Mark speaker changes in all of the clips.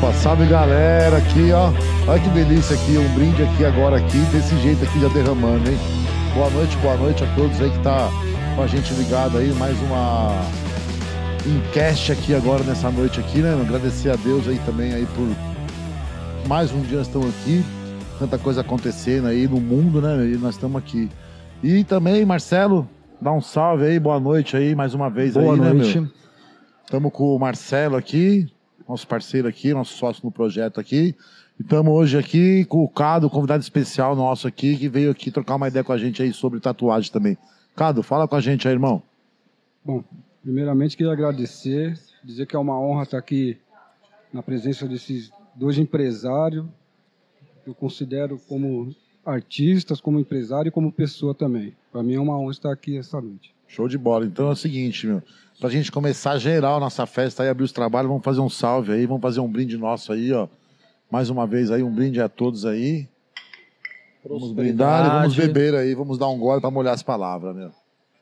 Speaker 1: Opa, salve galera aqui, ó. Olha que delícia aqui, um brinde aqui agora aqui, desse jeito aqui já derramando, hein? Boa noite a todos aí que tá com a gente ligado aí, mais uma Incast aqui agora nessa noite aqui, né? Agradecer a Deus aí também aí por mais um dia nós estamos aqui, tanta coisa acontecendo aí no mundo, né? E nós estamos aqui. E também, Marcelo, dá um salve aí, boa noite aí, mais uma vez
Speaker 2: boa
Speaker 1: aí,
Speaker 2: noite.
Speaker 1: né, meu? Estamos com o Marcelo aqui, nosso parceiro aqui, nosso sócio no projeto aqui. E estamos hoje aqui com o Cado, convidado especial nosso aqui, que veio aqui trocar uma ideia com a gente aí sobre tatuagem também. Cado, fala com a gente aí, irmão.
Speaker 2: Bom, primeiramente queria agradecer, dizer que é uma honra estar aqui na presença desses dois empresários, que eu considero como artistas, como empresário e como pessoa também. Para mim é uma honra estar aqui essa noite.
Speaker 1: Show de bola. Então é o seguinte, meu, pra gente começar geral a nossa festa aí, abrir os trabalhos, vamos fazer um salve aí, vamos fazer um brinde nosso aí, ó. Mais uma vez aí, um brinde a todos aí. Vamos brindar e vamos beber aí, vamos dar um gole pra molhar as palavras, meu.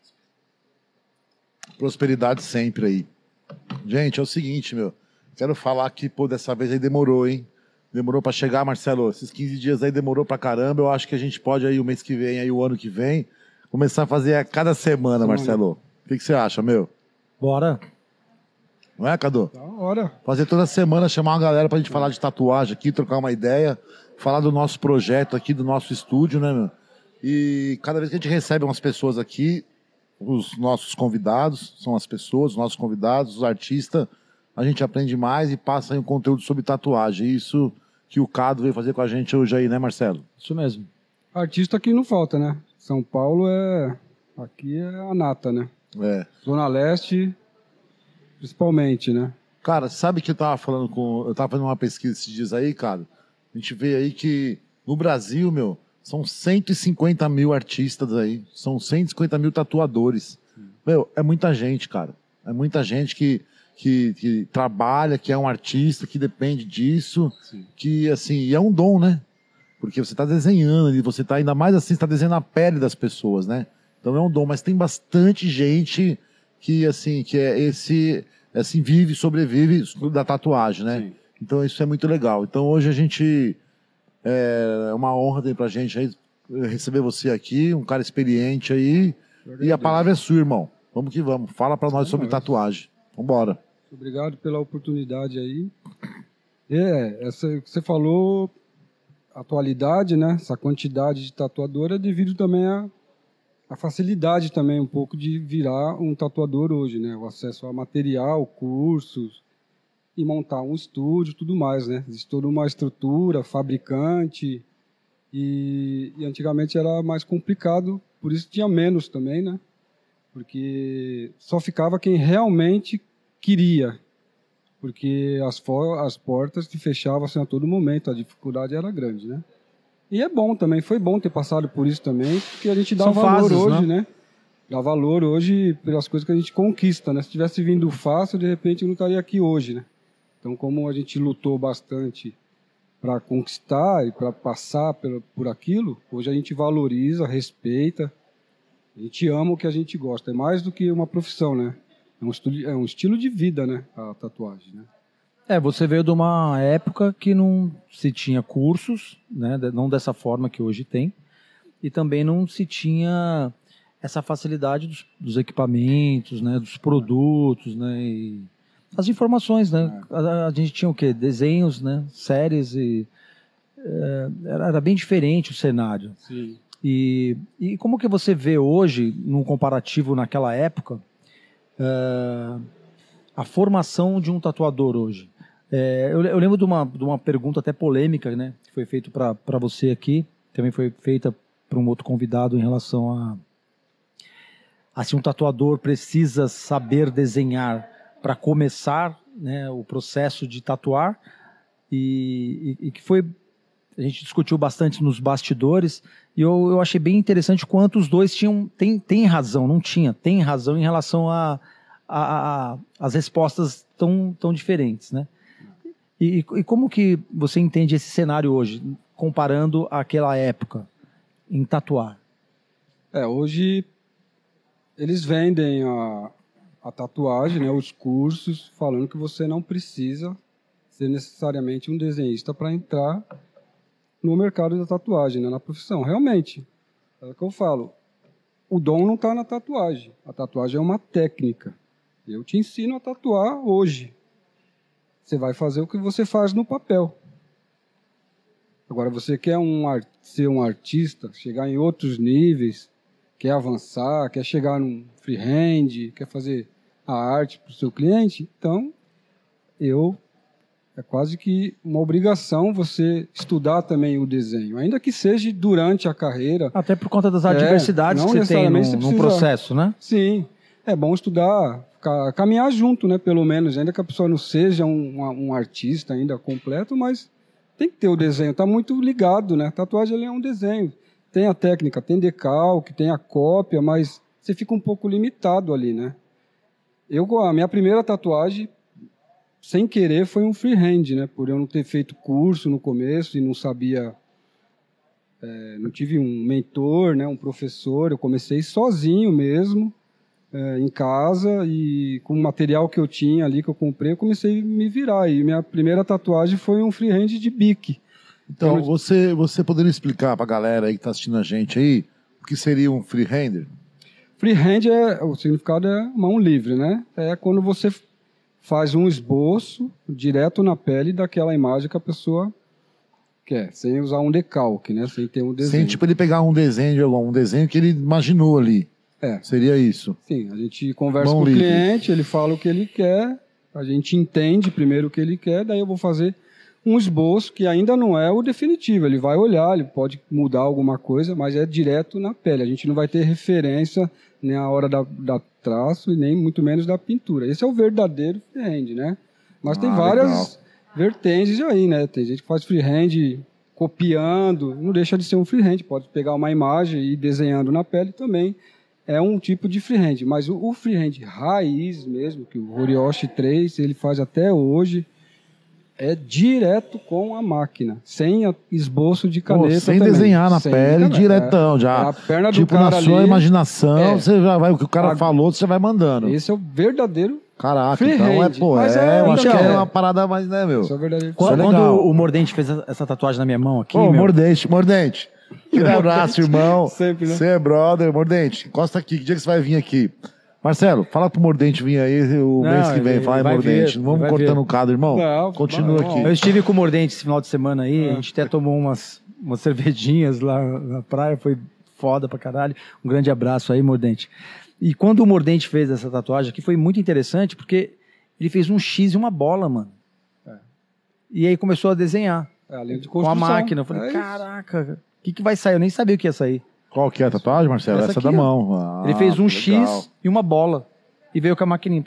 Speaker 1: Prosperidade sempre aí. Gente, é o seguinte, meu, quero falar que, pô, dessa vez aí demorou, hein? Demorou pra chegar, Marcelo, esses 15 dias aí demorou pra caramba, eu acho que a gente pode aí o mês que vem, aí o ano que vem, começar a fazer a cada semana, Marcelo. O que você acha, meu?
Speaker 3: Bora.
Speaker 1: Não é, Cadu?
Speaker 2: Da hora.
Speaker 1: Fazer toda semana, chamar uma galera pra gente falar de tatuagem aqui, trocar uma ideia, falar do nosso projeto aqui, do nosso estúdio, né, meu? E cada vez que a gente recebe umas pessoas aqui, os nossos convidados, são as pessoas, os nossos convidados, os artistas, a gente aprende mais e passa aí um conteúdo sobre tatuagem. Isso que o Cado veio fazer com a gente hoje aí, né, Marcelo?
Speaker 3: Isso mesmo.
Speaker 2: Artista aqui não falta, né? São Paulo aqui é a nata, né?
Speaker 1: É.
Speaker 2: Zona Leste, principalmente, né?
Speaker 1: Cara, sabe que eu tava fazendo uma pesquisa esses dias aí, cara? A gente vê aí que no Brasil, meu, são 150 mil artistas aí, são 150 mil tatuadores. Meu, é muita gente, cara. É muita gente que trabalha, que é um artista, que depende disso,
Speaker 2: Sim.
Speaker 1: que, assim, e é um dom, né? Porque você tá desenhando e você tá, ainda mais assim, você tá desenhando a pele das pessoas, né? Então é um dom, mas tem bastante gente que, assim, que é esse, assim, sobrevive da tatuagem, né?
Speaker 2: Sim.
Speaker 1: Então isso é muito legal. Então hoje a gente, é uma honra ter pra gente aí receber você aqui, um cara experiente aí, e a palavra é sua, irmão. Vamos que vamos. Fala pra nós sobre tatuagem. Vambora.
Speaker 2: Obrigado pela oportunidade aí. Essa que você falou, atualidade, né? Essa quantidade de tatuador é devido também à facilidade também um pouco de virar um tatuador hoje, né? O acesso a material, cursos e montar um estúdio, tudo mais, né? Existe toda uma estrutura, fabricante e antigamente era mais complicado, por isso tinha menos também, né? Porque só ficava quem realmente queria, porque as portas se fechavam assim a todo momento, a dificuldade era grande, né? E é bom também, foi bom ter passado por isso também, porque a gente dá
Speaker 3: São
Speaker 2: valor
Speaker 3: fases,
Speaker 2: hoje,
Speaker 3: né?
Speaker 2: né? Dá valor hoje pelas coisas que a gente conquista, né? Se tivesse vindo fácil, de repente eu não estaria aqui hoje, né? Então, como a gente lutou bastante para conquistar e para passar por aquilo, hoje a gente valoriza, respeita, a gente ama o que a gente gosta. É mais do que uma profissão, né? É um estilo de vida, né? A tatuagem, né?
Speaker 3: Você veio de uma época que não se tinha cursos, né? Não dessa forma que hoje tem, e também não se tinha essa facilidade dos equipamentos, né? Dos produtos, né? E as informações, né? A gente tinha o quê? Desenhos, né? Séries e era bem diferente o cenário.
Speaker 2: Sim.
Speaker 3: E como que você vê hoje, num comparativo naquela época, a formação de um tatuador hoje? Eu lembro de uma pergunta até polêmica, né, que foi feita para você aqui, também foi feita para um outro convidado em relação a se um tatuador precisa saber desenhar para começar, né, o processo de tatuar, e que foi... A gente discutiu bastante nos bastidores e eu achei bem interessante quanto os dois tem razão, não tinha, tem razão em relação as respostas tão diferentes, né? E como que você entende esse cenário hoje, comparando àquela época em tatuar?
Speaker 2: Hoje eles vendem a tatuagem, né, os cursos, falando que você não precisa ser necessariamente um desenhista para entrar no mercado da tatuagem, né, na profissão. Realmente, é o que eu falo. O dom não está na tatuagem. A tatuagem é uma técnica. Eu te ensino a tatuar hoje. Você vai fazer o que você faz no papel. Agora, você quer ser um artista, chegar em outros níveis, quer avançar, quer chegar num freehand, quer fazer a arte para o seu cliente, então, é quase que uma obrigação você estudar também o desenho, ainda que seja durante a carreira.
Speaker 3: Até por conta das adversidades que você tem no processo, né?
Speaker 2: Sim, é bom estudar, caminhar junto, né, pelo menos, ainda que a pessoa não seja um artista ainda completo, mas tem que ter o desenho, está muito ligado, né? Tatuagem ali é um desenho. Tem a técnica, tem decalque, tem a cópia, mas você fica um pouco limitado ali, né? A minha primeira tatuagem, sem querer, foi um freehand, né? Por eu não ter feito curso no começo e não sabia... não tive um mentor, né? Um professor. Eu comecei sozinho mesmo, em casa, e com o material que eu tinha ali, que eu comprei, eu comecei a me virar. E minha primeira tatuagem foi um freehand de bique.
Speaker 1: Então, você poderia explicar para a galera aí que está assistindo a gente aí o que seria um freehander?
Speaker 2: Freehand, o significado é mão livre, né? É quando você faz um esboço direto na pele daquela imagem que a pessoa quer, sem usar um decalque, né? Sem ter um desenho.
Speaker 1: Sem, tipo, ele pegar um desenho que ele imaginou ali. Seria isso.
Speaker 2: Sim, a gente conversa com o cliente, ele fala o que ele quer, a gente entende primeiro o que ele quer, daí eu vou fazer um esboço que ainda não é o definitivo. Ele vai olhar, ele pode mudar alguma coisa, mas é direto na pele. A gente não vai ter referência nem a hora da traço e nem muito menos da pintura. Esse é o verdadeiro freehand, né? Mas tem várias vertentes aí, né? Tem gente que faz freehand copiando, não deixa de ser um freehand. Pode pegar uma imagem e ir desenhando na pele também. É um tipo de freehand. Mas o freehand raiz mesmo, que o Horiyoshi 3, ele faz até hoje, é direto com a máquina, sem esboço de caneta.
Speaker 1: Sem também. Desenhar na pele, diretão, já.
Speaker 2: A perna
Speaker 1: tipo,
Speaker 2: do cara
Speaker 1: na sua
Speaker 2: ali,
Speaker 1: imaginação, você já vai, o que o cara falou, você já vai mandando.
Speaker 2: Esse é o verdadeiro.
Speaker 1: Caraca,
Speaker 2: freehand.
Speaker 1: Então eu acho que é uma parada mais, né, meu?
Speaker 2: Isso é verdadeiro.
Speaker 3: Quando o Mordente fez essa tatuagem na minha mão aqui,
Speaker 1: Mordente. Que abraço, irmão.
Speaker 2: Sempre, né?
Speaker 1: Você é brother, Mordente. Encosta aqui, que dia que você vai vir aqui? Marcelo, fala pro Mordente vir aí mês que vem. Fala aí, Mordente. Não vamos cortando o cadro, irmão. Continua aqui.
Speaker 3: Eu estive com o Mordente esse final de semana aí. A gente até tomou umas cervejinhas lá na praia. Foi foda pra caralho. Um grande abraço aí, Mordente. E quando o Mordente fez essa tatuagem aqui, foi muito interessante, porque ele fez um X e uma bola, mano. E aí começou a desenhar.
Speaker 2: Além de
Speaker 3: com a máquina. Eu falei, caraca, o que vai sair? Eu nem sabia o que ia sair.
Speaker 1: Qual que é a tatuagem, Marcelo? Essa aqui, da mão.
Speaker 3: Ele fez um X e uma bola. E veio com a maquininha.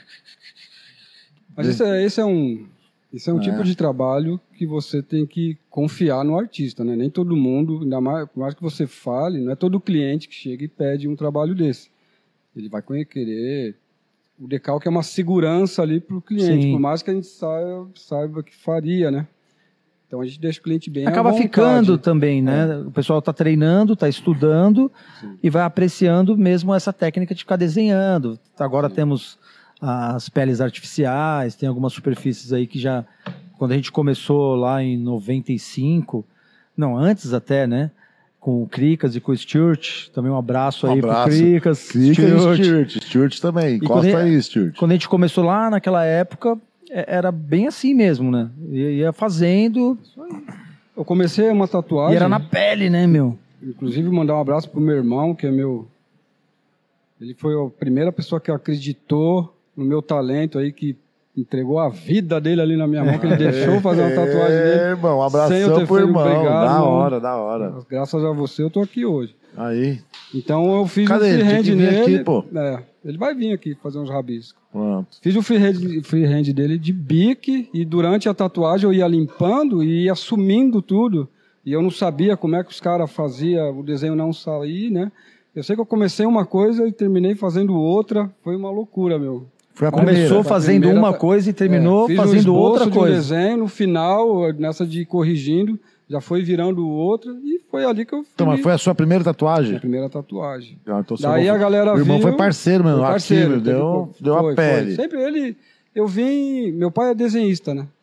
Speaker 2: Mas esse é um tipo de trabalho que você tem que confiar no artista, né? Nem todo mundo, ainda mais, por mais que você fale, não é todo cliente que chega e pede um trabalho desse. Ele vai querer... O decalque é uma segurança ali para o cliente, Sim. Por mais que a gente saiba que faria, né? Então a gente deixa o cliente bem
Speaker 3: Acaba ficando também, né? O pessoal está treinando, está estudando Sim. E vai apreciando mesmo essa técnica de ficar desenhando. Agora Sim. Temos as peles artificiais, tem algumas superfícies aí que já... Quando a gente começou lá em 95, não, antes até, né? Com o Cricas e com o Stuart, também um abraço aí pro Cricas.
Speaker 1: Stuart também, encosta aí, Stuart.
Speaker 3: Quando a gente começou lá naquela época... Era bem assim mesmo, né? Ia fazendo...
Speaker 2: Eu comecei uma tatuagem...
Speaker 3: E era na pele, né, meu?
Speaker 2: Inclusive, mandar um abraço pro meu irmão, que é meu... Ele foi a primeira pessoa que acreditou no meu talento aí, que entregou a vida dele ali na minha mão, que ele deixou fazer uma tatuagem dele.
Speaker 1: Irmão, um abração pro irmão.
Speaker 2: Obrigado,
Speaker 1: da hora.
Speaker 2: Graças a você, eu tô aqui hoje.
Speaker 1: Aí.
Speaker 2: Então, eu fiz
Speaker 1: um freehand
Speaker 2: nele.
Speaker 1: Aqui, pô?
Speaker 2: Ele vai vir aqui fazer uns rabiscos.
Speaker 1: Pronto.
Speaker 2: Fiz o freehand dele de bique e durante a tatuagem eu ia limpando e ia sumindo tudo. E eu não sabia como é que os caras faziam o desenho não sair, né? Eu sei que eu comecei uma coisa e terminei fazendo outra. Foi uma loucura, meu.
Speaker 3: Começou fazendo uma coisa e terminou fazendo outra coisa.
Speaker 2: Um desenho, no final, nessa de corrigindo, já foi virando outra e foi ali que eu fiz.
Speaker 1: Então, mas foi a sua primeira tatuagem?
Speaker 2: Minha primeira tatuagem.
Speaker 1: Então,
Speaker 2: daí a galera viu...
Speaker 1: O irmão foi parceiro, mano.
Speaker 2: Parceiro,
Speaker 1: deu a pele.
Speaker 2: Sempre ele... Eu vim... Meu pai é desenhista, né?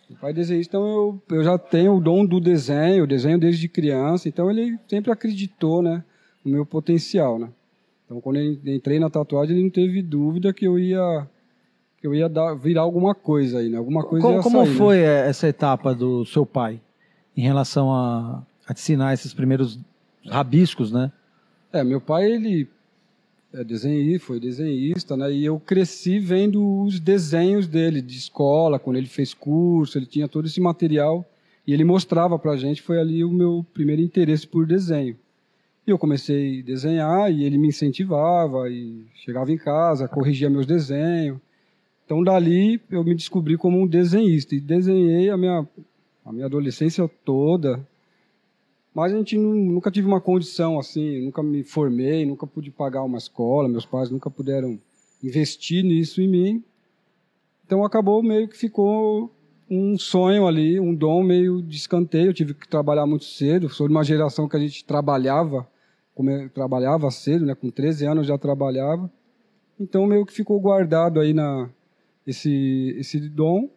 Speaker 2: Meu pai é desenhista, então eu já tenho o dom do desenho, desde criança, então ele sempre acreditou, né, no meu potencial, né. Então, quando eu entrei na tatuagem, ele não teve dúvida que eu ia virar alguma coisa aí, né, alguma coisa ia
Speaker 3: Como
Speaker 2: sair,
Speaker 3: foi
Speaker 2: né?
Speaker 3: essa etapa do seu pai em relação a te ensinar esses primeiros rabiscos, né?
Speaker 2: Meu pai, ele foi desenhista, né? E eu cresci vendo os desenhos dele de escola, quando ele fez curso, ele tinha todo esse material e ele mostrava pra gente, foi ali o meu primeiro interesse por desenho. E eu comecei a desenhar e ele me incentivava e chegava em casa, corrigia meus desenhos. Então dali eu me descobri como um desenhista e desenhei a minha adolescência toda. Mas a gente nunca tive uma condição assim, nunca me formei, nunca pude pagar uma escola, meus pais nunca puderam investir nisso em mim. Então acabou meio que ficou um sonho ali, um dom meio de escanteio. Eu tive que trabalhar muito cedo, sou de uma geração que a gente trabalhava cedo, né? Com 13 anos já trabalhava. Então meio que ficou guardado aí esse dom.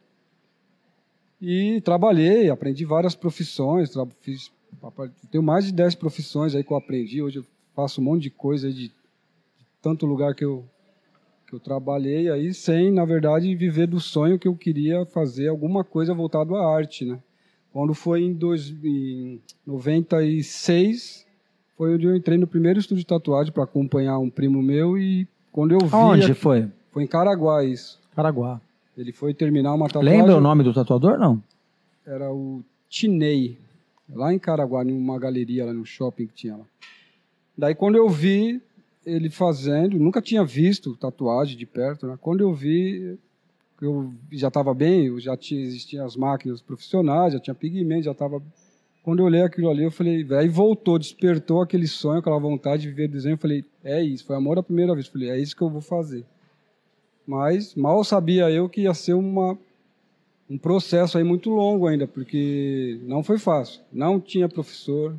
Speaker 2: E trabalhei, aprendi várias profissões, tenho mais de 10 profissões aí que eu aprendi. Hoje eu faço um monte de coisa aí de tanto lugar que eu trabalhei aí, sem, na verdade, viver do sonho que eu queria fazer alguma coisa voltado à arte, né? Quando foi em 96, foi onde eu entrei no primeiro estúdio de tatuagem para acompanhar um primo meu e quando eu vi...
Speaker 3: Onde foi?
Speaker 2: Foi em Caraguá, isso.
Speaker 3: Caraguá.
Speaker 2: Ele foi terminar uma tatuagem...
Speaker 3: Lembra o nome do tatuador, não?
Speaker 2: Era o Tinei, lá em Caraguá, numa galeria, lá no shopping que tinha lá. Daí, quando eu vi ele fazendo, nunca tinha visto tatuagem de perto, né? Quando eu vi, eu já estava bem, existiam as máquinas profissionais, já tinha pigmento, já estava... Quando eu olhei aquilo ali, eu falei, aí voltou, despertou aquele sonho, aquela vontade de viver desenho, eu falei, é isso, foi amor à primeira vez, eu falei, é isso que eu vou fazer. Mas mal sabia eu que ia ser um processo aí muito longo ainda, porque não foi fácil, não tinha professor.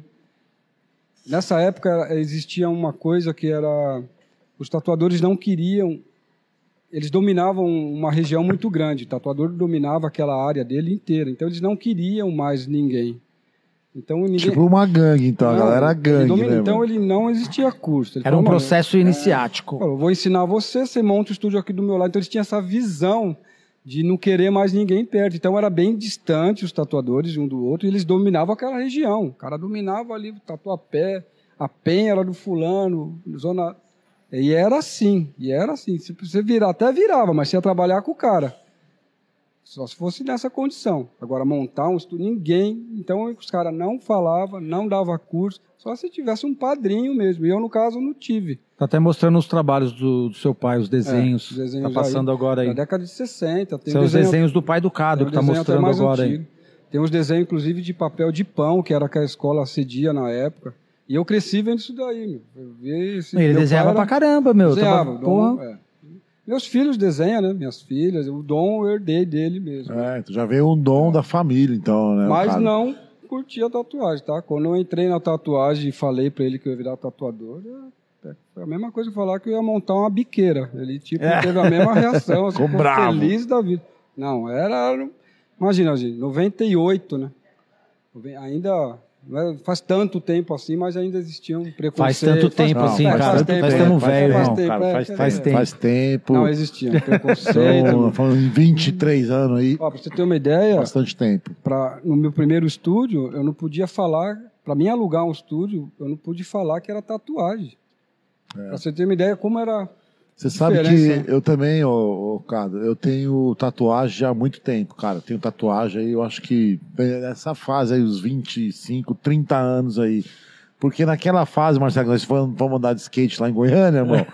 Speaker 2: Nessa época existia uma coisa que era, os tatuadores não queriam, eles dominavam uma região muito grande, o tatuador dominava aquela área dele inteira, então eles não queriam mais ninguém. Então, ninguém...
Speaker 1: Tipo uma gangue, então, a galera era gangue, né?
Speaker 2: Então ele não existia curso. Ele
Speaker 3: era
Speaker 2: falou,
Speaker 3: um processo iniciático.
Speaker 2: Falou, vou ensinar você monta o estúdio aqui do meu lado. Então eles tinham essa visão de não querer mais ninguém perto. Então era bem distante os tatuadores um do outro e eles dominavam aquela região. O cara dominava ali o tatuapé, a penha era do fulano, zona... E era assim. Se você virar, até virava, mas você ia trabalhar com o cara. Só se fosse nessa condição. Agora, montar um estúdio, ninguém... Então, os caras não falavam, não davam curso, só se tivesse um padrinho mesmo. E eu, no caso, não tive.
Speaker 3: Está até mostrando os trabalhos do seu pai, os desenhos.
Speaker 2: Está
Speaker 3: passando aí, agora aí.
Speaker 2: Na década de 60.
Speaker 3: São os desenhos do pai do Cado, que está mostrando agora aí.
Speaker 2: Tem uns desenhos, inclusive, de papel de pão, que era que a escola cedia na época. E eu cresci vendo isso daí, meu.
Speaker 3: Ele desenhava pra caramba, meu.
Speaker 2: Desenhava. Meus filhos desenham, né? Minhas filhas. O dom eu herdei dele mesmo.
Speaker 1: Tu já veio um dom da família, então, né?
Speaker 2: Mas não curtia a tatuagem, tá? Quando eu entrei na tatuagem e falei pra ele que eu ia virar tatuador, foi a mesma coisa que falar que eu ia montar uma biqueira. Ele, teve a mesma reação. Assim, ficou feliz da vida. Não, imagina, gente, 98, né? Ainda... Não faz tanto tempo assim, mas ainda existia um preconceito.
Speaker 3: Faz tanto tempo assim, cara. Nós estamos velhos, não.
Speaker 1: Faz tempo.
Speaker 2: Não, existia um preconceito.
Speaker 1: Falando em 23 anos aí.
Speaker 2: Pra você ter uma ideia...
Speaker 1: Bastante tempo.
Speaker 2: No meu primeiro estúdio, eu não podia falar... Para mim alugar um estúdio, eu não pude falar que era tatuagem. Pra você ter uma ideia como era...
Speaker 1: Você sabe que eu também, Cado, eu tenho tatuagem já há muito tempo, cara. Tenho tatuagem aí, eu acho que nessa fase aí, os 25, 30 anos aí. Porque naquela fase, Marcelo, nós vamos andar de skate lá em Goiânia, irmão.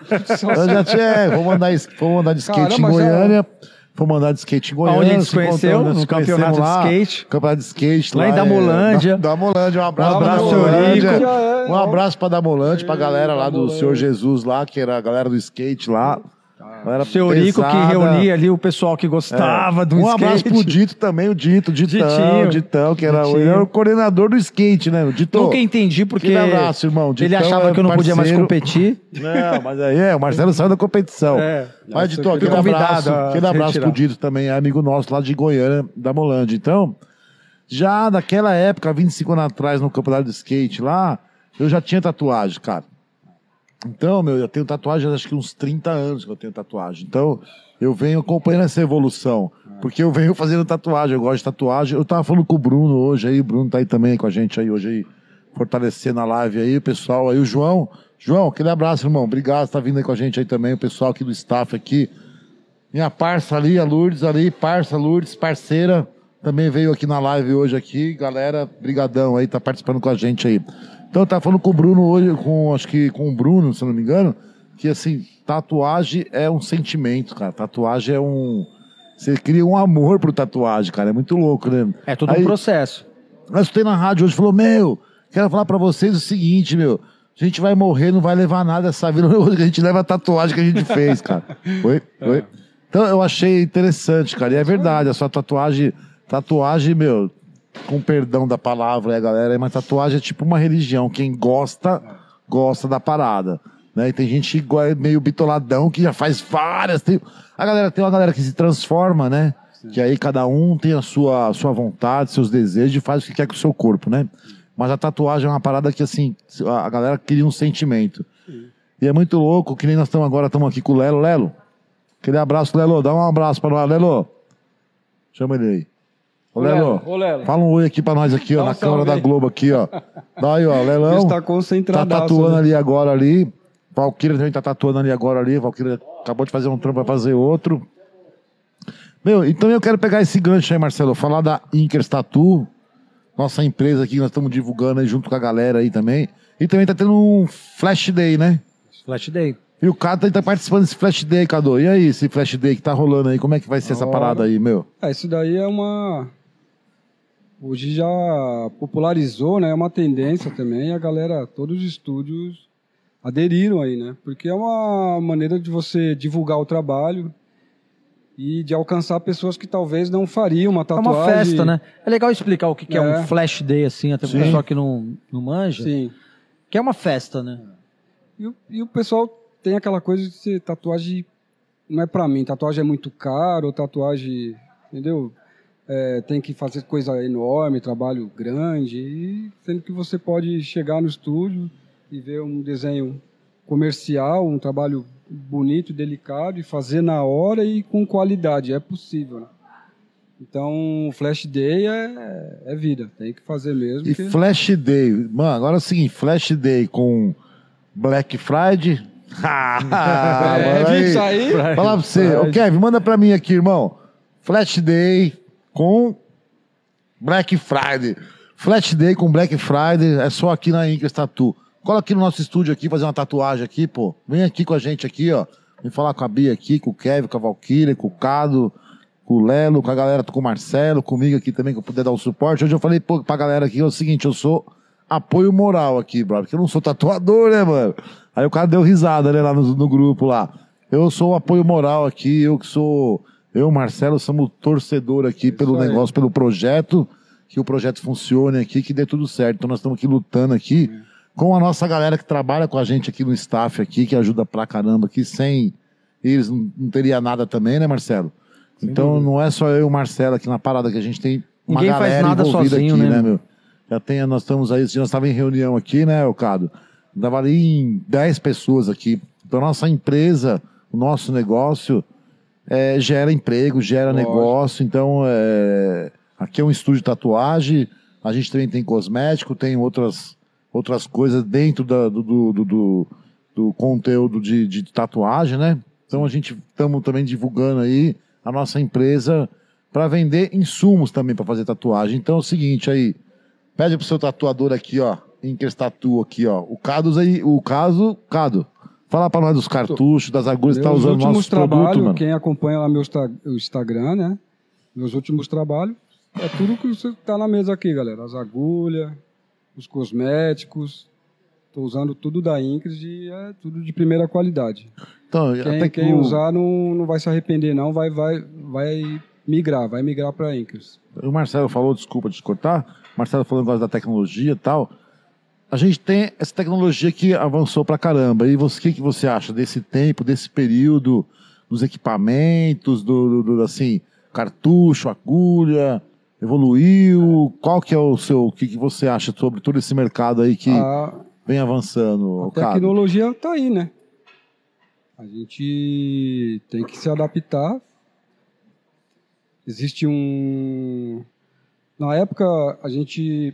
Speaker 1: Vamos andar de skate em Goiânia. Fomos andar de skate em Goiânia.
Speaker 3: Onde a gente se conheceu? No campeonato de skate.
Speaker 1: Campeonato de skate
Speaker 3: lá em Damolândia.
Speaker 1: Damolândia, um abraço pra Damolândia. Um abraço pra Damolândia, pra galera lá do Senhor Jesus lá, que era a galera do skate lá. Galera
Speaker 3: Seu Eurico que
Speaker 1: pesada.
Speaker 3: reunia ali o pessoal que gostava do skate.
Speaker 1: abraço pro Dito também, o Ditão, que era o coordenador do skate, né? O Dito.
Speaker 3: Nunca entendi porque
Speaker 1: Aquele abraço, irmão.
Speaker 3: ele
Speaker 1: Ditão
Speaker 3: achava que eu não podia mais
Speaker 1: parceiro.
Speaker 3: competir.
Speaker 1: Não, mas aí o Marcelo saiu da competição. Mas, Dito, aquele
Speaker 3: convidado
Speaker 1: abraço
Speaker 3: a
Speaker 1: pro Dito também, é amigo nosso lá de Goiânia, da Molândia. Então, já naquela época, 25 anos atrás, no campeonato de skate lá, eu já tinha tatuagem, cara. Então, eu tenho tatuagem, acho que uns 30 anos que eu tenho tatuagem. Então, eu venho acompanhando essa evolução. Porque eu venho fazendo tatuagem, eu gosto de tatuagem. Eu tava falando com o Bruno hoje aí, o Bruno tá aí também com a gente aí hoje aí, fortalecendo a live aí, o pessoal aí, o João. João, aquele abraço, irmão. Obrigado por tá vindo aí com a gente aí também, o pessoal aqui do staff aqui. Minha parça ali, a Lourdes ali, Lourdes, parceira, também veio aqui na live hoje aqui. Galera, brigadão aí, tá participando com a gente aí. Então eu tava falando com o Bruno hoje, acho que com o Bruno, se eu não me engano, que assim, tatuagem é um sentimento, cara. Tatuagem é um... Você cria um amor pro tatuagem, cara. É muito louco, né?
Speaker 3: É todo um processo.
Speaker 1: Nós escutei na rádio hoje, falou, quero falar pra vocês o seguinte, a gente vai morrer, não vai levar nada essa vida, a gente leva a tatuagem que a gente fez, cara. Foi? Então eu achei interessante, cara. E é verdade, a sua tatuagem, com perdão da palavra, galera, mas tatuagem é tipo uma religião. Quem gosta da parada. Né? E tem gente meio bitoladão que já faz várias. Tem uma galera que se transforma, né? Sim. Que aí cada um tem a sua vontade, seus desejos e faz o que quer com o seu corpo, né? Mas a tatuagem é uma parada que, assim, a galera cria um sentimento. Sim. E é muito louco, que nem nós estamos aqui com o Lelo. Lelo, aquele abraço, Lelo, dá um abraço pra nós, Lelo. Chama ele aí. Ô, Lelo, fala um oi aqui pra nós aqui, ó, na câmera da Globo aqui, ó. Dá aí, ó, Lelão.
Speaker 2: Está concentrado.
Speaker 1: Tá tatuando ali agora ali. Valquíria também tá tatuando ali agora ali. Valquíria acabou de fazer um trampo, vai fazer outro. Então eu quero pegar esse gancho aí, Marcelo, falar da Inkers Tattoo, nossa empresa aqui, nós estamos divulgando aí junto com a galera aí também. E também tá tendo um Flash Day, né?
Speaker 3: Flash Day.
Speaker 1: E o Cado tá participando desse Flash Day, Cadu. E aí, esse Flash Day que tá rolando aí, como é que vai ser essa parada aí,
Speaker 2: Isso daí é uma... Hoje já popularizou, né? É uma tendência também. A galera, todos os estúdios aderiram aí, né? Porque é uma maneira de você divulgar o trabalho e de alcançar pessoas que talvez não fariam uma tatuagem.
Speaker 3: É uma festa, né? É legal explicar o que é um Flash Day, assim, até pro pessoal que não manja.
Speaker 2: Sim.
Speaker 3: Que é uma festa, né?
Speaker 2: E o pessoal tem aquela coisa de ser tatuagem... Não é pra mim, tatuagem é muito caro, tatuagem... Entendeu? Tem que fazer coisa enorme, trabalho grande, e sendo que você pode chegar no estúdio e ver um desenho comercial, um trabalho bonito, delicado, e fazer na hora e com qualidade, é possível, né? Então, Flash Day é vida, tem que fazer mesmo.
Speaker 1: E Flash Day, mano, agora é o seguinte, Flash Day com Black Friday...
Speaker 2: Isso aí?
Speaker 1: Fala pra você, ô Kevin, manda pra mim aqui, irmão. Flash Day com Black Friday. Flash Day com Black Friday é só aqui na Inkers Tattoo. Cola aqui no nosso estúdio aqui, fazer uma tatuagem aqui, pô. Vem aqui com a gente aqui, ó. Vem falar com a Bia aqui, com o Kevin, com a Valquíria, com o Cado, com o Lelo, com a galera, com o Marcelo, comigo aqui também, que eu puder dar o suporte. Hoje eu falei, pô, pra galera aqui, é o seguinte, eu sou apoio moral aqui, brother, porque eu não sou tatuador, né, mano? Aí o cara deu risada, né, lá no grupo lá. Eu sou o apoio moral aqui, eu e o Marcelo somos torcedor aqui pelo negócio, pelo projeto, que o projeto funcione aqui, que dê tudo certo. Então nós estamos aqui lutando aqui com a nossa galera que trabalha com a gente aqui no staff aqui, que ajuda pra caramba aqui, sem eles não teria nada também, né, Marcelo? Então não é só eu e o Marcelo aqui na parada, que a gente tem uma
Speaker 3: Ninguém
Speaker 1: galera
Speaker 3: faz nada
Speaker 1: envolvida
Speaker 3: sozinho,
Speaker 1: aqui,
Speaker 3: né,
Speaker 1: meu? Nós estamos aí, nós estávamos em reunião aqui, né, Cado? Dava ali em 10 pessoas aqui. Então nossa empresa, o nosso negócio... gera emprego, gera negócio. Então, aqui é um estúdio de tatuagem, a gente também tem cosmético, tem outras coisas dentro do conteúdo de tatuagem, né? Então, a gente estamos também divulgando aí a nossa empresa para vender insumos também para fazer tatuagem. Então, é o seguinte aí, pede pro seu tatuador aqui, ó, Inkers Tattoo aqui, ó, o Cado. Fala pra nós dos cartuchos, das agulhas que tá usando nossos produtos, mano.
Speaker 2: Quem acompanha lá meu Instagram, né? Meus últimos trabalhos, é tudo que você tá na mesa aqui, galera. As agulhas, os cosméticos, Estou usando tudo da Incres e é tudo de primeira qualidade.
Speaker 1: Então, até que
Speaker 2: Quem usar não vai se arrepender, não. Vai migrar para a Incres.
Speaker 1: O Marcelo falou, desculpa te cortar, o Marcelo falou negócio da tecnologia e tal. A gente tem essa tecnologia que avançou pra caramba. E o que você acha desse tempo, desse período, dos equipamentos, assim, cartucho, agulha, evoluiu? Qual que é o que você acha sobre todo esse mercado aí que vem avançando?
Speaker 2: A tecnologia está aí, né? A gente tem que se adaptar. Existe Na época, a gente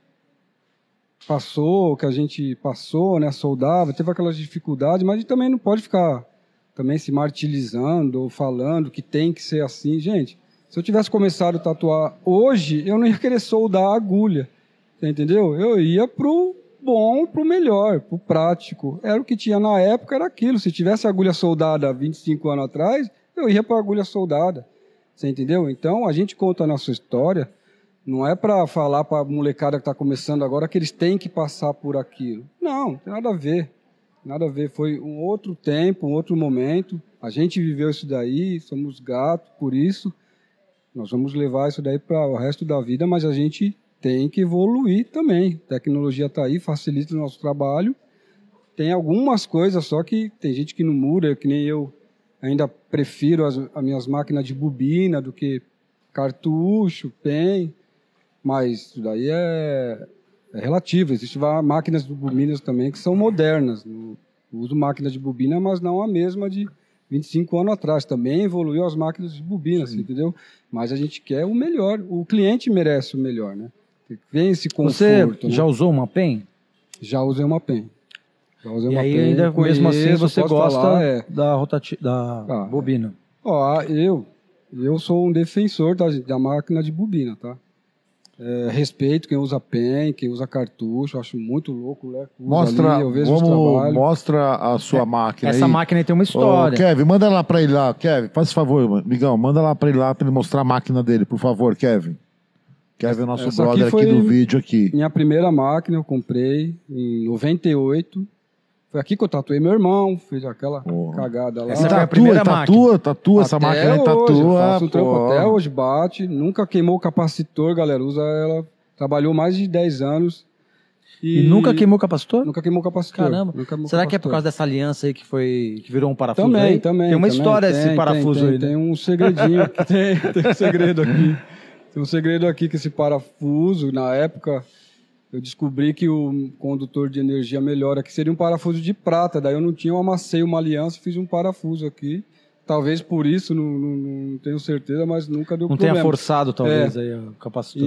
Speaker 2: passou, né? Soldava, teve aquelas dificuldades, mas a gente também não pode ficar também se martirizando ou falando que tem que ser assim. Gente, se eu tivesse começado a tatuar hoje, eu não ia querer soldar a agulha, entendeu? Eu ia pro bom, pro melhor, pro prático. Era o que tinha na época, era aquilo. Se tivesse agulha soldada há 25 anos atrás, eu ia para agulha soldada, você entendeu? Então, a gente conta a nossa história, não é para falar para a molecada que está começando agora que eles têm que passar por aquilo. Não tem nada a ver. Nada a ver, foi um outro tempo, um outro momento. A gente viveu isso daí, somos gatos por isso. Nós vamos levar isso daí para o resto da vida, mas a gente tem que evoluir também. A tecnologia está aí, facilita o nosso trabalho. Tem algumas coisas só que tem gente que não muda, que nem eu ainda prefiro as minhas máquinas de bobina do que cartucho, pen, mas isso daí é relativo. Existem máquinas de bobinas também que são modernas. Eu uso máquinas de bobina, mas não a mesma de 25 anos atrás. Também evoluiu as máquinas de bobinas, entendeu? Mas a gente quer o melhor. O cliente merece o melhor, né? Vem esse conforto.
Speaker 3: Você já
Speaker 2: né?
Speaker 3: usou uma pen?
Speaker 2: Já usei uma pen.
Speaker 3: E aí ainda, mesmo assim, você gosta da bobina?
Speaker 2: Ó, eu sou um defensor da máquina de bobina, tá? Respeito quem usa pen, quem usa cartucho, acho muito louco, né?
Speaker 1: Mostra a sua máquina.
Speaker 3: Essa máquina aí tem uma história.
Speaker 1: Kevin, manda lá pra ele lá. Kevin, faz favor, amigão, manda lá pra ele mostrar a máquina dele, por favor, Kevin. Kevin é o nosso brother aqui do vídeo aqui.
Speaker 2: Minha primeira máquina eu comprei em 98. Foi aqui que eu tatuei meu irmão, fiz aquela cagada lá.
Speaker 3: Essa foi a primeira máquina.
Speaker 1: Tatua essa máquina aí, tatua.
Speaker 2: Faço um trampo até hoje, bate. Nunca queimou o capacitor, galera. Usa ela. Trabalhou mais de 10 anos.
Speaker 3: E nunca queimou o capacitor?
Speaker 2: Nunca queimou o capacitor.
Speaker 3: Caramba. Será que é por causa dessa aliança aí que virou um parafuso?
Speaker 2: Também.
Speaker 3: Tem uma história esse parafuso aí.
Speaker 2: Tem um segredinho aqui. Tem um segredo aqui. Tem um segredo aqui que esse parafuso, na época, eu descobri que o condutor de energia melhor aqui seria um parafuso de prata. Daí eu não tinha, eu amassei uma aliança, fiz um parafuso aqui. Talvez por isso, não tenho certeza, mas nunca deu problema.
Speaker 3: Não tenha forçado, talvez, aí o capacitor.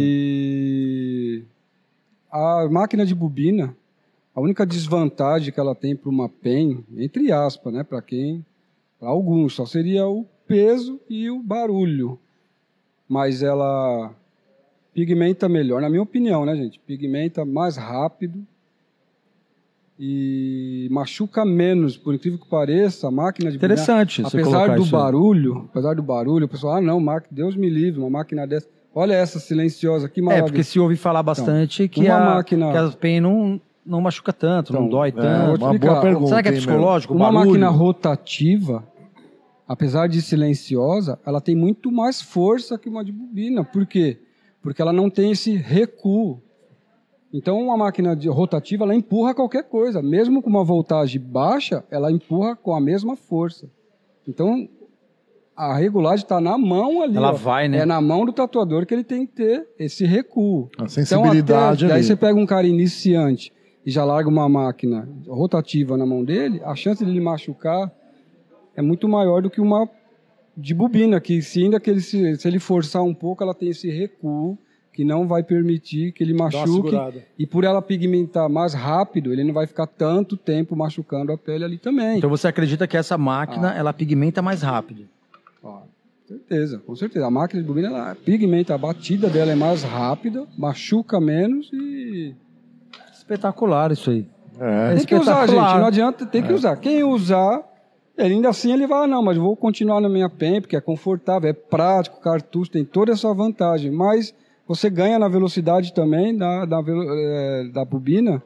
Speaker 2: E a máquina de bobina, a única desvantagem que ela tem para uma pen, entre aspas, né, para alguns, só seria o peso e o barulho. Mas ela pigmenta melhor, na minha opinião, né, gente? Pigmenta mais rápido e machuca menos, por incrível que pareça, a máquina de bobina.
Speaker 3: Interessante.
Speaker 2: Apesar do barulho, o pessoal, não, Deus me livre, uma máquina dessa. Olha essa silenciosa, que maravilha.
Speaker 3: Porque se ouve falar bastante que a pen não machuca tanto, não dói tanto.
Speaker 1: Uma boa pergunta.
Speaker 3: Será que é psicológico?
Speaker 2: Uma máquina rotativa, apesar de silenciosa, ela tem muito mais força que uma de bobina. Por quê? Porque ela não tem esse recuo. Então, uma máquina rotativa, ela empurra qualquer coisa. Mesmo com uma voltagem baixa, ela empurra com a mesma força. Então, a regulagem está na mão ali.
Speaker 3: Ela vai, né?
Speaker 2: É na mão do tatuador que ele tem que ter esse recuo.
Speaker 1: A sensibilidade ali.
Speaker 2: Daí você pega um cara iniciante e já larga uma máquina rotativa na mão dele, a chance de ele machucar é muito maior do que uma de bobina, que se ele forçar um pouco, ela tem esse recuo que não vai permitir que ele machuque. E por ela pigmentar mais rápido, ele não vai ficar tanto tempo machucando a pele ali também.
Speaker 3: Então você acredita que essa máquina, ela pigmenta mais rápido?
Speaker 2: Com certeza. A máquina de bobina, ela pigmenta, a batida dela é mais rápida, machuca menos e...
Speaker 3: Espetacular isso aí.
Speaker 2: Tem que usar, gente. Não adianta, tem que usar. Quem usar, ele ainda assim ele vai, não, mas vou continuar na minha pen, porque é confortável, é prático, cartucho, tem toda essa vantagem. Mas você ganha na velocidade também da bobina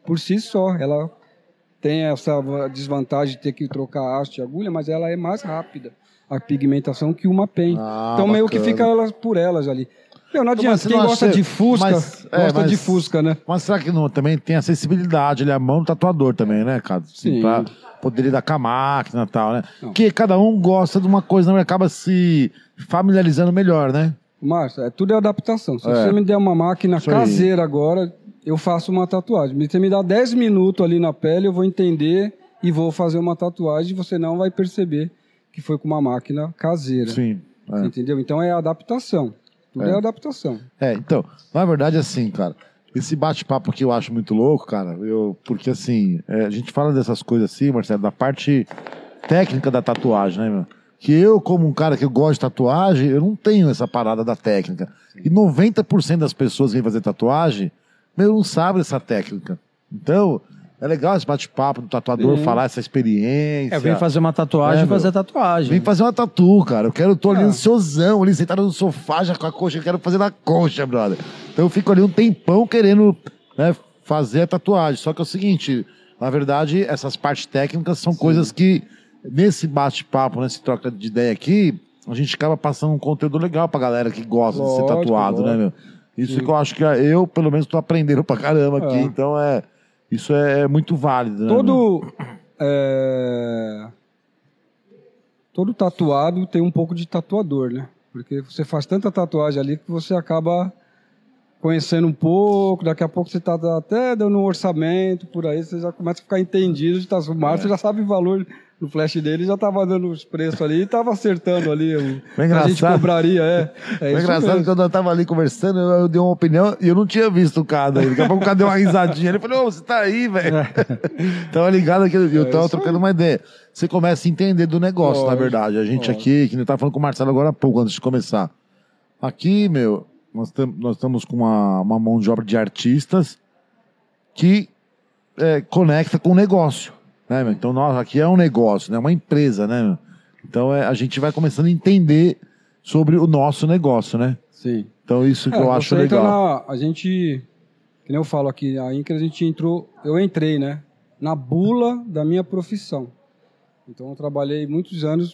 Speaker 2: por si só. Ela tem essa desvantagem de ter que trocar haste e agulha, mas ela é mais rápida, a pigmentação, que uma pen. Então meio que fica elas por elas ali. Meu, não adianta, quem gosta de Fusca, gosta de Fusca, né?
Speaker 1: Mas será que não, também tem acessibilidade, ele é a mão do tatuador também, né, cara? Assim,
Speaker 2: Sim.
Speaker 1: pra poder lidar com a máquina e tal, né? Porque cada um gosta de uma coisa, não acaba se familiarizando melhor, né?
Speaker 2: Márcio, tudo é adaptação. Se você me der uma máquina caseira agora, eu faço uma tatuagem. Se você me dá 10 minutos ali na pele, eu vou entender e vou fazer uma tatuagem e você não vai perceber que foi com uma máquina caseira.
Speaker 1: Sim.
Speaker 2: Você entendeu? Então é adaptação. Tudo é adaptação.
Speaker 1: Então, na verdade, assim, cara, esse bate-papo aqui eu acho muito louco, cara, porque assim, a gente fala dessas coisas assim, Marcelo, da parte técnica da tatuagem, né, meu? Que eu, como um cara que gosta de tatuagem, eu não tenho essa parada da técnica. E 90% das pessoas que vêm fazer tatuagem, meu, não sabem essa técnica. Então, é legal esse bate-papo do tatuador, falar essa experiência.
Speaker 3: Vem fazer uma tatuagem e fazer tatuagem.
Speaker 1: Vem fazer uma tatu, cara. Tô ali ansiosão, ali sentado no sofá, já com a coxa, eu quero fazer na coxa, brother. Então eu fico ali um tempão querendo, né, fazer a tatuagem. Só que é o seguinte, na verdade, essas partes técnicas são coisas que, nesse bate-papo, nesse troca de ideia aqui, a gente acaba passando um conteúdo legal pra galera que gosta de ser tatuado, né, meu? Isso que eu acho que eu, pelo menos, tô aprendendo pra caramba aqui. Então isso é muito válido, né?
Speaker 2: Todo tatuado tem um pouco de tatuador, né? Porque você faz tanta tatuagem ali que você acaba conhecendo um pouco, daqui a pouco você tá até dando um orçamento por aí, você já começa a ficar entendido de o Márcio já sabe o valor no flash dele, já tava dando os preços ali e tava acertando ali o que a gente cobraria.
Speaker 1: É engraçado que quando eu tava ali conversando, eu dei uma opinião e eu não tinha visto o cara aí. Daqui a pouco o cara deu uma risadinha. Ele falou, você tá aí, velho. Tava ligado aqui, eu tava trocando uma ideia. Você começa a entender do negócio, na verdade. A gente aqui, que nem tava falando com o Marcelo agora há pouco, antes de começar. Aqui, meu, nós estamos com uma mão de obra de artistas que conecta com o negócio. Né, meu? Então, nós aqui é um negócio, né? Uma empresa, né? Meu? Então, a gente vai começando a entender sobre o nosso negócio, né?
Speaker 2: Sim.
Speaker 1: Então, isso que eu acho legal.
Speaker 2: A gente, que nem eu falo aqui, a Incra, eu entrei, né? Na bula da minha profissão. Então, eu trabalhei muitos anos,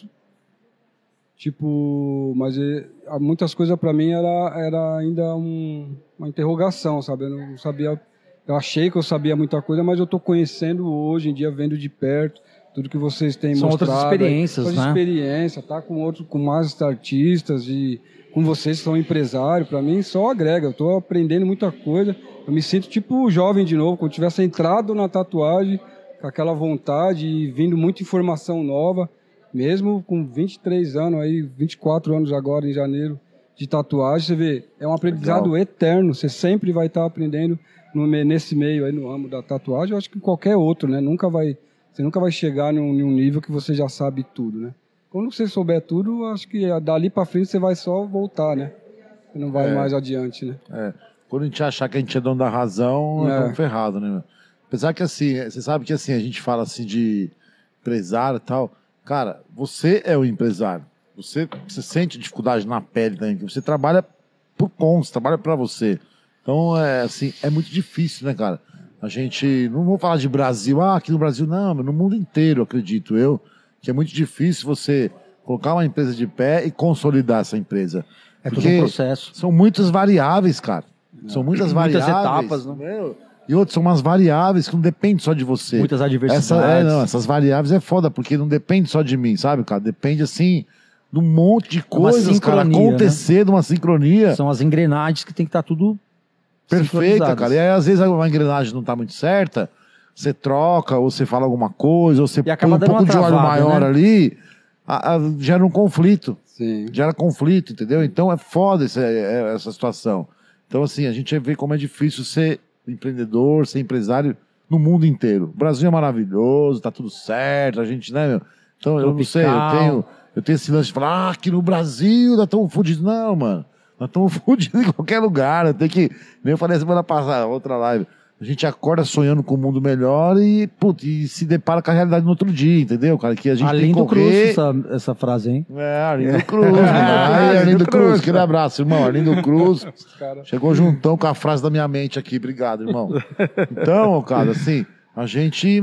Speaker 2: mas muitas coisas para mim era ainda uma interrogação, sabe? Eu não sabia. Eu achei que eu sabia muita coisa, mas eu estou conhecendo hoje em dia, vendo de perto, tudo que vocês têm mostrado.
Speaker 3: São outras experiências,
Speaker 2: né? Experiência, tá com mais artistas e com vocês que são empresários, para mim só agrega. Eu estou aprendendo muita coisa. Eu me sinto tipo jovem de novo, como se tivesse entrado na tatuagem com aquela vontade e vindo muita informação nova, mesmo com 23 anos, aí 24 anos agora em janeiro de tatuagem. Você vê, é um aprendizado eterno. Você sempre vai estar aprendendo nesse meio aí, no ramo da tatuagem. Eu acho que qualquer outro, né? Você nunca vai chegar num nível que você já sabe tudo, né? Quando você souber tudo, acho que dali para frente você vai só voltar, né? Você não vai mais adiante, né?
Speaker 1: Quando a gente achar que a gente é dono da razão, estamos ferrados, né, meu? Apesar que, assim, você sabe que, assim, a gente fala, assim, de empresário e tal. Cara, você é o empresário. Você sente dificuldade na pele também. Você trabalha por conta, você trabalha para você. Então, assim, é muito difícil, né, cara? A gente, não vou falar de Brasil, aqui no Brasil, não, no mundo inteiro, acredito eu, que é muito difícil você colocar uma empresa de pé e consolidar essa empresa.
Speaker 3: Todo um processo.
Speaker 1: São muitas variáveis, cara. São muitas variáveis.
Speaker 3: Muitas etapas, né?
Speaker 1: E outras são umas variáveis que não dependem só de você.
Speaker 3: Muitas adversidades.
Speaker 1: Essas variáveis é foda, porque não depende só de mim, sabe, cara? Depende, assim, de um monte de coisas, cara, acontecer, né? De uma sincronia.
Speaker 3: São as engrenagens que tem que estar tudo
Speaker 1: perfeita, cara. E aí, às vezes, uma engrenagem não tá muito certa, você troca, ou você fala alguma coisa, ou você põe um pouco de óleo maior, né? Ali, gera um conflito.
Speaker 2: Sim.
Speaker 1: Gera conflito, entendeu? Então é foda essa situação. Então, assim, a gente vê como é difícil ser empreendedor, ser empresário no mundo inteiro. O Brasil é maravilhoso, tá tudo certo, a gente, né, meu? Então, eu não sei, eu tenho esse lance de falar, aqui no Brasil nós estamos fodidos. Não, mano. Nós estamos fodidos em qualquer lugar. Eu tenho que, nem eu falei semana passada, outra live. a gente acorda sonhando com um mundo melhor e se depara com a realidade no outro dia, entendeu, cara? Que a gente tem que correr...
Speaker 3: Cruz essa frase, hein?
Speaker 1: Arlindo Cruz, Arlindo Cruz, aquele abraço, irmão. Arlindo Cruz chegou juntão com a frase da minha mente aqui, obrigado, irmão. Então, cara, assim, a gente,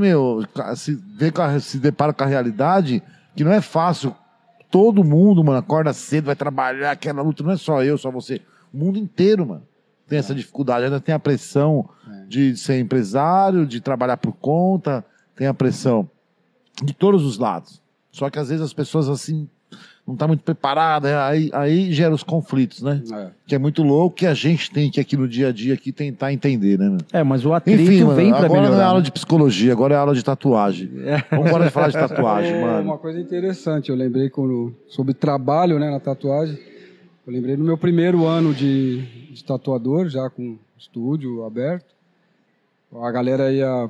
Speaker 1: se depara com a realidade que não é fácil. Todo mundo, mano, acorda cedo, vai trabalhar, aquela luta, não é só eu, só você. O mundo inteiro, mano, tem essa dificuldade. Ainda tem a pressão de ser empresário, de trabalhar por conta, tem a pressão de todos os lados. Só que às vezes as pessoas, assim, não estão muito preparadas, aí gera os conflitos, né? Que é muito louco, que a gente tem que aqui no dia a dia aqui tentar entender, né?
Speaker 3: Mas o atrito
Speaker 1: Enfim, mano,
Speaker 3: vem pra
Speaker 1: agora
Speaker 3: melhorar.
Speaker 1: não é aula de psicologia, agora é aula de tatuagem. Vamos embora de falar de tatuagem, mano.
Speaker 2: Uma coisa interessante, eu lembrei sobre trabalho, né, na tatuagem. Eu lembrei no meu primeiro ano de tatuador, já com estúdio aberto. A galera ia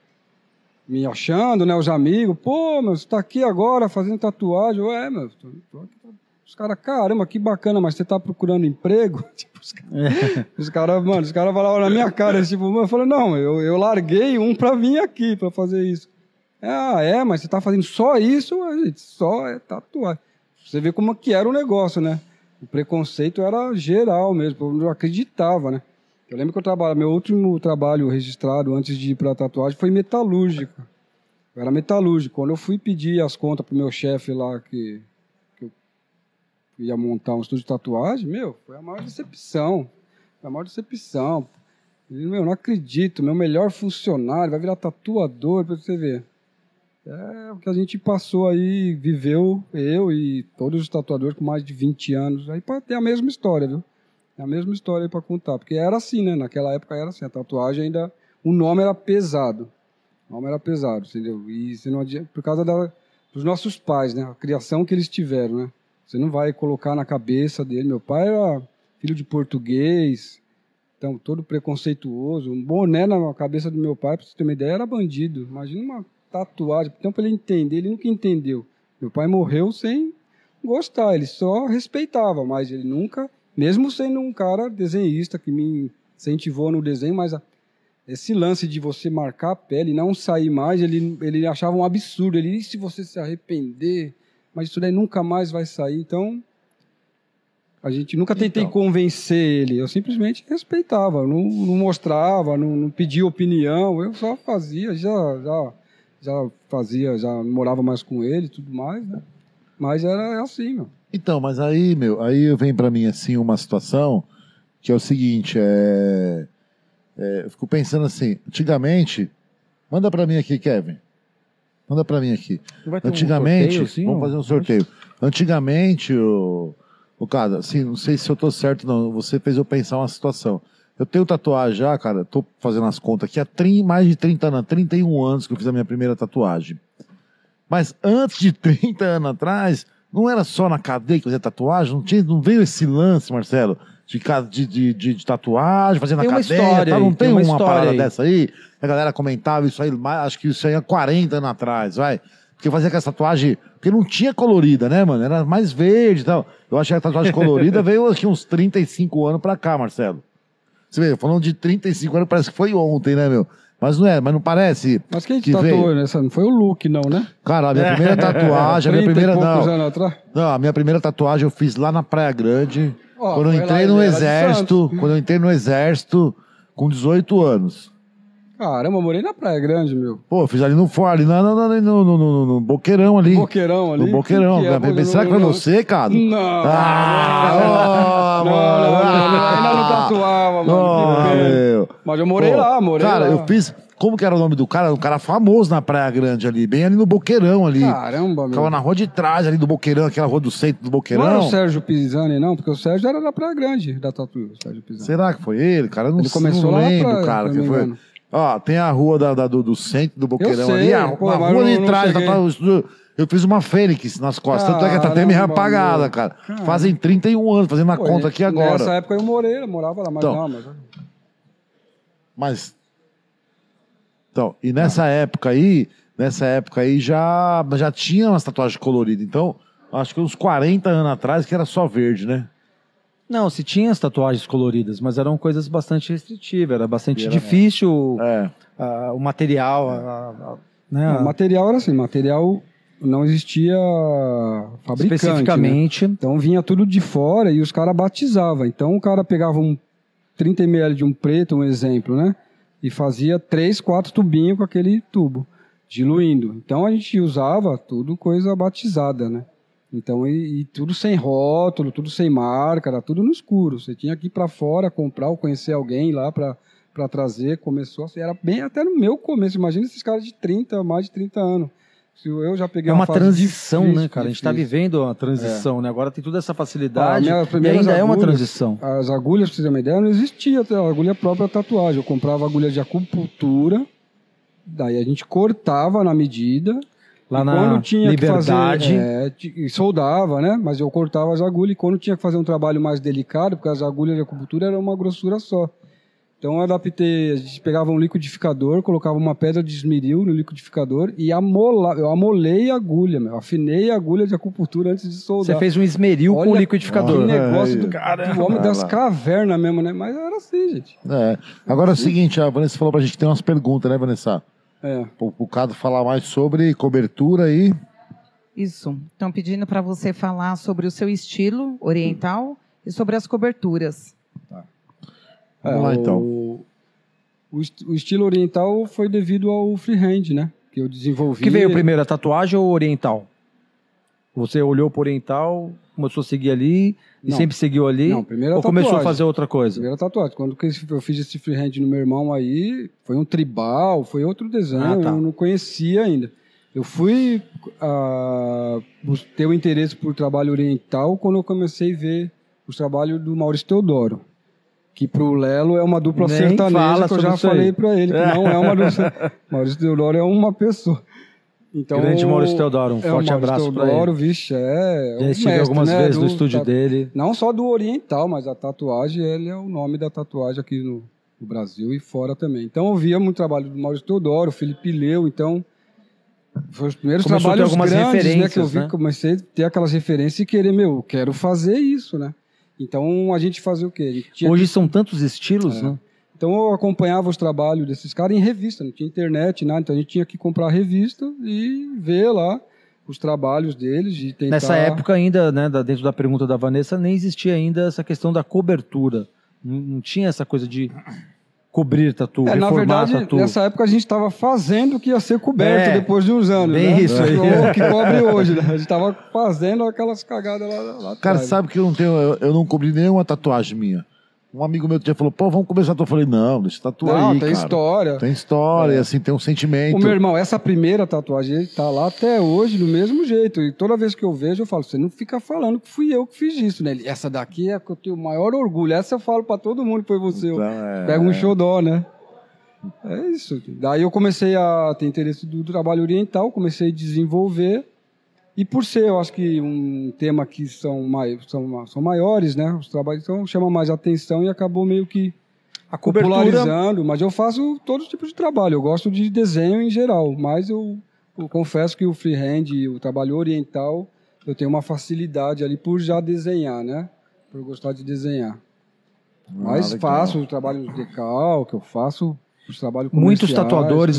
Speaker 2: me achando, né, os amigos. Pô, meu, você tá aqui agora fazendo tatuagem. Meu, tô aqui. Os caras, caramba, que bacana, mas você tá procurando emprego? Tipo, os caras falavam na minha cara, tipo, eu falei, não, eu larguei um pra vir aqui, pra fazer isso. Mas você tá fazendo só isso? Gente, só é tatuagem. Você vê como que era o negócio, né? O preconceito era geral mesmo, eu não acreditava, né? Eu lembro que meu último trabalho registrado antes de ir para tatuagem foi metalúrgica. Eu era metalúrgico. Quando eu fui pedir as contas pro meu chefe lá, que eu ia montar um estúdio de tatuagem, foi a maior decepção. Foi a maior decepção. Eu não acredito, meu melhor funcionário vai virar tatuador, para você ver. É o que a gente passou aí, viveu, eu e todos os tatuadores com mais de 20 anos. Aí pode ter a mesma história, viu? É a mesma história aí para contar. Porque era assim, né? Naquela época era assim. A tatuagem ainda... O nome era pesado. O nome era pesado, entendeu? E você não adianta... Por causa dos nossos pais, né? A criação que eles tiveram, né? Você não vai colocar na cabeça dele. Meu pai era filho de português, então todo preconceituoso. Um boné na cabeça do meu pai, para você ter uma ideia, era bandido. Imagina uma tatuagem. Então, para ele entender, ele nunca entendeu. Meu pai morreu sem gostar. Ele só respeitava, mas ele nunca... Mesmo sendo um cara desenhista que me incentivou no desenho, mas esse lance de você marcar a pele e não sair mais, ele achava um absurdo. E se você se arrepender, mas isso daí nunca mais vai sair. Então, a gente nunca tentei convencer ele. Eu simplesmente respeitava, não mostrava, não pedia opinião. Eu só fazia, já fazia, já morava mais com ele e tudo mais, né? Mas era assim, meu.
Speaker 1: Então, mas aí vem pra mim, assim, uma situação que é o seguinte, eu fico pensando assim, antigamente, manda pra mim aqui, Kevin, manda pra mim aqui. Antigamente,
Speaker 3: sorteio, assim,
Speaker 1: vamos fazer um sorteio. Antigamente, cara, assim, não sei se eu tô certo não, você fez eu pensar uma situação. Eu tenho tatuagem já, cara, tô fazendo as contas aqui há mais de 30 anos, 31 anos que eu fiz a minha primeira tatuagem. Mas antes de 30 anos atrás... Não era só na cadeia que fazia tatuagem? Não veio esse lance, Marcelo, de tatuagem, fazendo na cadeia? Não tem uma parada dessa aí? A galera comentava isso aí, acho que isso aí há 40 anos atrás, vai. Porque fazia aquela tatuagem... Porque não tinha colorida, né, mano? Era mais verde e tal. Eu achei que a tatuagem colorida veio aqui uns 35 anos pra cá, Marcelo. Você vê, falando de 35 anos, parece que foi ontem, né, meu? Mas não parece.
Speaker 2: Mas quem tatuou nessa? Não foi o Luke, não, né?
Speaker 1: Cara, a minha primeira tatuagem, a minha primeira tatuagem eu fiz lá na Praia Grande, quando eu entrei no exército, com 18 anos.
Speaker 2: Caramba, eu morei na Praia Grande, meu.
Speaker 1: Pô, eu fiz ali no Boqueirão ali.
Speaker 2: Boqueirão ali?
Speaker 1: No Boqueirão. Será que foi você, cara?
Speaker 2: Não.
Speaker 1: Ainda
Speaker 2: não tatuava, mano. Mas eu morei lá.
Speaker 1: Cara, eu fiz... Como que era o nome do cara? Um cara famoso na Praia Grande ali, bem ali no Boqueirão ali.
Speaker 2: Caramba, meu.
Speaker 1: Ficava na rua de trás ali do Boqueirão, aquela rua do centro do Boqueirão.
Speaker 2: Não era o Sérgio Pisani, não? Porque o Sérgio era da Praia Grande, da Tatu, o Sérgio Pisani.
Speaker 1: Será que foi ele, cara?
Speaker 2: Ele começou lá
Speaker 1: lembro,
Speaker 2: na praia,
Speaker 1: cara. Que foi... Ó, tem a rua do centro do Boqueirão ali. A rua de trás. Eu fiz uma fênix nas costas. Tanto é que tá até meio apagada, cara. Fazem 31 anos, fazendo a conta aqui agora.
Speaker 2: Nessa época eu morava lá, mas
Speaker 1: então,
Speaker 2: não.
Speaker 1: Então, e nessa época aí já tinha umas tatuagens coloridas. Então, acho que uns 40 anos atrás que era só verde, né?
Speaker 3: Não, se tinha as tatuagens coloridas, mas eram coisas bastante restritivas, era bastante difícil o material. Né?
Speaker 2: O material era assim, material não existia fabricante.
Speaker 3: Especificamente.
Speaker 2: Né? Então vinha tudo de fora e os caras batizavam. Então o cara pegava um 30 ml de um preto, um exemplo, né? E fazia 3, 4 tubinhos com aquele tubo, diluindo. Então a gente usava tudo coisa batizada, né? Então, e tudo sem rótulo, tudo sem marca, era tudo no escuro. Você tinha que ir para fora, comprar ou conhecer alguém lá para trazer. Começou assim, era bem até no meu começo. Imagina esses caras de 30, mais de 30 anos. Se eu já peguei
Speaker 3: uma
Speaker 2: fase
Speaker 3: transição,
Speaker 2: difícil,
Speaker 3: né, cara? A gente está vivendo uma transição, né? Agora tem toda essa
Speaker 2: Ah,
Speaker 3: facilidade e ainda é uma transição.
Speaker 2: As agulhas, pra você ter uma ideia, não existia a agulha própria tatuagem. Eu comprava agulha de acupuntura, daí a gente cortava na medida.
Speaker 3: Lá na
Speaker 2: quando tinha
Speaker 3: Liberdade.
Speaker 2: que fazer, soldava, né? Mas eu cortava as agulhas e quando tinha que fazer um trabalho mais delicado, porque as agulhas de acupuntura eram uma grossura só. Então eu adaptei, a gente pegava um liquidificador, colocava uma pedra de esmeril no liquidificador e eu amolei a agulha, afinei a agulha de acupuntura antes de soldar.
Speaker 3: Você fez um esmeril com liquidificador.
Speaker 2: Que negócio do homem das cavernas mesmo, né? Mas era assim, gente.
Speaker 1: Agora é o seguinte, a Vanessa falou pra gente que tem umas perguntas, né, Vanessa? O Cado falar mais sobre cobertura aí.
Speaker 4: Isso. Estão pedindo para você falar sobre o seu estilo oriental e sobre as coberturas.
Speaker 1: Vamos lá, então.
Speaker 2: O estilo oriental foi devido ao freehand, né? Que eu desenvolvi.
Speaker 3: Que veio primeiro, a tatuagem ou oriental? Você olhou para oriental, começou a seguir ali e sempre seguiu ali?
Speaker 2: Não, primeiro a
Speaker 3: ou
Speaker 2: tatuagem.
Speaker 3: Começou a fazer outra coisa?
Speaker 2: Primeiro a tatuagem. Quando eu fiz esse freehand no meu irmão aí, foi um tribal, foi outro desenho, eu não conhecia ainda. Eu fui ter o interesse por trabalho oriental quando eu comecei a ver os trabalhos do Maurício Teodoro. Que pro Lelo é uma dupla sertaneja, que eu já falei para ele, que não é uma dupla. Maurício Teodoro é uma pessoa. Então,
Speaker 3: grande Maurício Teodoro, um forte abraço para ele.
Speaker 2: Vixe,
Speaker 3: já estive algumas vezes no estúdio dele.
Speaker 2: Não só do oriental, mas a tatuagem, ele é o nome da tatuagem aqui no Brasil e fora também. Então eu via muito trabalho do Maurício Teodoro, Felipe Leu, então foi os primeiros trabalhos grandes, né, que eu vi, né? Comecei a ter aquelas referências e querer, quero fazer isso, né? Então a gente fazia o quê?
Speaker 3: Hoje são tantos estilos, né?
Speaker 2: Então eu acompanhava os trabalhos desses caras em revista, não tinha internet, nada, então a gente tinha que comprar a revista e ver lá os trabalhos deles e tentar...
Speaker 3: Nessa época ainda, né, dentro da pergunta da Vanessa, nem existia ainda essa questão da cobertura. Não tinha essa coisa de cobrir tatu,
Speaker 2: na verdade,
Speaker 3: tatu.
Speaker 2: Nessa época a gente estava fazendo o que ia ser coberto depois de uns anos.
Speaker 3: Bem, né? Isso aí.
Speaker 2: O que cobre hoje, né? A gente estava fazendo aquelas cagadas lá atrás.
Speaker 1: Cara, sabe que eu não cobri nenhuma tatuagem minha. Um amigo meu já falou, vamos começar. Eu falei, não, deixa tatuar aí,
Speaker 2: tem história.
Speaker 1: Tem história, assim, tem um sentimento.
Speaker 2: O meu irmão, essa primeira tatuagem, ele tá lá até hoje do mesmo jeito. E toda vez que eu vejo, eu falo, você não fica falando que fui eu que fiz isso, né? Essa daqui é que eu tenho o maior orgulho. Essa eu falo pra todo mundo que foi você. Então, pega um xodó, né? É isso. Daí eu comecei a ter interesse do trabalho oriental, comecei a desenvolver. E por ser, eu acho que um tema que são maiores, né? Os trabalhos então chamam mais atenção e acabou meio que popularizando. Mas eu faço todo tipo de trabalho. Eu gosto de desenho em geral, mas eu confesso que o freehand e o trabalho oriental eu tenho uma facilidade ali por já desenhar, né? Por gostar de desenhar. Mas faço o trabalho de decalque, eu faço os trabalhos comerciais.
Speaker 3: Muitos tatuadores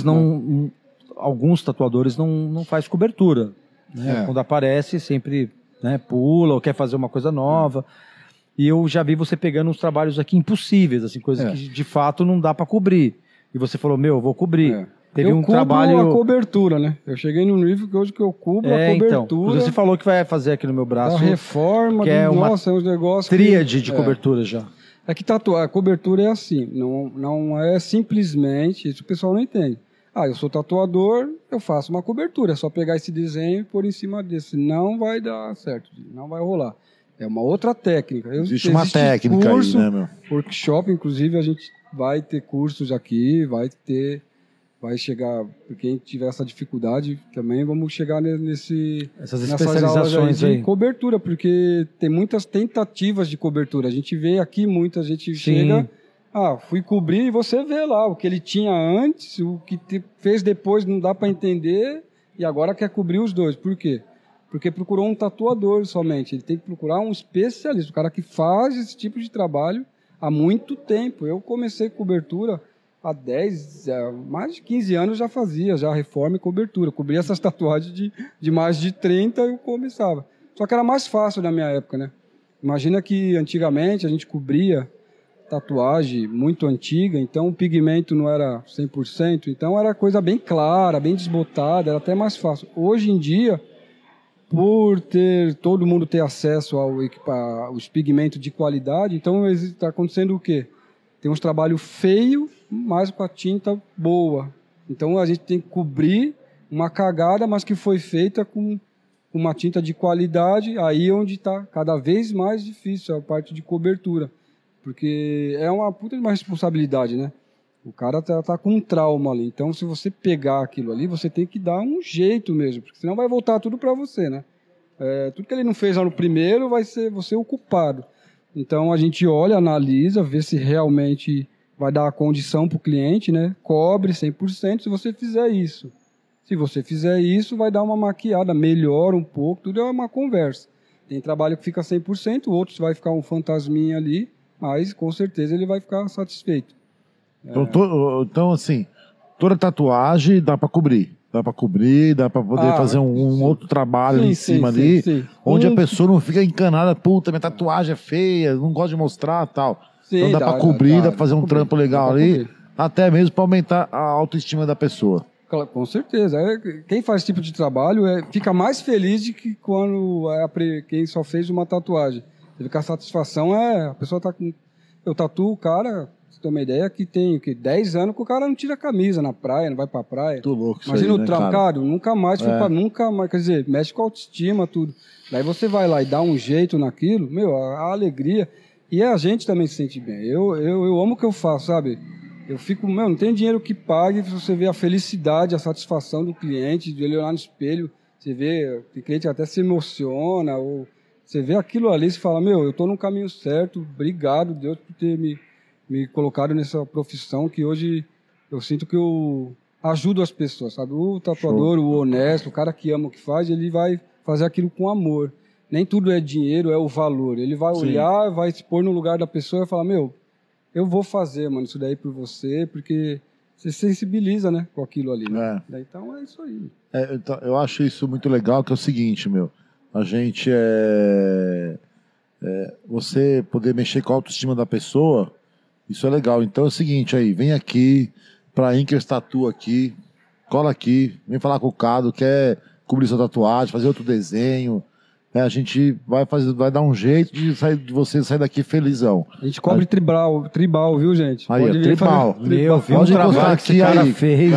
Speaker 3: alguns tatuadores não faz cobertura. Né? Quando aparece, sempre pula ou quer fazer uma coisa nova. E eu já vi você pegando uns trabalhos aqui impossíveis, assim, coisas que de fato não dá para cobrir. E você falou, eu vou cobrir. Teve um trabalho...
Speaker 2: a cobertura, né? Eu cheguei no nível que hoje que eu cubro a cobertura.
Speaker 3: Então, você falou que vai fazer aqui no meu braço.
Speaker 2: A reforma,
Speaker 3: que é uma
Speaker 2: uns negócios
Speaker 3: tríade de cobertura já.
Speaker 2: É que a cobertura é assim, não é simplesmente, isso o pessoal não entende. Eu sou tatuador, eu faço uma cobertura, é só pegar esse desenho e pôr em cima desse. Não vai dar certo, não vai rolar. É uma outra técnica.
Speaker 1: Existe uma técnica
Speaker 2: curso,
Speaker 1: aí, né, meu?
Speaker 2: Workshop, inclusive, a gente vai ter cursos aqui, vai chegar, quem tiver essa dificuldade também, vamos chegar
Speaker 3: essas especializações aí
Speaker 2: de cobertura, porque tem muitas tentativas de cobertura. A gente vê aqui, muita gente chega... fui cobrir e você vê lá o que ele tinha antes, o que fez depois não dá para entender e agora quer cobrir os dois. Por quê? porque procurou um tatuador somente. Ele tem que procurar um especialista, o cara que faz esse tipo de trabalho há muito tempo. Eu comecei cobertura há mais de 15 anos, já fazia, já reforma e cobertura. Cobria essas tatuagens de mais de 30, eu começava. Só que era mais fácil na minha época, né? Imagina que antigamente a gente cobria tatuagem muito antiga, então o pigmento não era 100%, então era coisa bem clara, bem desbotada, era até mais fácil. Hoje em dia, por todo mundo ter acesso aos pigmentos de qualidade, então está acontecendo o quê? Tem uns trabalhos feios, mas com a tinta boa. Então a gente tem que cobrir uma cagada, mas que foi feita com uma tinta de qualidade, aí é onde está cada vez mais difícil a parte de cobertura. Porque é uma puta de uma responsabilidade, né? O cara tá com um trauma ali. Então, se você pegar aquilo ali, você tem que dar um jeito mesmo, porque senão vai voltar tudo para você, né? Tudo que ele não fez lá no primeiro vai ser você o culpado. Então, a gente olha, analisa, vê se realmente vai dar a condição para o cliente, né? Cobre 100% se você fizer isso. Se você fizer isso, vai dar uma maquiada, melhora um pouco, tudo é uma conversa. Tem trabalho que fica 100%, outros vai ficar um fantasminha ali, mas com certeza ele vai ficar satisfeito.
Speaker 1: Então, assim, toda tatuagem dá para cobrir. Dá para poder fazer um outro trabalho em cima ali, onde a pessoa não fica encanada, puta, minha tatuagem é feia, não gosto de mostrar e tal. Então dá para cobrir, dá para fazer um trampo legal ali, até mesmo para aumentar a autoestima da pessoa.
Speaker 2: Com certeza. Quem faz esse tipo de trabalho fica mais feliz do que quando quem só fez uma tatuagem. A satisfação a pessoa tá com... Eu tatuo o cara, você tem uma ideia, que tem 10 anos que o cara não tira a camisa na praia, não vai pra praia.
Speaker 1: Tô louco.
Speaker 2: Imagina
Speaker 1: aí,
Speaker 2: o trancado, nunca mais, nunca mais, quer dizer, mexe com a autoestima, tudo. Daí você vai lá e dá um jeito naquilo, a alegria. E a gente também se sente bem. Eu amo o que eu faço, sabe? Eu fico, não tem dinheiro que pague, você vê a felicidade, a satisfação do cliente, de ele olhar no espelho, você vê, tem cliente que até se emociona, ou você vê aquilo ali e fala, eu estou no caminho certo, obrigado, Deus, por ter me colocado nessa profissão, que hoje eu sinto que eu ajudo as pessoas, sabe? O tatuador, o honesto, o cara que ama o que faz, ele vai fazer aquilo com amor. Nem tudo é dinheiro, é o valor. Ele vai olhar, vai se pôr no lugar da pessoa e falar, eu vou fazer, mano, isso daí por você, porque você sensibiliza, né, com aquilo ali, né? Então é isso aí.
Speaker 1: Então, eu acho isso muito legal, que é o seguinte, a gente você poder mexer com a autoestima da pessoa, isso é legal. Então é o seguinte aí, vem aqui pra Inkers Tattoo aqui, cola aqui, vem falar com o Cado, quer cobrir sua tatuagem, fazer outro desenho. A gente vai dar um jeito de você sair daqui felizão.
Speaker 2: A gente cobre tribal, viu, gente?
Speaker 1: Aí, tribal.
Speaker 3: Pode encostar aqui, esse cara fez,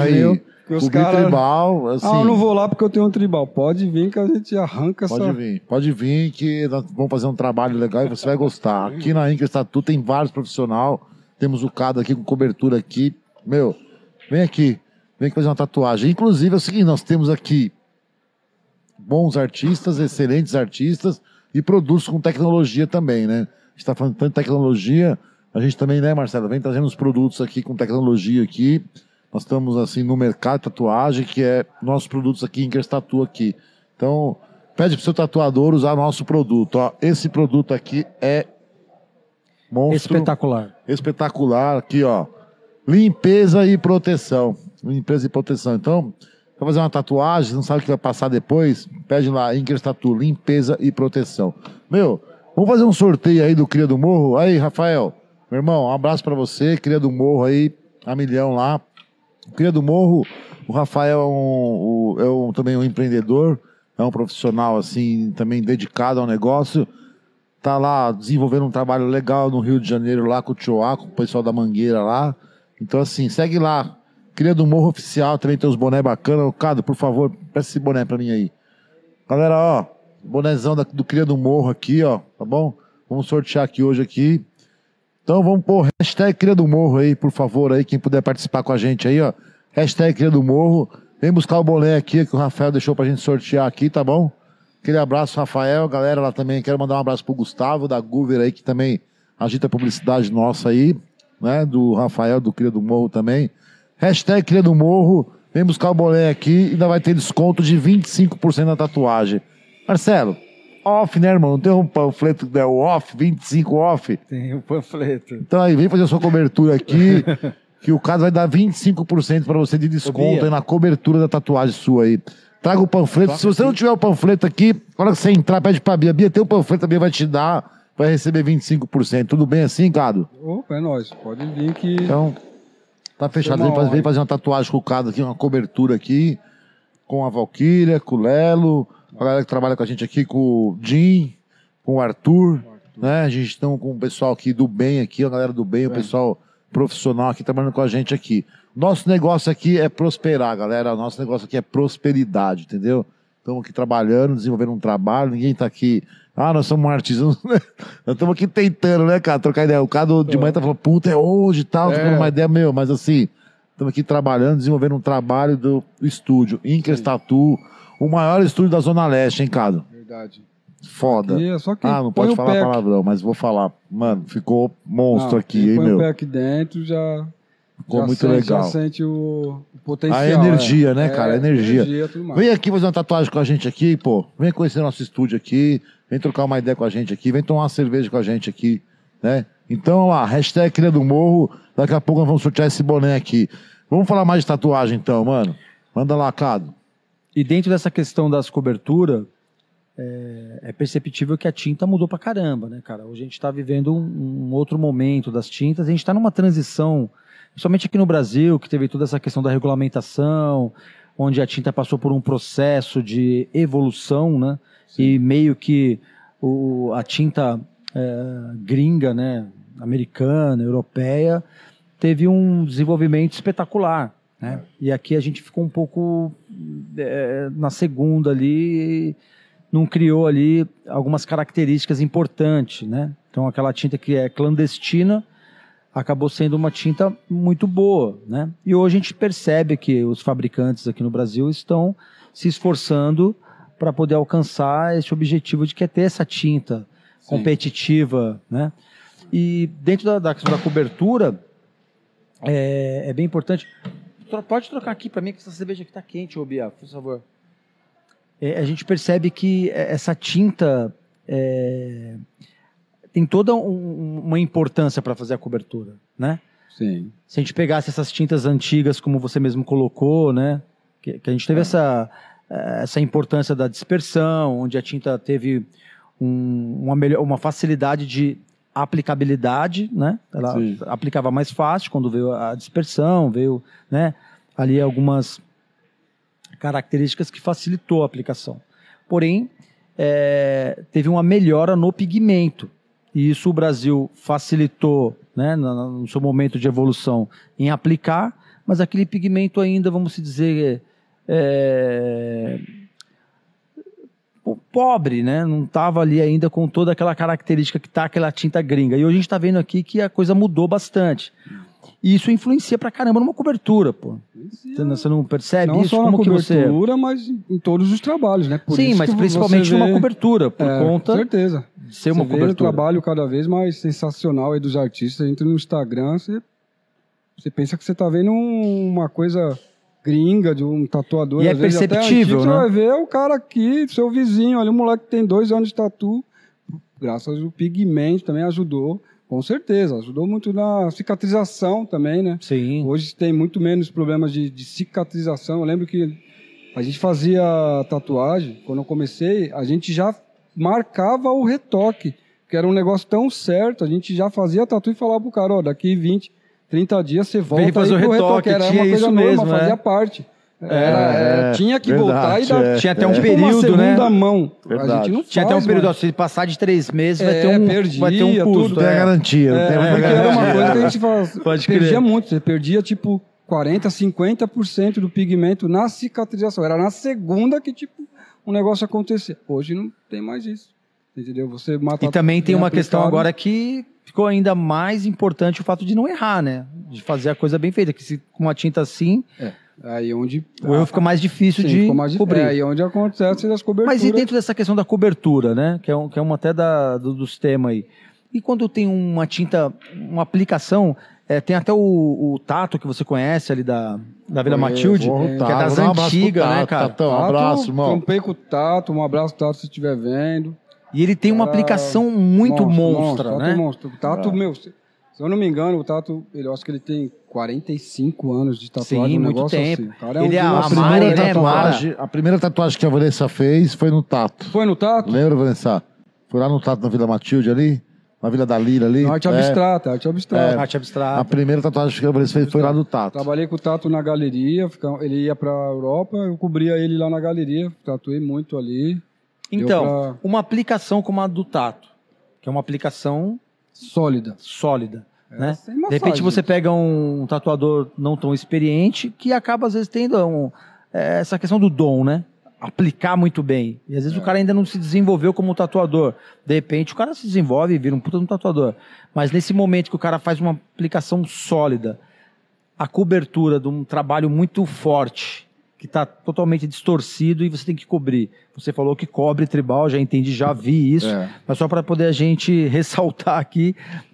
Speaker 1: tribal, assim.
Speaker 2: Eu não vou lá porque eu tenho um tribal. Pode vir que a gente arranca
Speaker 1: Pode vir que nós vamos fazer um trabalho legal e você vai gostar. Aqui na Inkers Tattoo tem vários profissionais. Temos o Cado aqui com cobertura aqui. Vem aqui fazer uma tatuagem. Inclusive é o seguinte, nós temos aqui bons artistas, excelentes artistas e produtos com tecnologia também, né? A gente está falando tanto de tecnologia, a gente também, né, Marcelo, vem trazendo os produtos aqui com tecnologia aqui. Nós estamos, assim, no mercado de tatuagem, que é nossos produtos aqui, Inkers Tattoo aqui. Então, pede pro seu tatuador usar nosso produto. Ó, esse produto aqui é monstro. Espetacular. Aqui, ó. Limpeza e proteção. Então, para fazer uma tatuagem, não sabe o que vai passar depois, pede lá, Inkers Tattoo, limpeza e proteção. Vamos fazer um sorteio aí do Cria do Morro? Aí, Rafael, meu irmão, um abraço para você, Cria do Morro aí, a milhão lá. Cria do Morro, o Rafael também um empreendedor, é um profissional assim, também dedicado ao negócio. Tá lá desenvolvendo um trabalho legal no Rio de Janeiro, lá com o Tioá, com o pessoal da Mangueira lá. Então, assim, segue lá. Cria do Morro Oficial, também tem uns bonés bacanas. Cado, por favor, presta esse boné pra mim aí. Galera, ó, bonézão do Cria do Morro aqui, ó, tá bom? Vamos sortear aqui hoje aqui. Então vamos pôr hashtag Cria do Morro aí, por favor, aí, quem puder participar com a gente aí, ó. Hashtag Cria do Morro. Vem buscar o boné aqui que o Rafael deixou pra gente sortear aqui, tá bom? Aquele abraço, Rafael. Galera lá também, quero mandar um abraço pro Gustavo, da Goover aí, que também agita a publicidade nossa aí, né? Do Rafael, do Cria do Morro também. Hashtag Cria do Morro. Vem buscar o boné aqui e ainda vai ter desconto de 25% na tatuagem. Marcelo, off, né, irmão? Não tem um panfleto que é o off, 25 off?
Speaker 3: Tem o panfleto.
Speaker 1: Então aí, vem fazer a sua cobertura aqui, que o caso vai dar 25% pra você de desconto aí na cobertura da tatuagem sua aí. Traga o panfleto. Se você não tiver o panfleto aqui, na hora que você entrar, pede pra Bia. Bia, tem o panfleto, a Bia vai te dar, vai receber 25%. Tudo bem assim, Cado?
Speaker 2: Opa, é nóis. Pode vir que...
Speaker 1: Então, tá fechado. Vem fazer uma tatuagem com o Cado aqui, uma cobertura aqui, com a Valkyria, com o Lelo, a galera que trabalha com a gente aqui, com o Jim, com o Arthur, né? A gente está com o pessoal aqui do bem aqui, a galera do bem, o pessoal profissional aqui trabalhando com a gente aqui. Nosso negócio aqui é prosperar, galera. Nosso negócio aqui é prosperidade, entendeu? Estamos aqui trabalhando, desenvolvendo um trabalho. Ninguém está aqui... nós somos artesãos. Nós estamos aqui tentando, né, cara? Trocar ideia. O cara de manhã tá falando, puta, é hoje e tal. Trocando uma ideia, mas assim... Estamos aqui trabalhando, desenvolvendo um trabalho do estúdio. Inkers Tattoo. O maior estúdio da Zona Leste, hein, Cado?
Speaker 2: Verdade.
Speaker 1: Foda.
Speaker 2: Só que
Speaker 1: não pode falar palavrão, mas vou falar. Mano, ficou monstro aqui, hein,
Speaker 2: põe
Speaker 1: meu?
Speaker 2: o pé aqui dentro,
Speaker 1: ficou muito legal.
Speaker 2: Já sente o potencial.
Speaker 1: A energia, né, cara? A energia.
Speaker 2: Tudo mais.
Speaker 1: Vem aqui fazer uma tatuagem com a gente aqui, pô. Vem conhecer nosso estúdio aqui. Vem trocar uma ideia com a gente aqui. Vem tomar uma cerveja com a gente aqui, né? Então, lá, hashtag Cria do Morro. Daqui a pouco nós vamos sortear esse boné aqui. Vamos falar mais de tatuagem, então, mano. Manda lá, Cado.
Speaker 3: E dentro dessa questão das coberturas, é perceptível que a tinta mudou pra caramba, né, cara? Hoje a gente está vivendo um outro momento das tintas. A gente está numa transição, principalmente aqui no Brasil, que teve toda essa questão da regulamentação, onde a tinta passou por um processo de evolução, né? Sim. E meio que a tinta gringa, né, americana, europeia, teve um desenvolvimento espetacular, né? E aqui a gente ficou um pouco na segunda ali, não criou ali algumas características importantes, né? Então aquela tinta que é clandestina acabou sendo uma tinta muito boa, né? E hoje a gente percebe que os fabricantes aqui no Brasil estão se esforçando para poder alcançar esse objetivo de que é ter essa tinta competitiva, né? E dentro da questão da cobertura, é bem importante. Pode trocar aqui para mim, que essa cerveja aqui está quente, ô Bia, por favor. A gente percebe que essa tinta tem toda uma importância para fazer a cobertura, né?
Speaker 2: Sim.
Speaker 3: Se a gente pegasse essas tintas antigas, como você mesmo colocou, né? Que a gente teve essa importância da dispersão, onde a tinta teve uma facilidade de aplicabilidade, né? Ela aplicava mais fácil quando veio a dispersão, veio, né, ali algumas características que facilitou a aplicação. Porém, teve uma melhora no pigmento. E isso o Brasil facilitou, né, no seu momento de evolução em aplicar, mas aquele pigmento ainda, vamos dizer, pobre, né? Não estava ali ainda com toda aquela característica que está aquela tinta gringa. E hoje a gente está vendo aqui que a coisa mudou bastante. E isso influencia pra caramba numa cobertura, pô. Você não percebe
Speaker 2: não
Speaker 3: isso?
Speaker 2: Só
Speaker 3: como
Speaker 2: na
Speaker 3: que
Speaker 2: cobertura, mas em todos os trabalhos, né?
Speaker 3: Sim, mas principalmente numa cobertura, por conta
Speaker 2: com certeza.
Speaker 3: De ser uma cobertura.
Speaker 2: Vê o trabalho cada vez mais sensacional aí dos artistas. Entra no Instagram, você pensa que você tá vendo uma coisa gringa de um tatuador.
Speaker 3: E é perceptível, né?
Speaker 2: Você vai ver o cara aqui, seu vizinho, ali, um moleque que tem 2 anos de tatu, graças ao pigmento também ajudou. Com certeza, ajudou muito na cicatrização também, né?
Speaker 3: Sim.
Speaker 2: Hoje tem muito menos problemas de cicatrização. Eu lembro que a gente fazia tatuagem, quando eu comecei, a gente já marcava o retoque, que era um negócio tão certo, a gente já fazia tatu e falava pro cara, daqui 20, 30 dias você volta aí
Speaker 3: fazer
Speaker 2: pro
Speaker 3: o retoque.
Speaker 2: Era
Speaker 3: tinha
Speaker 2: uma coisa
Speaker 3: isso
Speaker 2: normal,
Speaker 3: mesmo,
Speaker 2: fazia parte. Tinha que
Speaker 1: verdade,
Speaker 2: voltar e dar.
Speaker 3: Tinha até um
Speaker 2: tipo
Speaker 3: período,
Speaker 2: uma
Speaker 3: né?
Speaker 2: segunda mão.
Speaker 1: Verdade.
Speaker 2: A gente não
Speaker 3: Tinha
Speaker 2: faz,
Speaker 3: até um período,
Speaker 2: mas...
Speaker 3: se passar de 3 meses, vai ter um
Speaker 2: tudo.
Speaker 3: custo.
Speaker 1: Tem a garantia. Não tem
Speaker 2: porque
Speaker 1: garantia.
Speaker 2: era uma coisa que a gente
Speaker 3: Pode
Speaker 2: perdia
Speaker 3: crer.
Speaker 2: muito. Você perdia, tipo, 40%, 50% do pigmento na cicatrização. Era na segunda que, tipo, um negócio acontecia. Hoje não tem mais isso. Entendeu? Você mata.
Speaker 3: E também tem
Speaker 2: bem
Speaker 3: uma questão
Speaker 2: aplicado.
Speaker 3: agora que ficou ainda mais importante o fato de não errar, né? De fazer a coisa bem feita. Que se com uma tinta assim,
Speaker 2: Aí onde
Speaker 3: o erro fica mais difícil de cobrir.
Speaker 2: Aí onde acontece as coberturas.
Speaker 3: Mas e dentro dessa questão da cobertura, né? Que é uma até dos temas aí. E quando tem uma tinta, uma aplicação, tem até o Tato, que você conhece ali da Vila Matilde, que é das antigas, né, cara?
Speaker 1: Tatão, um abraço, irmão.
Speaker 2: Trampei com o Tato, um abraço, Tato, se estiver vendo.
Speaker 3: E ele tem uma aplicação muito monstra, né?
Speaker 2: Monstro. O Tato, meu, se eu não me engano, o Tato, eu acho que ele tem 45 anos de tatuagem.
Speaker 3: Sim, muito tempo.
Speaker 2: Assim. Cara,
Speaker 3: Ele é a
Speaker 2: Mari,
Speaker 3: né,
Speaker 1: a primeira tatuagem que a Vanessa fez foi no Tato.
Speaker 2: Foi no Tato?
Speaker 1: Lembra, Vanessa? Foi lá no Tato, na Vila Matilde ali? Na Vila da Lira ali?
Speaker 2: Arte abstrata, arte abstrata.
Speaker 3: Arte abstrata.
Speaker 1: A primeira tatuagem que a Vanessa fez foi lá no Tato.
Speaker 2: Trabalhei com o Tato na galeria, ele ia pra Europa, eu cobria ele lá na galeria, tatuei muito ali.
Speaker 3: Então, uma aplicação como a do Tato, que é uma aplicação
Speaker 2: sólida.
Speaker 3: Né? De repente você pega um tatuador não tão experiente que acaba às vezes tendo essa questão do dom, né? Aplicar muito bem. E às vezes o cara ainda não se desenvolveu como tatuador. De repente o cara se desenvolve e vira um puta de um tatuador. Mas nesse momento que o cara faz uma aplicação sólida, a cobertura de um trabalho muito forte, que está totalmente distorcido e você tem que cobrir. Você falou que cobre tribal, já entendi, já vi isso. Mas só para poder a gente ressaltar aqui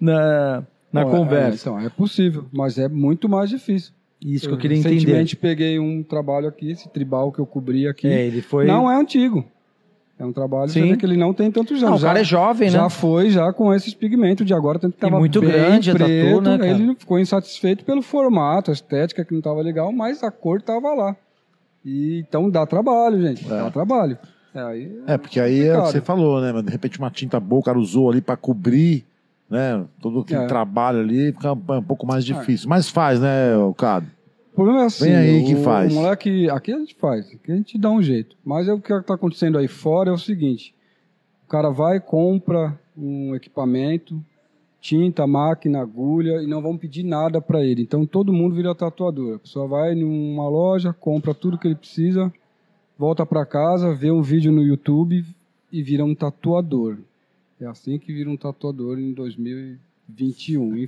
Speaker 3: na conversa.
Speaker 2: Então, é possível, mas é muito mais difícil.
Speaker 3: Isso que eu queria entender.
Speaker 2: Recentemente peguei um trabalho aqui, esse tribal que eu cobri aqui.
Speaker 3: Ele foi...
Speaker 2: Não é antigo. É um trabalho que ele não tem tantos anos.
Speaker 3: O cara é jovem, né?
Speaker 2: Já foi, com esses pigmentos de agora. Tanto que tava
Speaker 3: muito
Speaker 2: bem
Speaker 3: grande
Speaker 2: preto,
Speaker 3: a tatu, né, cara?
Speaker 2: Ele ficou insatisfeito pelo formato, a estética que não estava legal, mas a cor estava lá. Então dá trabalho, gente. Dá trabalho.
Speaker 1: Porque aí é o que você falou, né? De repente uma tinta boa o cara usou ali para cobrir, né? Todo aquele trabalho ali fica um pouco mais difícil. Mas faz, né, Cado?
Speaker 2: O problema é assim,
Speaker 1: vem aí que faz.
Speaker 2: O moleque, aqui a gente faz, aqui a gente dá um jeito. Mas o que está acontecendo aí fora é o seguinte: o cara vai, compra um equipamento, tinta, máquina, agulha, e não vão pedir nada para ele. Então todo mundo vira tatuador. A pessoa vai numa loja, compra tudo que ele precisa, volta para casa, vê um vídeo no YouTube e vira um tatuador. É assim que vira um tatuador em 2021,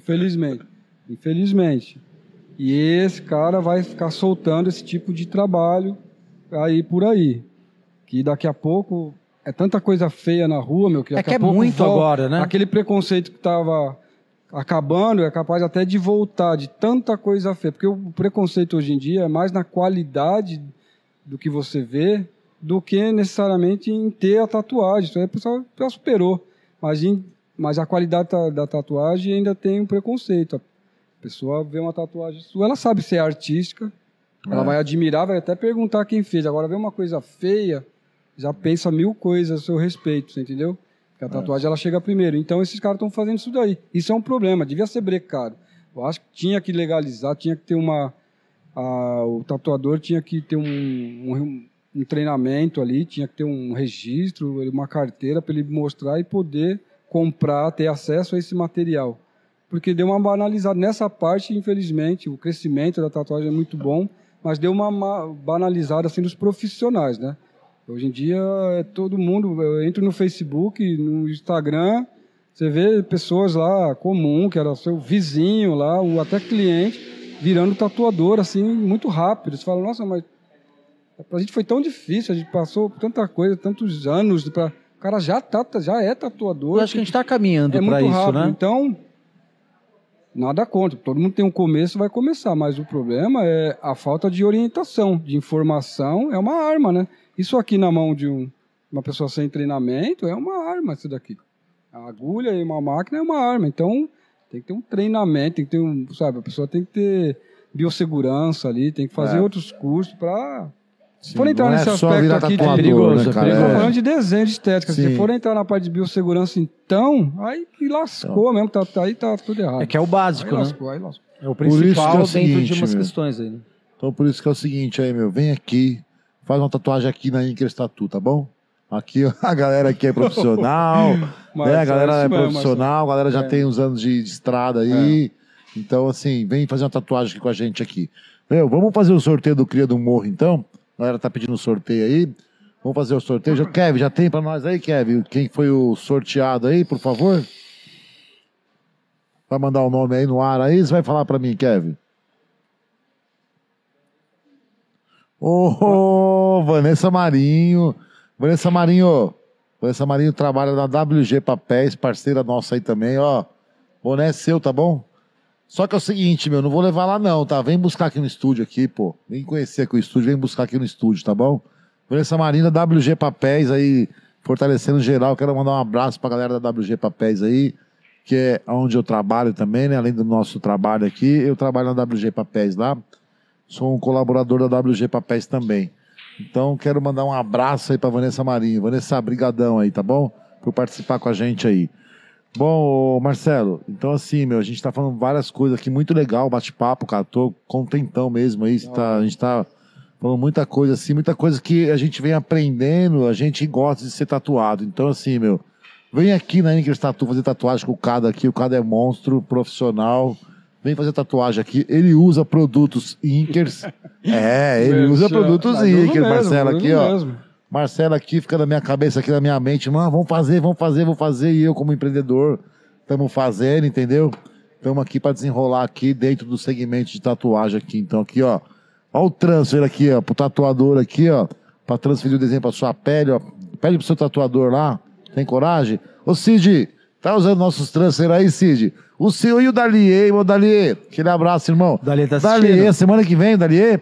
Speaker 2: infelizmente. E esse cara vai ficar soltando esse tipo de trabalho aí por aí. Que daqui a pouco é tanta coisa feia na rua, meu, que daqui a pouco
Speaker 3: muito agora, né?
Speaker 2: Aquele preconceito que estava acabando é capaz até de voltar, de tanta coisa feia. Porque o preconceito hoje em dia é mais na qualidade do que você vê do que necessariamente em ter a tatuagem. Isso aí a pessoa já superou. Mas a qualidade da tatuagem ainda tem um preconceito. A pessoa vê uma tatuagem sua, ela sabe se é artística, ela vai admirar, vai até perguntar quem fez. Agora, vê uma coisa feia, já pensa 1000 coisas a seu respeito, você entendeu? Porque a tatuagem, ela chega primeiro. Então, esses caras estão fazendo isso daí. Isso é um problema, devia ser brecado. Eu acho que tinha que legalizar, tinha que ter o tatuador tinha que ter um treinamento ali, tinha que ter um registro, uma carteira para ele mostrar e poder comprar, ter acesso a esse material. Porque deu uma banalizada. Nessa parte, infelizmente, o crescimento da tatuagem é muito bom, mas deu uma banalizada assim dos profissionais, né? Hoje em dia, todo mundo... Eu entro no Facebook, no Instagram, você vê pessoas lá comum, que era seu vizinho lá, ou até cliente, virando tatuador, assim, muito rápido. Você fala, nossa, mas pra gente foi tão difícil, a gente passou por tanta coisa, tantos anos, o cara já é tatuador.
Speaker 3: Eu acho que a gente está caminhando para isso,
Speaker 2: rápido.
Speaker 3: né?
Speaker 2: Então... Nada contra, todo mundo tem um começo, vai começar, mas o problema é a falta de orientação, de informação, é uma arma, né? Isso aqui na mão de uma pessoa sem treinamento é uma arma, isso daqui. A agulha e uma máquina é uma arma, então tem que ter um treinamento, tem que ter a pessoa tem que ter biossegurança ali, tem que fazer outros cursos para... Se for entrar nesse aspecto aqui de
Speaker 3: perigoso,
Speaker 2: né, cara? Estamos falando de desenho, de estética. Sim. Se for entrar na parte de biossegurança, então, aí que lascou mesmo, aí tá tudo errado.
Speaker 3: É que é o básico,
Speaker 2: aí
Speaker 3: né?
Speaker 2: lascou.
Speaker 3: É o principal dentro de umas questões aí, né?
Speaker 1: Então, por isso que é o seguinte aí, meu, vem aqui, faz uma tatuagem aqui na Inkers Tattoo, tá bom? Aqui, a galera aqui é profissional, né? A galera é profissional, a galera já tem uns anos de estrada aí. Então, assim, vem fazer uma tatuagem aqui com a gente aqui. Meu, vamos fazer o sorteio do Cria do Morro, então? A galera tá pedindo sorteio aí. Vamos fazer o sorteio. Kevin, já tem pra nós aí, Kevin? Quem foi o sorteado aí, por favor? Vai mandar o nome aí no ar aí? Você vai falar pra mim, Kevin? Vanessa Marinho. Vanessa Marinho, Vanessa Marinho trabalha na WG Papéis, parceira nossa aí também, ó. Boné é seu, tá bom? Só que é o seguinte, meu, não vou levar lá não, tá? Vem buscar aqui no estúdio aqui, pô. Vem conhecer aqui o estúdio, vem buscar aqui no estúdio, tá bom? Vanessa Marina, WG Papéis aí, fortalecendo geral. Quero mandar um abraço pra galera da WG Papéis aí, que é onde eu trabalho também, né? Além do nosso trabalho aqui, eu trabalho na WG Papéis lá. Sou um colaborador da WG Papéis também. Então, quero mandar um abraço aí pra Vanessa Marinho. Vanessa, brigadão aí, tá bom? Por participar com a gente aí. Bom, Marcelo, então assim, meu, a gente tá falando várias coisas aqui, muito legal, bate-papo, cara, tô contentão mesmo aí, a gente tá falando muita coisa assim, muita coisa que a gente vem aprendendo, a gente gosta de ser tatuado, então assim, meu, vem aqui na Inkers Tattoo fazer tatuagem com o Cada aqui, o Cada é monstro, profissional, vem fazer tatuagem aqui, ele usa produtos Inkers, ele usa produtos Inkers, Marcelo aqui, ó.
Speaker 2: Mesmo.
Speaker 1: Marcelo aqui fica na minha cabeça, aqui na minha mente, mano, vamos fazer, e eu como empreendedor, estamos fazendo, entendeu? Estamos aqui para desenrolar aqui dentro do segmento de tatuagem aqui, então aqui, ó o transfer aqui, ó, pro tatuador aqui, ó, para transferir o desenho pra sua pele, ó, pede pro seu tatuador lá, tem coragem? Ô Cid, tá usando nossos transfer aí, Cid? O senhor e o Daliê, meu Daliê, aquele abraço, irmão.
Speaker 3: Daliê tá assistindo.
Speaker 1: Daliê, semana que vem, Daliê?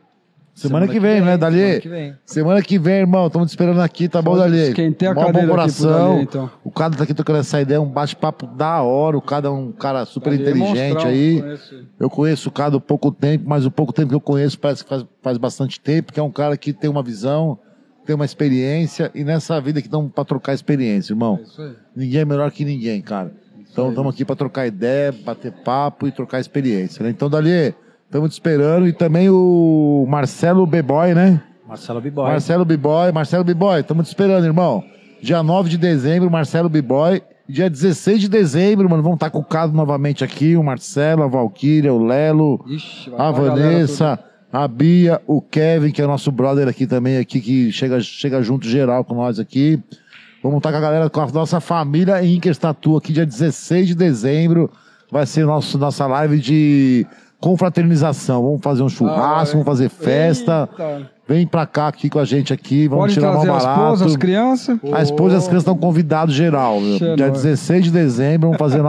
Speaker 1: Semana que vem, né, Dali? Semana que vem, irmão. Estamos te esperando aqui, tá bom, Dali?
Speaker 2: Esquentei a
Speaker 1: bom
Speaker 2: cadeira
Speaker 1: coração.
Speaker 2: aqui pro Dali, então.
Speaker 1: O cara tá aqui trocando essa ideia, um bate-papo da hora. O cara é um cara super inteligente aí. Eu conheço o cara há pouco tempo, mas o pouco tempo que eu conheço parece que faz bastante tempo, que é um cara que tem uma visão, tem uma experiência, e nessa vida que estamos pra trocar experiência, irmão.
Speaker 2: É isso aí.
Speaker 1: Ninguém é melhor que ninguém, cara. Então estamos aqui pra trocar ideia, bater papo e trocar experiência, né? Então, Dali, estamos te esperando. E também o Marcelo B-Boy, né?
Speaker 3: Marcelo B-Boy.
Speaker 1: Marcelo B-Boy, estamos te esperando, irmão. Dia 9 de dezembro, Marcelo B-Boy. Dia 16 de dezembro, mano, vamos estar com o Cado novamente aqui. O Marcelo, a Valquíria, o Lelo, a Vanessa, a Bia, o Kevin, que é nosso brother aqui também, aqui, que chega junto geral com nós aqui. Vamos estar com a galera, com a nossa família Inkers Tattoo aqui, dia 16 de dezembro. Vai ser nossa live de confraternização. Vamos fazer um churrasco, vamos fazer festa.
Speaker 2: Eita.
Speaker 1: Vem pra cá aqui com a gente aqui, vamos
Speaker 2: Pode
Speaker 1: tirar mal
Speaker 2: trazer
Speaker 1: barato.
Speaker 2: a esposa, as crianças?
Speaker 1: A esposa e as crianças estão convidados geral, meu. Dia 16 de dezembro, vamos fazer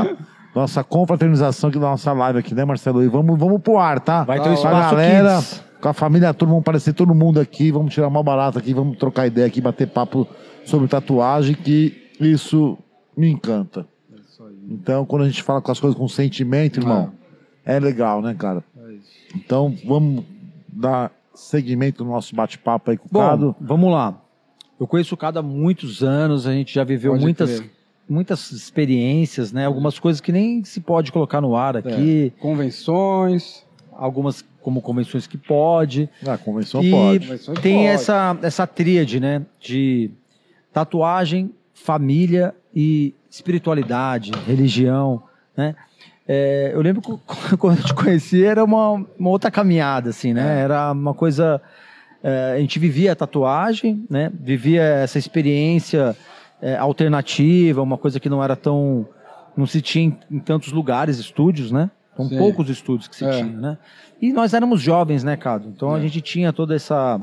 Speaker 1: nossa confraternização aqui da nossa live aqui, né, Marcelo? E vamos pro ar, tá?
Speaker 3: Vai ter um
Speaker 1: com a
Speaker 3: espaço
Speaker 1: galera,
Speaker 3: Kids.
Speaker 1: com a família toda, vamos aparecer todo mundo aqui, vamos tirar mal barato aqui, vamos trocar ideia aqui, bater papo sobre tatuagem, que isso me encanta. Então, quando a gente fala com as coisas com sentimento, irmão, é legal, né, cara? Então, vamos dar seguimento no nosso bate-papo aí com o Cado.
Speaker 3: Vamos lá. Eu conheço o Cado há muitos anos, a gente já viveu muitas experiências, né? Algumas coisas que nem se pode colocar no ar aqui.
Speaker 2: Convenções.
Speaker 3: Algumas como convenções que pode.
Speaker 1: Convenção
Speaker 3: e
Speaker 1: pode.
Speaker 3: Tem essa tríade, né? De tatuagem, família e espiritualidade, religião, né? Eu lembro que quando eu te conheci era uma outra caminhada, assim, né? Era uma coisa... a gente vivia a tatuagem, né? Vivia essa experiência alternativa, uma coisa que não era tão... Não se tinha em tantos lugares, estúdios, né? São poucos estúdios que se tinha, né? E nós éramos jovens, né, Cado? Então a gente tinha toda essa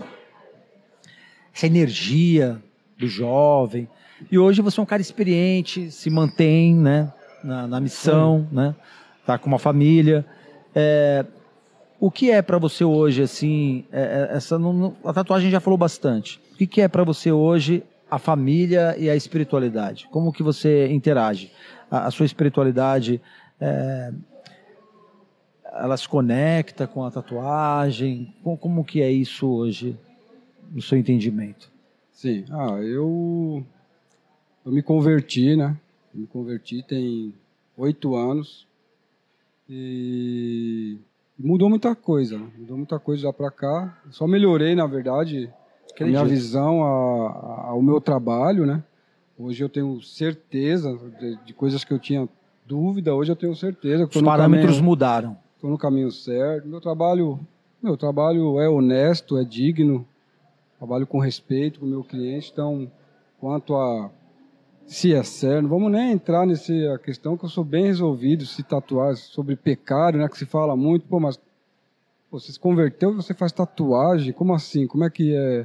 Speaker 3: energia do jovem. E hoje você é um cara experiente, se mantém, né? Na missão, né? Tá com uma família. O que é para você hoje, assim, a tatuagem já falou bastante. O que é para você hoje a família e a espiritualidade? Como que você interage? A sua espiritualidade, ela se conecta com a tatuagem? Como que é isso hoje, no seu entendimento?
Speaker 2: Sim, eu me converti, né? Me converti tem 8 anos e mudou muita coisa já pra cá. Só melhorei, na verdade, a minha visão ao meu trabalho, né? Hoje eu tenho certeza de coisas que eu tinha dúvida, hoje eu tenho certeza que
Speaker 3: os parâmetros mudaram.
Speaker 2: Estou no caminho certo. Meu trabalho é honesto, é digno, trabalho com respeito com o meu cliente. Então, quanto a se é sério, não vamos nem entrar nessa questão, que eu sou bem resolvido, se tatuar sobre pecado, né, que se fala muito, mas você se converteu, você faz tatuagem, como assim? Como é que é?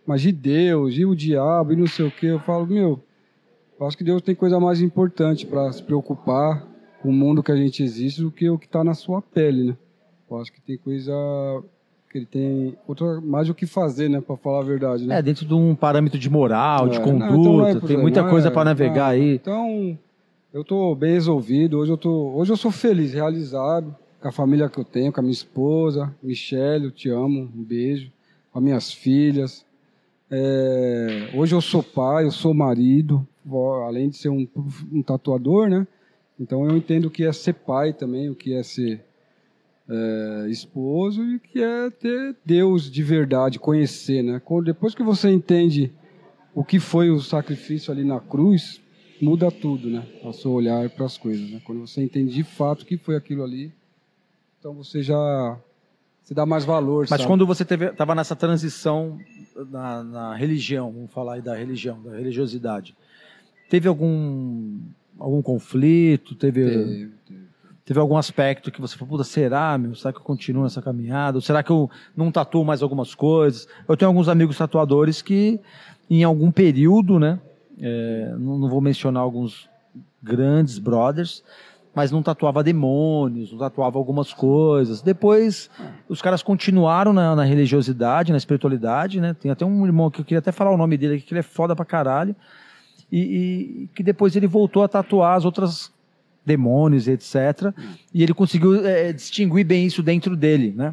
Speaker 2: mas e Deus, e o diabo, e não sei o quê. Eu falo, eu acho que Deus tem coisa mais importante para se preocupar com o mundo que a gente existe do que o que está na sua pele, né? Eu acho que tem coisa que ele tem mais o que fazer, né? Para falar a verdade, né?
Speaker 3: Dentro de um parâmetro de moral, de conduta,
Speaker 2: então
Speaker 3: tem muita coisa para navegar aí.
Speaker 2: Então, eu estou bem resolvido. Hoje eu sou feliz, realizado, com a família que eu tenho, com a minha esposa, Michele, eu te amo, um beijo, com as minhas filhas. Hoje eu sou pai, eu sou marido, além de ser um tatuador, né? Então eu entendo o que é ser pai também, o que é ser esposo e o que é ter Deus de verdade, conhecer, né? Depois que você entende o que foi o sacrifício ali na cruz, muda tudo, né? O seu olhar para as coisas, né? Quando você entende de fato o que foi aquilo ali, então você dá mais valor,
Speaker 3: Mas
Speaker 2: sabe?
Speaker 3: quando você estava nessa transição na religião, vamos falar aí da religião, da religiosidade, teve algum conflito? Teve algum aspecto que você falou, puta, será que eu continuo nessa caminhada? Ou será que eu não tatuo mais algumas coisas? Eu tenho alguns amigos tatuadores que, em algum período, né, não vou mencionar alguns grandes brothers, mas não tatuava demônios, não tatuava algumas coisas. Depois, os caras continuaram na religiosidade, na espiritualidade, né? Tem até um irmão que eu queria até falar o nome dele aqui, que ele é foda pra caralho, e que depois ele voltou a tatuar as outras demônios, etc. E ele conseguiu distinguir bem isso dentro dele, né?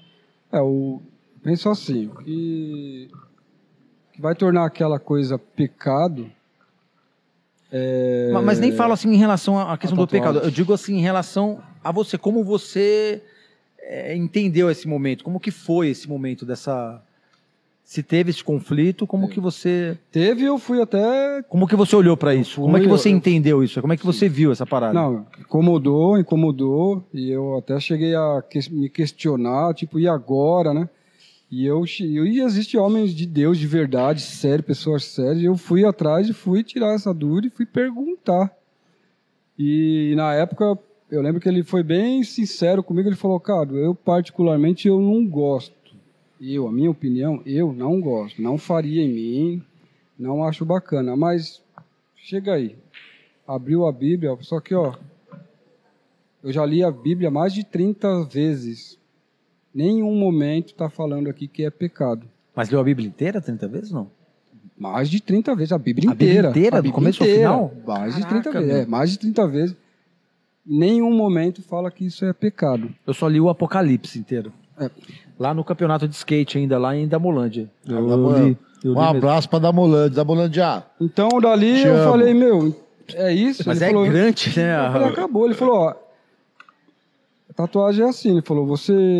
Speaker 2: Penso assim, que vai tornar aquela coisa pecado.
Speaker 3: Mas nem falo assim em relação à questão do
Speaker 2: tatuagem.
Speaker 3: pecado. Eu digo assim em relação a você, como você entendeu esse momento, como que foi esse momento dessa... Se teve esse conflito, como que você...
Speaker 2: Teve, eu fui até...
Speaker 3: Como que você olhou para isso? Como é que você entendeu isso? Como é que você viu essa parada?
Speaker 2: Não, incomodou, e eu até cheguei a me questionar, tipo, e agora, né? E existe homens de Deus de verdade, sério, pessoas sérias, e eu fui atrás e fui tirar essa dúvida e fui perguntar. E na época, eu lembro que ele foi bem sincero comigo, ele falou, cara, eu particularmente eu não gosto. A minha opinião, eu não gosto, não faria em mim, não acho bacana, mas chega aí, abriu a Bíblia, só que, eu já li a Bíblia mais de 30 vezes, nenhum momento está falando aqui que é pecado.
Speaker 3: Mas leu a Bíblia inteira 30 vezes, não?
Speaker 2: Mais de 30 vezes, a Bíblia inteira.
Speaker 3: A Bíblia inteira, do começo ao final?
Speaker 2: Mais de
Speaker 3: Caraca,
Speaker 2: 30 vezes, mais de 30 vezes. Nenhum momento fala que isso é pecado.
Speaker 3: Eu só li o Apocalipse inteiro. Lá no campeonato de skate ainda, lá em Damolândia. Eu li
Speaker 1: abraço para Damolândia.
Speaker 2: Então, dali eu falei, é isso?
Speaker 3: Mas
Speaker 2: ele falou,
Speaker 3: grande, né?
Speaker 2: Acabou. Ele falou, a tatuagem é assim. Ele falou,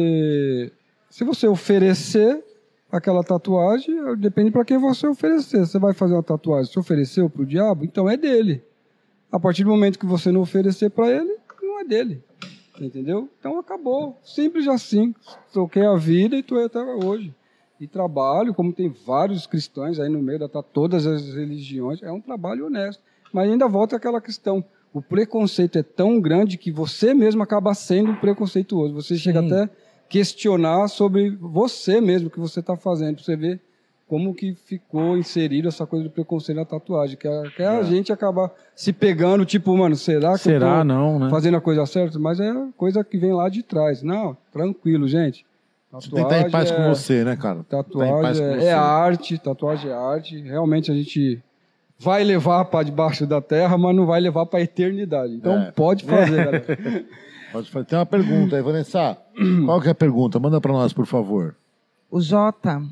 Speaker 2: se você oferecer aquela tatuagem, depende para quem você oferecer. Você vai fazer uma tatuagem, se ofereceu para o diabo, então é dele. A partir do momento que você não oferecer para ele, não é dele. Entendeu? Então acabou. Simples assim. Toquei a vida e estou até hoje. E trabalho, como tem vários cristãos aí no meio, todas as religiões, é um trabalho honesto. Mas ainda volta àquela questão. O preconceito é tão grande que você mesmo acaba sendo preconceituoso. Você chega até a questionar sobre você mesmo, o que você está fazendo. Para você ver como que ficou inserido essa coisa do preconceito na tatuagem. Que a gente acaba se pegando, tipo, mano, será que eu tô
Speaker 3: não, né?
Speaker 2: fazendo a coisa certa? Mas é coisa que vem lá de trás. Não, tranquilo, gente.
Speaker 1: Você tem que estar em paz com você, né, cara?
Speaker 2: Tatuagem é arte, tatuagem é arte. Realmente a gente vai levar para debaixo da terra, mas não vai levar para a eternidade. Então pode fazer, galera.
Speaker 1: Pode fazer. Tem uma pergunta aí, Vanessa. Qual que é a pergunta? Manda para nós, por favor.
Speaker 4: O Jota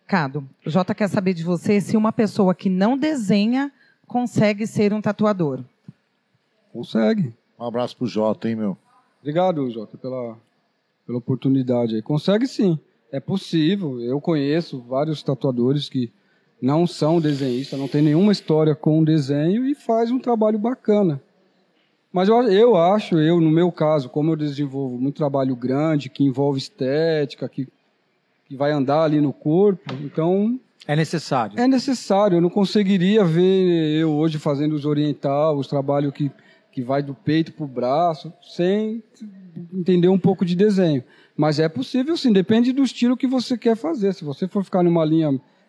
Speaker 4: quer saber de você se uma pessoa que não desenha consegue ser um tatuador.
Speaker 2: Consegue.
Speaker 1: Um abraço pro Jota, hein, meu?
Speaker 2: Obrigado, Jota, pela oportunidade aí. Consegue sim. É possível. Eu conheço vários tatuadores que não são desenhistas, não tem nenhuma história com desenho e faz um trabalho bacana. Mas eu acho, no meu caso, como eu desenvolvo muito trabalho grande, que envolve estética, que vai andar ali no corpo, então...
Speaker 3: É necessário.
Speaker 2: É necessário. Eu não conseguiria ver eu hoje fazendo os oriental, os trabalhos que vai do peito para o braço, sem entender um pouco de desenho. Mas é possível sim, depende do estilo que você quer fazer. Se você for ficar numa linha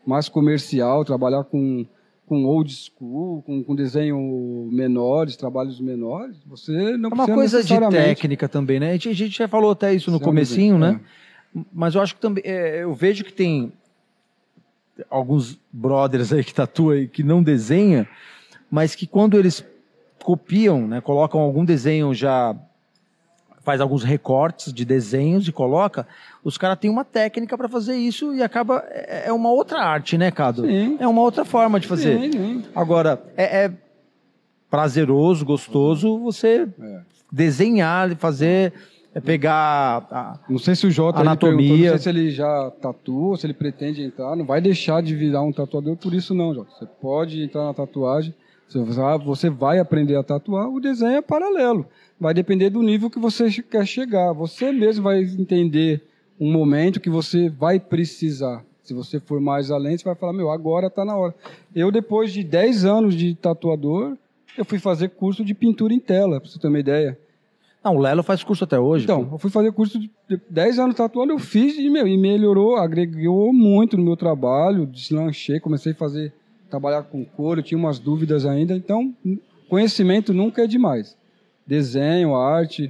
Speaker 2: mais comercial, trabalhar com old school, com desenho menores, trabalhos menores, você não
Speaker 3: É uma
Speaker 2: precisa
Speaker 3: coisa de
Speaker 2: necessariamente...
Speaker 3: técnica também, né? A gente já falou até isso no comecinho, né? Mas eu acho que também, eu vejo que tem alguns brothers aí que tatuam e que não desenham, mas que quando eles copiam, né, colocam algum desenho já, faz alguns recortes de desenhos e coloca, os caras têm uma técnica para fazer isso e acaba, é uma outra arte, né, Cado?
Speaker 2: Sim.
Speaker 3: É uma outra forma de fazer.
Speaker 2: Sim.
Speaker 3: Agora, é prazeroso, gostoso você desenhar, fazer, pegar
Speaker 2: Não sei se o Jota
Speaker 3: anatomia.
Speaker 2: Perguntou, não sei se ele já tatua, se ele pretende entrar, não vai deixar de virar um tatuador por isso não, Jota. Você pode entrar na tatuagem, você vai aprender a tatuar, o desenho é paralelo. Vai depender do nível que você quer chegar. Você mesmo vai entender um momento que você vai precisar. Se você for mais além, você vai falar, agora está na hora. Eu, depois de 10 anos de tatuador, eu fui fazer curso de pintura em tela, para você ter uma ideia.
Speaker 3: Não, o Lelo faz curso até hoje.
Speaker 2: Então, eu fui fazer curso de 10 anos tatuando, eu fiz e melhorou, agregou muito no meu trabalho, deslanchei, comecei a trabalhar com cor, eu tinha umas dúvidas ainda, então conhecimento nunca é demais. Desenho, arte,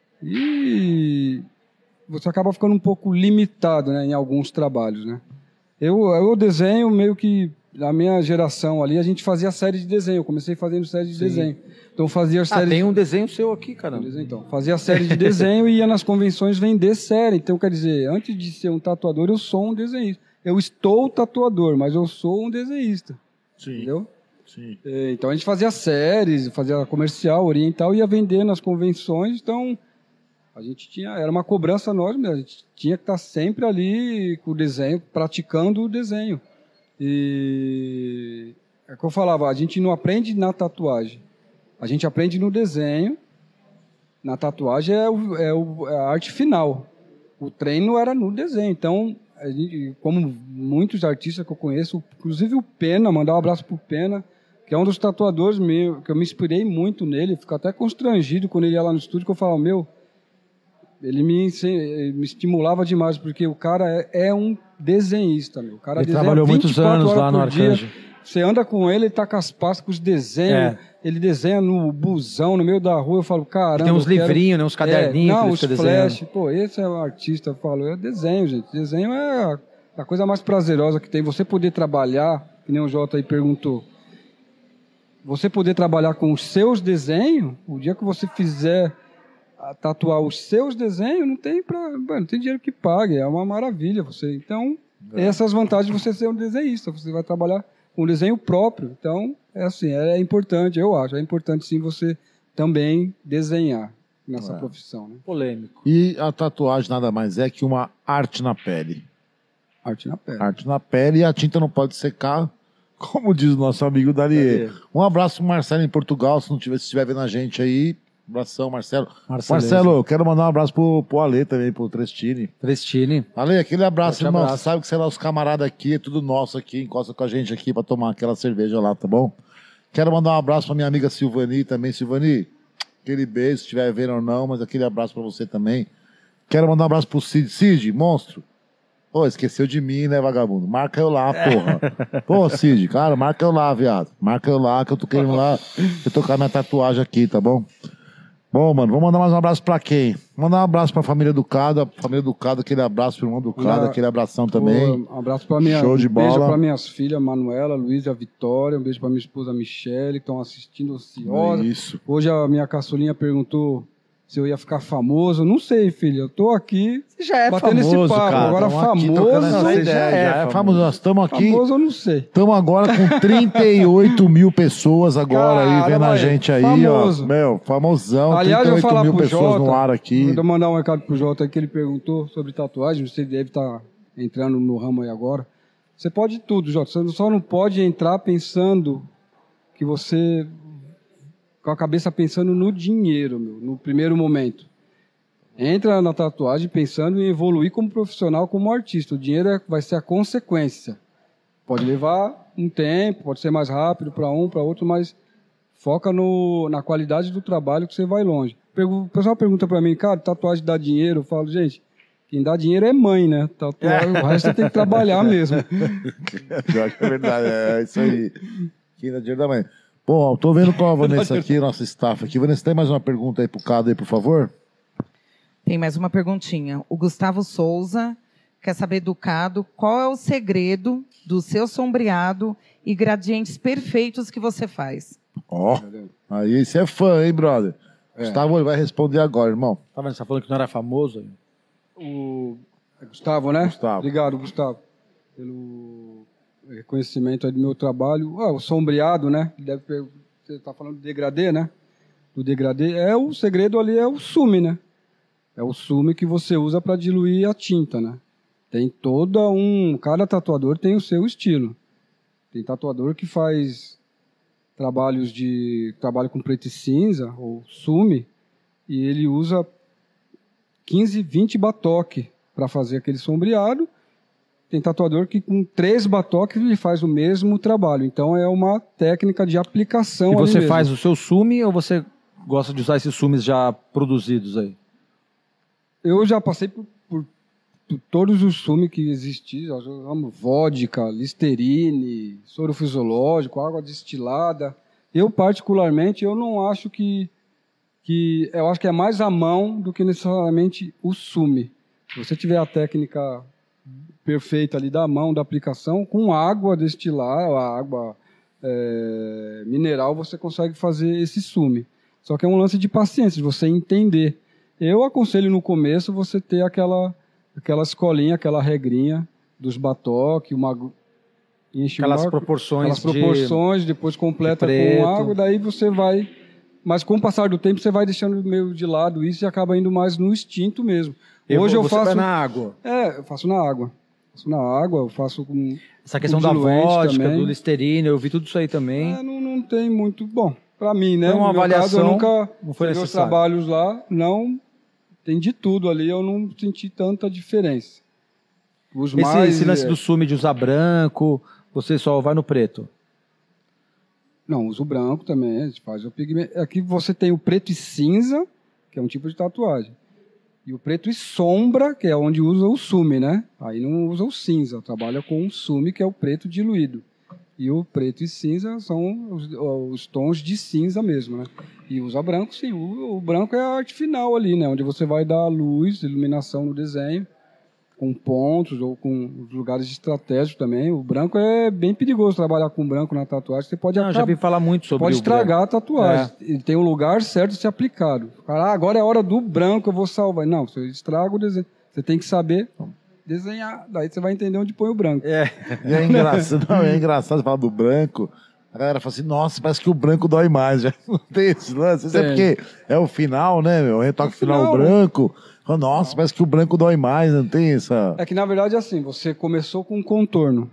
Speaker 2: e você acaba ficando um pouco limitado, né, em alguns trabalhos, né. Eu desenho meio que, na minha geração ali, a gente fazia série de desenho, eu comecei fazendo série de desenho. Então fazia série...
Speaker 3: tem um desenho seu aqui, caramba.
Speaker 2: Então, fazia série de desenho e ia nas convenções vender série. Então, quer dizer, antes de ser um tatuador, eu sou um desenhista. Eu estou tatuador, mas eu sou um desenhista. Sim. Entendeu?
Speaker 1: Sim.
Speaker 2: Então a gente fazia séries, fazia comercial, oriental, ia vender nas convenções, então a gente era uma cobrança nós mesmo, a gente tinha que estar sempre ali com o desenho, praticando o desenho. E é o que eu falava, a gente não aprende na tatuagem, a gente aprende no desenho, na tatuagem é a arte final, o treino era no desenho, então... como muitos artistas que eu conheço, inclusive o Pena, mandar um abraço pro Pena, que é um dos tatuadores meus, que eu me inspirei muito nele, fico até constrangido quando ele ia lá no estúdio, que eu falava, ele me estimulava demais, porque o cara é um desenhista, O cara
Speaker 3: ele trabalhou muitos anos lá no Arcanjo.
Speaker 2: Você anda com ele tá com as pastas, com os desenhos, ele desenha no busão, no meio da rua, eu falo, caramba...
Speaker 3: Tem uns livrinhos, né, uns caderninhos.
Speaker 2: Não, os flash, esse é um artista, eu falo, é desenho, gente. Desenho é a coisa mais prazerosa que tem. Você poder trabalhar, que nem o Jota aí perguntou, você poder trabalhar com os seus desenhos, o dia que você fizer tatuar os seus desenhos, não tem dinheiro que pague, é uma maravilha. Então, essas vantagens de você ser um desenhista, você vai trabalhar com desenho próprio. Então, é importante, eu acho, é importante sim você também desenhar nessa profissão. Né?
Speaker 3: Polêmico.
Speaker 1: E a tatuagem nada mais é que uma arte na pele.
Speaker 2: Arte na pele.
Speaker 1: Arte na pele, e a tinta não pode secar, como diz o nosso amigo Darier. Um abraço pro Marcelo em Portugal, se estiver vendo a gente aí. Abração, Marcelo. Marcelo, eu quero mandar um abraço pro Ale também, pro Trestini. Ale, aquele abraço, irmão. Você sabe que, sei lá, os camaradas aqui, é tudo nosso aqui, encosta com a gente aqui pra tomar aquela cerveja lá, tá bom? Quero mandar um abraço pra minha amiga Silvani também. Silvani, aquele beijo, se estiver vendo ou não, mas aquele abraço pra você também. Quero mandar um abraço pro Cid. Cid, monstro. Pô, esqueceu de mim, né, vagabundo? Marca eu lá, porra. Pô, Cid, cara, marca eu lá, viado. Marca eu lá, que eu tô querendo lá eu tocar minha tatuagem aqui, tá bom? Bom, mano, vou mandar mais um abraço pra quem? Mandar um abraço pra família do Cado, aquele abraço pro irmão do Cado, aquele abração também.
Speaker 2: Um abraço pra minha...
Speaker 1: Show de bola.
Speaker 2: Um beijo pra minhas filhas, Manuela, Luísa, Vitória, um beijo pra minha esposa Michele, que estão assistindo ansiosa.
Speaker 1: Isso.
Speaker 2: Hoje a minha caçulinha perguntou se eu ia ficar famoso. Não sei, filho, eu tô aqui
Speaker 3: já é
Speaker 2: batendo
Speaker 3: famoso,
Speaker 2: esse papo.
Speaker 3: Cara,
Speaker 2: agora famoso...
Speaker 1: Já é famoso. Nós estamos aqui...
Speaker 2: Famoso eu não sei.
Speaker 1: Estamos agora com 38 mil pessoas agora aí, vendo a gente aí,
Speaker 2: famoso.
Speaker 1: ó. Famosão.
Speaker 2: Aliás, eu vou falar
Speaker 1: mil
Speaker 2: pro
Speaker 1: pessoas
Speaker 2: Jota,
Speaker 1: no ar aqui.
Speaker 2: Vou mandar um recado pro Jota que ele perguntou sobre tatuagem. Você deve estar entrando no ramo aí agora. Você pode tudo, Jota. Você só não pode entrar pensando que você... com a cabeça pensando no dinheiro, no primeiro momento. Entra na tatuagem pensando em evoluir como profissional, como artista. O dinheiro vai ser a consequência. Pode levar um tempo, pode ser mais rápido para um, para outro, mas foca na qualidade do trabalho que você vai longe. O pessoal pergunta para mim, cara, tatuagem dá dinheiro? Eu falo, gente, Quem dá dinheiro é mãe, né? Tatuar, o resto você tem que trabalhar mesmo.
Speaker 1: Pior que é verdade, é isso aí. Quem dá dinheiro da mãe. Bom, tô vendo com a Vanessa aqui, nossa staff aqui. Vanessa, tem mais uma pergunta aí pro Cado aí, por favor?
Speaker 4: Tem mais uma perguntinha. O Gustavo Souza quer saber do Cado qual é o segredo do seu sombreado e gradientes perfeitos que você faz.
Speaker 1: Ó, aí você é fã, hein, brother? Gustavo vai responder agora, irmão.
Speaker 3: Tá vendo? Você tá falando que não era famoso?
Speaker 2: É Gustavo, né?
Speaker 1: Gustavo.
Speaker 2: Obrigado, Gustavo, pelo reconhecimento aí do meu trabalho. O sombreado, né? Você está falando do degradê, né? Do degradê. O segredo ali é o sume, né? É o sume que você usa para diluir a tinta, né? Tem cada tatuador tem o seu estilo. Tem tatuador que faz trabalho com preto e cinza, ou sume, e ele usa 15, 20 batoque para fazer aquele sombreado. Tem tatuador que com 3 batoques ele faz o mesmo trabalho. Então é uma técnica de aplicação.
Speaker 3: E você
Speaker 2: mesmo.
Speaker 3: faz o seu sume ou você gosta de usar esses sumes já produzidos aí?
Speaker 2: Eu já passei por todos os sumes que existiam. Amo vodka, listerine, soro fisiológico, água destilada. Eu, particularmente, eu não acho eu acho que é mais a mão do que necessariamente o sume. Se você tiver a técnica perfeita ali da mão, da aplicação, com água destilar, água mineral, você consegue fazer esse sume. Só que é um lance de paciência, de você entender. Eu aconselho no começo você ter aquela escolinha, aquela regrinha dos batoques,
Speaker 3: Aquelas
Speaker 2: proporções, depois completa com água, daí você vai... Mas com o passar do tempo, você vai deixando meio de lado isso e acaba indo mais no instinto mesmo. Hoje eu faço...
Speaker 3: Vai na água.
Speaker 2: Eu faço na água. Eu faço com...
Speaker 3: Essa questão da vodka, do listerine, eu vi tudo isso aí também.
Speaker 2: Não tem muito... Bom, para mim, né?
Speaker 3: Foi uma avaliação,
Speaker 2: eu nunca...
Speaker 3: não foi necessário.
Speaker 2: Meus trabalhos lá, não... Tem de tudo ali, eu não senti tanta diferença.
Speaker 3: Esse lance do sume de usar branco, você só vai no preto?
Speaker 2: Não, uso branco também, a gente faz o pigmento. Aqui você tem o preto e cinza, que é um tipo de tatuagem. E o preto e sombra, que é onde usa o sume, né? Aí não usa o cinza, trabalha com o sume, que é o preto diluído. E o preto e cinza são os tons de cinza mesmo, né? E usa branco, sim. O branco é a arte final ali, né? Onde você vai dar luz, iluminação no desenho, com pontos ou com lugares estratégicos também. O branco é bem perigoso trabalhar com branco na tatuagem. Você pode
Speaker 3: já vi falar muito sobre
Speaker 2: pode estragar a tatuagem. Ele tem um lugar certo de ser aplicado. Agora é a hora do branco, eu vou salvar. Não, você estraga o desenho. Você tem que saber desenhar, daí você vai entender onde põe o branco.
Speaker 1: É engraçado falar do branco. A galera fala assim, nossa, parece que o branco dói mais. Já não tem esse lance. Isso é porque é o final, né, meu? O retoque final branco. Nossa, parece que o branco dói mais, não tem essa... É
Speaker 2: que, na verdade, é assim, você começou com um contorno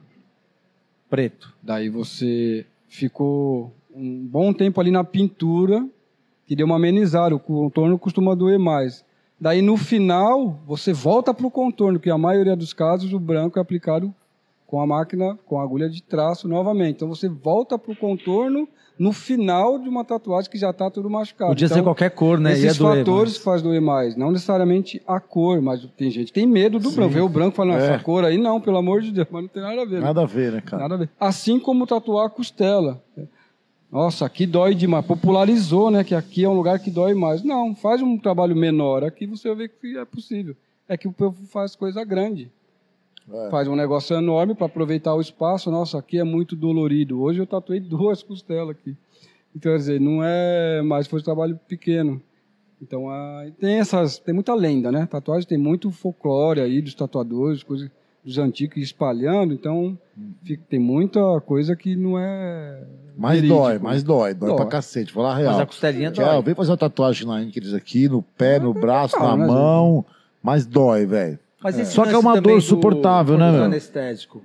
Speaker 3: preto.
Speaker 2: Daí você ficou um bom tempo ali na pintura, que deu uma amenizada, o contorno costuma doer mais. Daí, no final, você volta para o contorno, que a maioria dos casos o branco é aplicado com a máquina, com a agulha de traço novamente. Então, você volta para o contorno no final de uma tatuagem que já está tudo machucado.
Speaker 3: Podia ser qualquer cor, né?
Speaker 2: Esses fatores fazem doer mais. Não necessariamente a cor, mas tem gente que tem medo do branco. Vê o branco e fala, essa cor aí não, pelo amor de Deus. Mas não tem nada a ver.
Speaker 1: Nada a ver, né, cara?
Speaker 2: Nada a ver. Assim como tatuar a costela. Nossa, aqui dói demais. Popularizou, né? Que aqui é um lugar que dói mais. Não, faz um trabalho menor. Aqui você vai ver que é possível. É que o povo faz coisa grande. Faz um negócio enorme para aproveitar o espaço. Nossa, aqui é muito dolorido. Hoje eu tatuei 2 costelas aqui. Então, quer dizer, não é mais, foi um trabalho pequeno. Então, tem muita lenda, né? Tatuagem tem muito folclore aí dos tatuadores, coisas dos antigos espalhando. Então, tem muita coisa que não é...
Speaker 1: Mas dói pra cacete, vou falar a real.
Speaker 3: Mas a costelinha dói.
Speaker 1: Eu venho fazer uma tatuagem na Incris aqui, no pé, no braço, na mão, mas dói, velho. Só que é uma dor suportável, né, meu?
Speaker 3: Anestésico.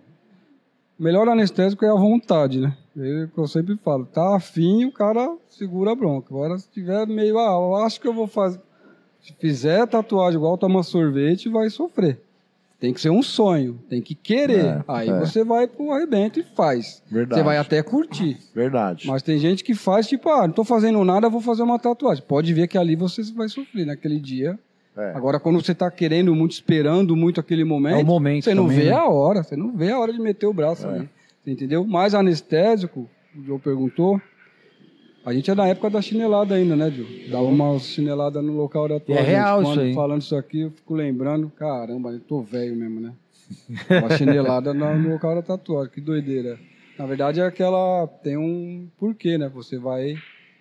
Speaker 2: O melhor anestésico é a vontade, né? Eu sempre falo, tá afim, o cara segura a bronca. Agora, se tiver meio, eu acho que eu vou fazer. Se fizer tatuagem igual tomar sorvete, vai sofrer. Tem que ser um sonho, tem que querer. Aí você vai pro arrebento e faz.
Speaker 1: Verdade.
Speaker 2: Você vai até curtir.
Speaker 1: Verdade.
Speaker 2: Mas tem gente que faz, tipo, não tô fazendo nada, vou fazer uma tatuagem. Pode ver que ali você vai sofrer. Naquele dia Agora, quando você tá querendo muito, esperando muito aquele momento,
Speaker 3: É o momento
Speaker 2: você não
Speaker 3: também,
Speaker 2: vê
Speaker 3: né?
Speaker 2: a hora. Você não vê a hora de meter o braço ali. Você entendeu? Mas anestésico, o Joe perguntou, a gente é na época da chinelada ainda, né, Joe? Dava uma chinelada no local da tua
Speaker 3: É real
Speaker 2: gente.
Speaker 3: isso aí.
Speaker 2: Falando isso aqui, eu fico lembrando, caramba, eu tô velho mesmo, né? Uma chinelada no local da tatuagem, que doideira. Na verdade, é aquela... Tem um porquê, né? Você vai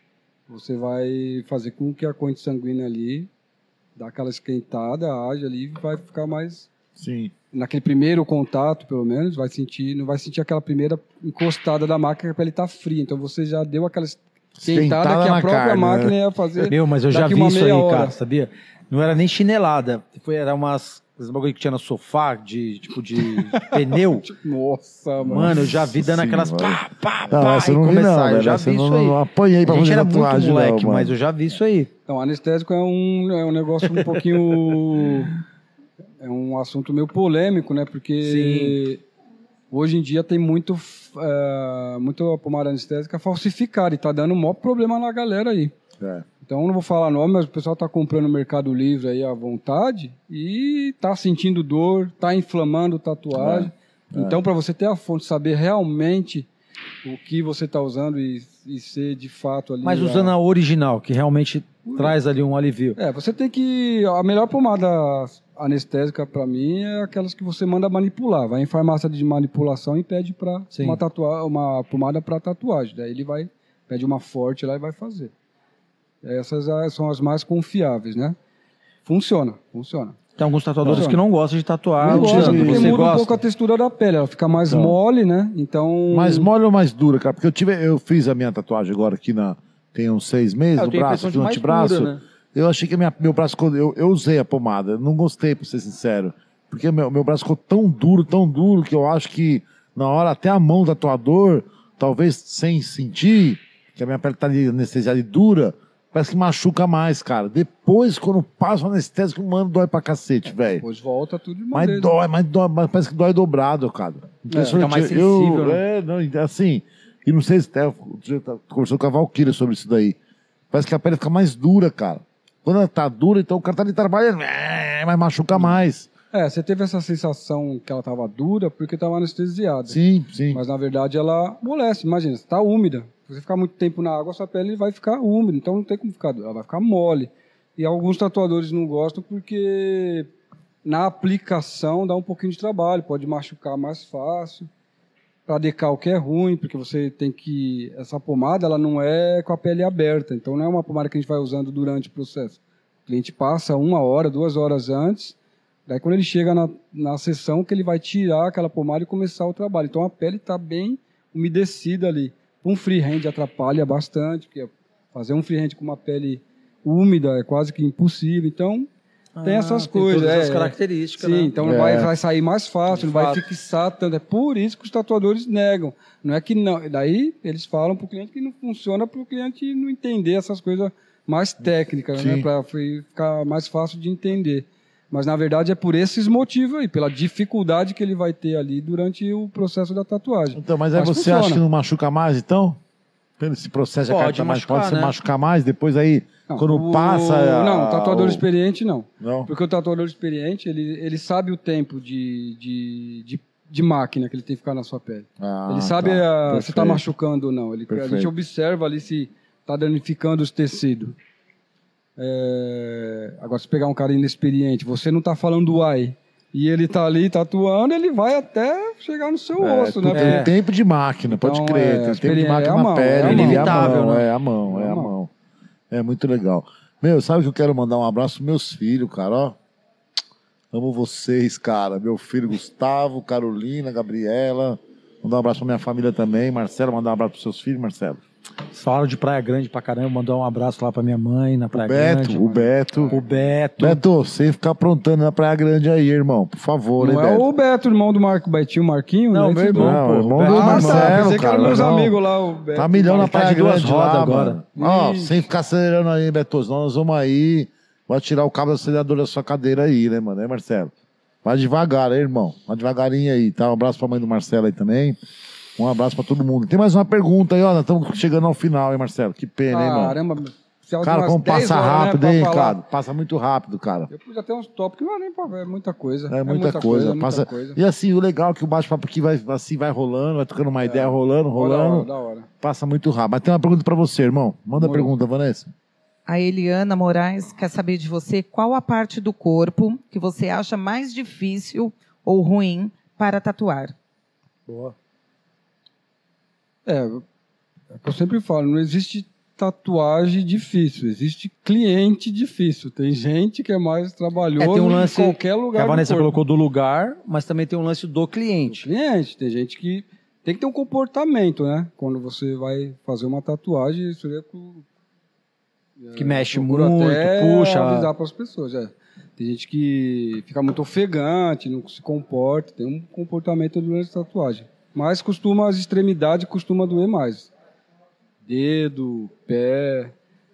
Speaker 2: fazer com que a corrente sanguínea ali dá aquela esquentada, age ali e vai ficar mais...
Speaker 1: Sim.
Speaker 2: Naquele primeiro contato, pelo menos, não vai sentir aquela primeira encostada da máquina, que a pele tá fria. Então você já deu aquela esquentada que a
Speaker 1: na
Speaker 2: própria
Speaker 1: carne,
Speaker 2: máquina
Speaker 1: né?
Speaker 2: ia fazer.
Speaker 3: Meu, mas eu já
Speaker 2: daqui
Speaker 3: vi
Speaker 2: uma
Speaker 3: isso aí,
Speaker 2: meia hora.
Speaker 3: cara, sabia? Não era nem chinelada. Era esses bagulho que tinha no sofá, de pneu.
Speaker 2: Nossa, mano.
Speaker 3: Mano, eu já vi dando
Speaker 1: Sim,
Speaker 3: aqueles
Speaker 1: mano.
Speaker 3: pá,
Speaker 1: Não, essa eu não vi, não,
Speaker 3: começar. Eu
Speaker 1: velho.
Speaker 3: já
Speaker 1: Essa
Speaker 3: vi
Speaker 1: eu
Speaker 3: isso
Speaker 1: não
Speaker 3: aí.
Speaker 1: apanhei pra
Speaker 3: A gente
Speaker 1: fazer
Speaker 3: era muito
Speaker 1: tatuagem,
Speaker 3: moleque,
Speaker 1: não,
Speaker 3: mas
Speaker 1: mano.
Speaker 3: eu já vi isso aí.
Speaker 2: Então, anestésico é um negócio um pouquinho... É um assunto meio polêmico, né? Porque hoje em dia tem muita pomada anestésica falsificada e tá dando um maior problema na galera aí. Então, eu não vou falar nome, mas o pessoal tá comprando no Mercado Livre aí à vontade e tá sentindo dor, tá inflamando tatuagem. Então, para você ter a fonte, saber realmente o que você tá usando e ser de fato ali...
Speaker 3: Mas usando a original, que realmente traz ali um alivio.
Speaker 2: Você tem que... A melhor pomada anestésica para mim é aquelas que você manda manipular. Vai em farmácia de manipulação e pede para uma pomada para tatuagem. Daí ele pede uma forte lá e vai fazer. Essas são as mais confiáveis, né? Funciona.
Speaker 3: Tem alguns tatuadores que não gostam de tatuar.
Speaker 2: Não gosta porque
Speaker 3: Você
Speaker 2: muda
Speaker 3: gosta?
Speaker 2: um pouco a textura da pele. Ela fica mais mole, né? Então...
Speaker 1: Mais mole ou mais dura, cara? Porque eu fiz a minha tatuagem agora aqui tem uns 6 meses, no braço, aqui no antebraço. Né? Eu achei que meu braço ficou... Eu usei a pomada, eu não gostei, pra ser sincero. Porque meu braço ficou tão duro, que eu acho que na hora até a mão do tatuador, talvez sem sentir, que a minha pele tá ali anestesiada e dura, parece que machuca mais, cara. Depois, quando passa o anestésico, mano, dói pra cacete, velho.
Speaker 2: Depois volta tudo de uma
Speaker 1: Mas
Speaker 2: vez.
Speaker 1: dói, mas parece que dói dobrado, cara.
Speaker 3: Fica mais sensível, né?
Speaker 1: Assim, e não sei se até conversou com a Valkyria sobre isso daí. Parece que a pele fica mais dura, cara. Quando ela tá dura, então o cara tá ali trabalhando, mas machuca mais.
Speaker 2: Você teve essa sensação que ela tava dura porque tava anestesiada.
Speaker 1: Sim.
Speaker 2: Mas na verdade ela amolece. Imagina, você tá úmida. Se você ficar muito tempo na água, sua pele vai ficar úmida. Então não tem como ficar dura, ela vai ficar mole. E alguns tatuadores não gostam porque na aplicação dá um pouquinho de trabalho, pode machucar mais fácil. Para decalque é ruim, porque você tem que... Essa pomada, ela não é com a pele aberta, então não é uma pomada que a gente vai usando durante o processo. O cliente passa 1 hora, 2 horas antes, daí quando ele chega na sessão, que ele vai tirar aquela pomada e começar o trabalho. Então a pele está bem umedecida ali. Um freehand atrapalha bastante, porque fazer um freehand com uma pele úmida é quase que impossível, então... Tem essas coisas.
Speaker 3: Todas essas características,
Speaker 2: sim,
Speaker 3: né?
Speaker 2: então vai sair mais fácil, não vai fixar tanto. É por isso que os tatuadores negam. Não é que não. Daí eles falam para o cliente que não funciona para o cliente não entender essas coisas mais técnicas, né? Para ficar mais fácil de entender. Mas na verdade é por esses motivos aí, pela dificuldade que ele vai ter ali durante o processo da tatuagem.
Speaker 1: Então, mas aí você
Speaker 2: funciona.
Speaker 1: acha que não machuca mais, então? Pelo esse processo
Speaker 3: Pode
Speaker 1: pode se
Speaker 3: né?
Speaker 1: machucar mais, depois aí,
Speaker 2: Não,
Speaker 1: quando passa...
Speaker 2: Não, o tatuador experiente não.
Speaker 1: Não?
Speaker 2: Porque o tatuador experiente, ele sabe o tempo de máquina que ele tem que ficar na sua pele. Ele sabe se está machucando ou não. A gente observa ali se está danificando os tecidos. Agora, se pegar um cara inexperiente, você não está falando uai, e ele está ali tatuando, ele vai até chegar no seu osso, né?
Speaker 1: Tem tempo de máquina,
Speaker 2: Então,
Speaker 1: pode crer. Tem tempo de máquina na pele.
Speaker 3: é inevitável, né?
Speaker 1: É a mão. É muito legal. Meu, sabe que eu quero mandar um abraço pros meus filhos, cara, ó. Amo vocês, cara. Meu filho Gustavo, Carolina, Gabriela. Mandar um abraço pra minha família também. Marcelo, mandar um abraço pros seus filhos, Marcelo.
Speaker 3: Falaram de Praia Grande pra caramba, mandar um abraço lá pra minha mãe na Praia Grande.
Speaker 1: O Beto. Beto, sem ficar aprontando na Praia Grande aí, irmão. Por favor,
Speaker 2: não
Speaker 1: hein,
Speaker 2: é
Speaker 1: Beto?
Speaker 2: o Beto, irmão do Marquinho, Marquinho?
Speaker 3: Não, meu irmão,
Speaker 1: Não,
Speaker 3: pô.
Speaker 1: irmão do Marcelo,
Speaker 2: pensei que
Speaker 1: cara.
Speaker 2: eram meus
Speaker 1: não.
Speaker 2: amigos lá, o Beto.
Speaker 1: Tá milhão na
Speaker 3: Tá
Speaker 1: Praia
Speaker 3: de duas
Speaker 1: Grande
Speaker 3: rodas
Speaker 1: lá,
Speaker 3: agora.
Speaker 1: mano. Ó, sem ficar acelerando aí, Beto. Nós vamos aí. Vai tirar o cabo do acelerador da sua cadeira aí, né, mano? Marcelo? Vai devagar, hein, irmão? Vai devagarinho aí, tá? Um abraço pra mãe do Marcelo aí também. Um abraço pra todo mundo. Tem mais uma pergunta aí, ó. Nós estamos chegando ao final, hein, Marcelo? Que pena, hein, mano?
Speaker 2: Caramba, precisava
Speaker 1: Cara,
Speaker 2: de umas
Speaker 1: como
Speaker 2: 10
Speaker 1: passa
Speaker 2: horas,
Speaker 1: rápido,
Speaker 2: né,
Speaker 1: hein,
Speaker 2: pra falar.
Speaker 1: cara? Passa muito rápido, cara.
Speaker 2: Eu pus até uns tópicos, não é nem pra ver, é muita coisa.
Speaker 1: É muita coisa. Passa...
Speaker 2: coisa.
Speaker 1: E assim, o legal é que o bate-papo aqui vai, assim, vai rolando, vai tocando uma ideia, rolando.
Speaker 2: Da hora.
Speaker 1: Passa muito rápido. Mas tem uma pergunta pra você, irmão. Manda a
Speaker 2: Demorou.
Speaker 1: pergunta, Vanessa.
Speaker 4: A Eliana Moraes quer saber de você qual a parte do corpo que você acha mais difícil ou ruim para tatuar.
Speaker 3: Boa.
Speaker 2: É o que eu sempre falo, não existe tatuagem difícil, existe cliente difícil. Tem gente que é mais trabalhoso
Speaker 3: tem um lance
Speaker 2: em qualquer
Speaker 3: Que
Speaker 2: lugar
Speaker 3: a
Speaker 2: do
Speaker 3: Vanessa
Speaker 2: corpo.
Speaker 3: colocou do lugar, mas também tem um lance do cliente.
Speaker 2: Cliente, tem gente que tem que ter um comportamento, né? Quando você vai fazer uma tatuagem, isso é
Speaker 3: Que mexe
Speaker 2: procura
Speaker 3: muito,
Speaker 2: até
Speaker 3: puxa.
Speaker 2: avisar para as pessoas. Tem gente que fica muito ofegante, não se comporta, tem um comportamento durante a tatuagem. Mas as extremidades costuma doer mais. Dedo, pé,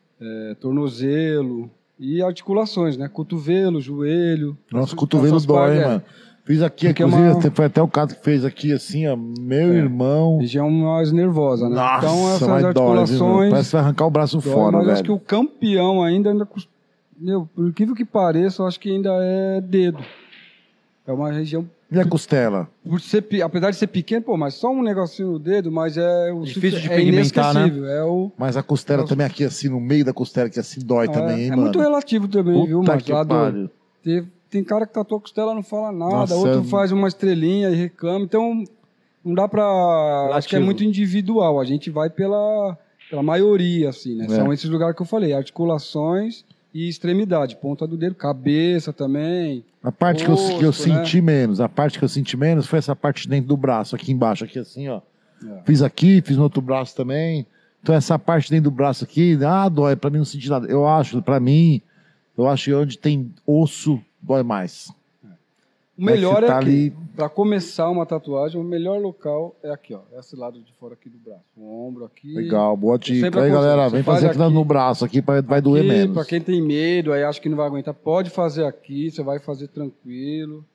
Speaker 2: tornozelo e articulações, né? Cotovelo, joelho.
Speaker 1: Nossa, cotovelo dói, mano. Fiz aqui,
Speaker 2: Porque
Speaker 1: inclusive, foi até o caso que fez aqui, assim, ó. Meu irmão.
Speaker 2: Região mais nervosa, né?
Speaker 1: Nossa,
Speaker 2: Então essas
Speaker 1: vai
Speaker 2: articulações.
Speaker 1: dói, viu, parece que vai arrancar o braço
Speaker 2: dói,
Speaker 1: fora,
Speaker 2: mas
Speaker 1: velho.
Speaker 2: acho que o campeão ainda meu, por incrível que pareça, eu acho que ainda é dedo. É uma região.
Speaker 1: E a costela?
Speaker 2: Apesar de ser pequeno, pô, mas só um negocinho no dedo, mas
Speaker 3: Difícil de pigmentar, né?
Speaker 2: inesquecível.
Speaker 1: Mas a costela também aqui, assim, no meio da costela, que assim dói também, hein,
Speaker 2: é
Speaker 1: mano?
Speaker 2: muito relativo também,
Speaker 1: Puta
Speaker 2: viu, mano?
Speaker 1: que pariu.
Speaker 2: Tem cara que tatua a costela e não fala nada,
Speaker 1: Nossa,
Speaker 2: outro faz uma estrelinha e reclama. Então, não dá pra. Acho que é muito individual. A gente vai pela maioria, assim, né? São esses lugares que eu falei: articulações e extremidade, ponta do dedo, cabeça também.
Speaker 1: A parte
Speaker 2: rosto,
Speaker 1: que eu senti menos, a parte que eu senti menos foi essa parte dentro do braço, aqui embaixo, aqui assim, ó. Fiz aqui, fiz no outro braço também. Então essa parte dentro do braço aqui, dói, pra mim não senti nada. Eu acho que onde tem osso, dói mais.
Speaker 2: O melhor
Speaker 1: tá
Speaker 2: aqui. Para começar uma tatuagem, o melhor local é aqui, ó. Esse lado de fora aqui do braço. O ombro aqui.
Speaker 1: Legal, boa dica.
Speaker 2: sempre
Speaker 1: Aí, galera, vem fazer aqui
Speaker 2: aqui
Speaker 1: no braço, aqui vai doer menos.
Speaker 2: Para quem tem medo, aí acha que não vai aguentar, pode fazer aqui, você vai fazer tranquilo.